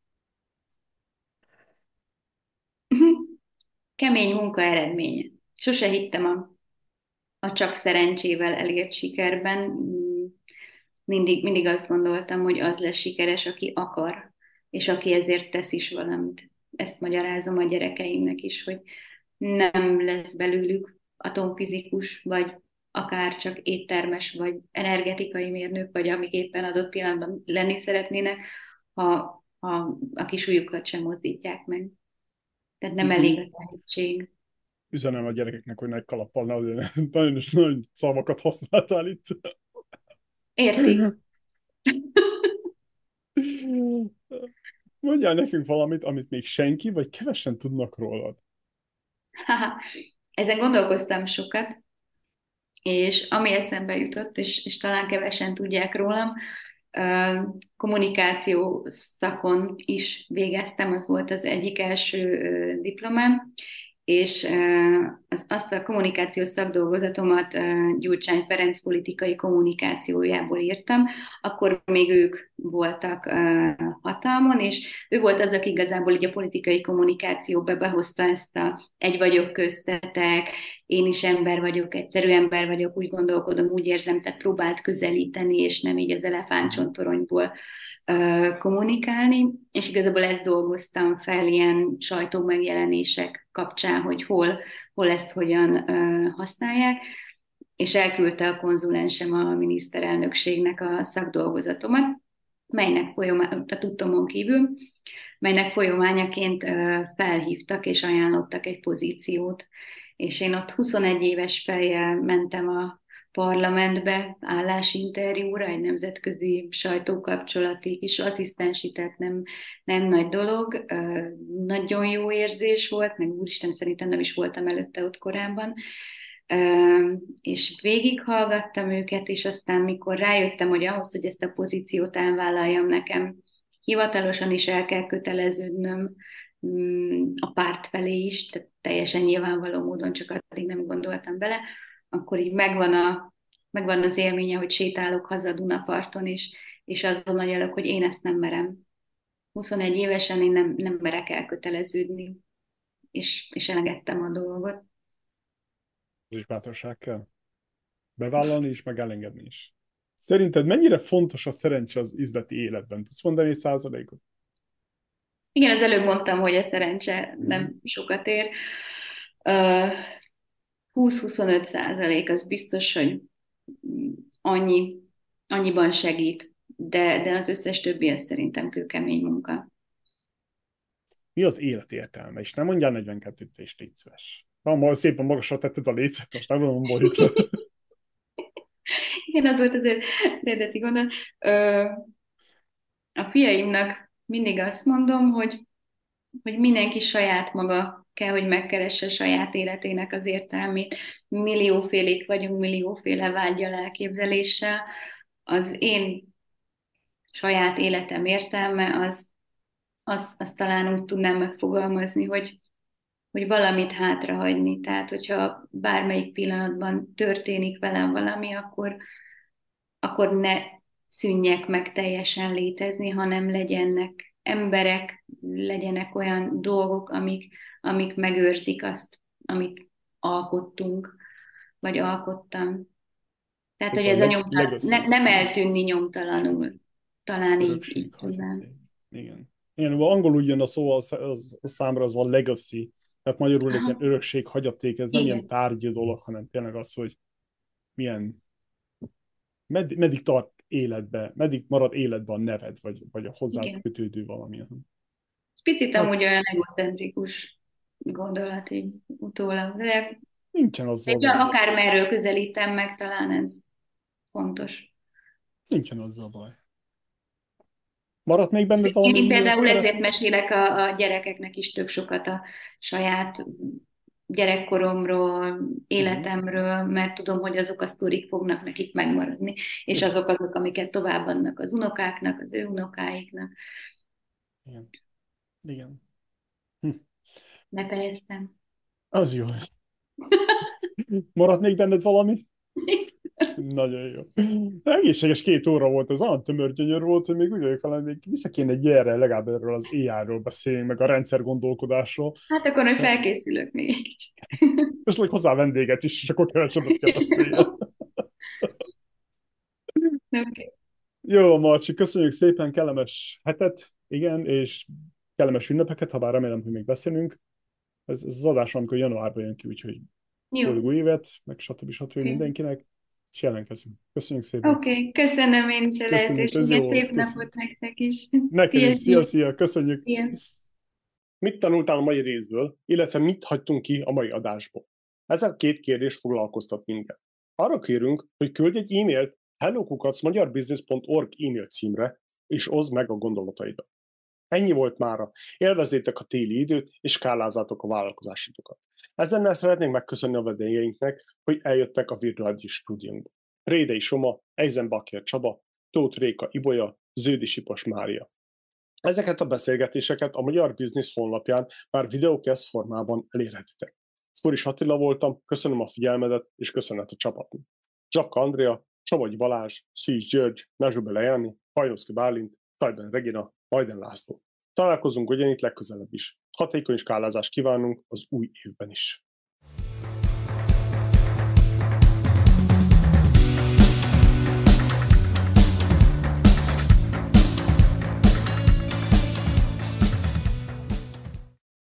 Kemény munka eredménye. Sose hittem a, a csak szerencsével elért sikerben. Mindig, mindig azt gondoltam, hogy az lesz sikeres, aki akar, és aki ezért tesz is valamit. Ezt magyarázom a gyerekeimnek is, hogy nem lesz belőlük atomfizikus, vagy akár csak éttermes, vagy energetikai mérnök, vagy amik éppen adott pillanatban lenni szeretnének, ha, ha a kis ujjukat sem mozdítják meg. Tehát nem elég a tehetség. Üzenem a gyerekeknek, hogy nagy kalappal, ne, nagyon, nagyon szavakat használtál itt. Értik? Mondjál nekünk valamit, amit még senki, vagy kevesen tudnak rólad. Ezen gondolkoztam sokat, és ami eszembe jutott, és, és talán kevesen tudják rólam, kommunikáció szakon is végeztem, az volt az egyik első diplomám, és az, azt a kommunikációs szakdolgozatomat Gyurcsány Ferenc politikai kommunikációjából írtam, akkor még ők voltak hatalmon, és ő volt az, aki igazából így a politikai kommunikációba behozta ezt a egy vagyok köztetek, én is ember vagyok, egyszerű ember vagyok, úgy gondolkodom, úgy érzem, tehát próbált közelíteni, és nem így az elefántcsontoronyból kommunikálni, és igazából ezt dolgoztam fel ilyen sajtómegjelenések kapcsán, hogy hol, hol ezt hogyan használják, és elküldte a konzulensem a miniszterelnökségnek a szakdolgozatomat, melynek folyamán, a tudtomon kívül, melynek folyamányaként felhívtak és ajánlottak egy pozíciót. És én ott huszonegy éves fejjel mentem a parlamentbe állásinterjúra, egy nemzetközi sajtókapcsolati kis asszisztensi, tehát nem, nem nagy dolog. Nagyon jó érzés volt, meg úristen, szerintem nem is voltam előtte ott korábban. És végighallgattam őket, és aztán mikor rájöttem, hogy ahhoz, hogy ezt a pozíciót elvállaljam, nekem hivatalosan is el kell köteleződnöm a párt felé is, tehát teljesen nyilvánvaló módon, csak addig nem gondoltam bele, akkor így megvan, a, megvan az élménye, hogy sétálok haza Dunaparton, és, és azon agyalok, hogy én ezt nem merem. huszonegy évesen én nem, nem merek elköteleződni, és, és elengedtem a dolgot. Ez is bátorság kell. Bevállalni is, meg elengedni is. Szerinted mennyire fontos a szerencse az üzleti életben? Tudsz mondani egy százalékot? Igen, az előbb mondtam, hogy a szerencse nem sokat ér. húsz-huszonöt százalék az biztos, hogy annyi, annyiban segít, de, de az összes többi az szerintem kőkemény munka. Mi az élet értelme? És nem mondjál negyvenkettőt, és légy szíves. Ha szépen magasra tetted a lécet, most nem mondom, borít le. Igen, az volt az eredeti gondolat. A fiaimnak mindig azt mondom, hogy, hogy mindenki saját maga kell, hogy megkeresse saját életének az értelmét. Milliófélék vagyunk, millióféle vággyal, elképzeléssel. Az én saját életem értelme, az, az, az talán úgy tudnám megfogalmazni, hogy, hogy valamit hátrahagyni. Tehát, hogyha bármelyik pillanatban történik velem valami, akkor, akkor ne szűnjek meg teljesen létezni, hanem legyenek emberek, legyenek olyan dolgok, amik, amik megőrzik azt, amit alkottunk, vagy alkottam. Tehát, Ez hogy a ez a leg- nyomtal, ne, legacy. nem eltűnni nyomtalanul. Talán így, így Örökség tudnám. hagyaték. Igen. Igen, angolul jön a szó az, az, a számra, az a legacy. Tehát magyarul ez ilyen Aha, örökség hagyaték, ez nem ilyen igen, tárgyi dolog, hanem tényleg az, hogy milyen, med, meddig tart életbe, meddig marad életben a neved, vagy, vagy a hozzád igen. kötődő valamilyen. Ez picit amúgy Hát olyan egocentrikus gondolat így utólag, de nincsen azzal egy olyan baj. akármerről közelítem meg, talán ez fontos. Nincsen azzal baj. Maradt még benned valami, Én amiről például ezért szeretnél? mesélek a, a gyerekeknek is tök sokat a saját gyerekkoromról, Uh-huh. életemről, mert tudom, hogy azok a sztorik fognak nekik megmaradni, és Igen. azok azok, amiket továbbadnak az unokáknak, az ő unokáiknak. Igen. Igen. Hm. Befejeztem. Az jó. Maradt még benned valami? Nagyon jó. Egészséges két óra volt, ez olyan tömör gyönyör volt, hogy még úgy vagyok, talán még vissza kéne egy ilyenre, legalább erről az á i-ról beszélni, meg a rendszer gondolkodásról. Hát akkor, hogy felkészülök még egy kicsit. És like hozzá vendéget is, és akkor kevesebbet kell beszéljen. Okay. Jó, Marcsi, köszönjük szépen, kellemes hetet, igen, és kellemes ünnepeket, ha bár remélem, hogy még beszélünk. Ez, ez az adás, amikor januárban jön ki, úgyhogy boldog Jó. új évet, meg stb. stb. Oké, Mindenkinek, és jelentkezünk. Köszönjük szépen. okay. Köszönöm én is a Köszönjük, ez jó lehetőséget. volt. Szép Köszönjük. napot nektek is. Neked Szia, is, szia, szia. szia, köszönjük. Szia. Mit tanultál a mai részből, illetve mit hagytunk ki a mai adásból? Ezzel két kérdés foglalkoztat minket. Arra kérünk, hogy küldj egy e-mailt hello kukac magyarbusiness pont org e-mail címre, és oszd meg a gondolataidat. Ennyi volt mára. Élvezzétek a téli időt, és skálázzátok a vállalkozásitokat. Ezennel szeretnénk megköszönni a vendégeinknek, hogy eljöttek a virtuális stúdiónkba. Rédei Soma, Eisenbacher Csaba, Tóth Réka Ibolya, Zödi Sipos Mária. Ezeket a beszélgetéseket a Magyar Biznisz honlapján már videókesz formában elérhetitek. Foris Attila voltam, köszönöm a figyelmedet, és köszönet a csapatnak. Zsapka Andrea, Csavagyi Balázs, Szűcs György, Nezsubele Jani, Hajnowski Bálint, Tajben Regina, Majden László. Találkozunk ugyanitt legközelebb is. Hatékony skálázást kívánunk az új évben is.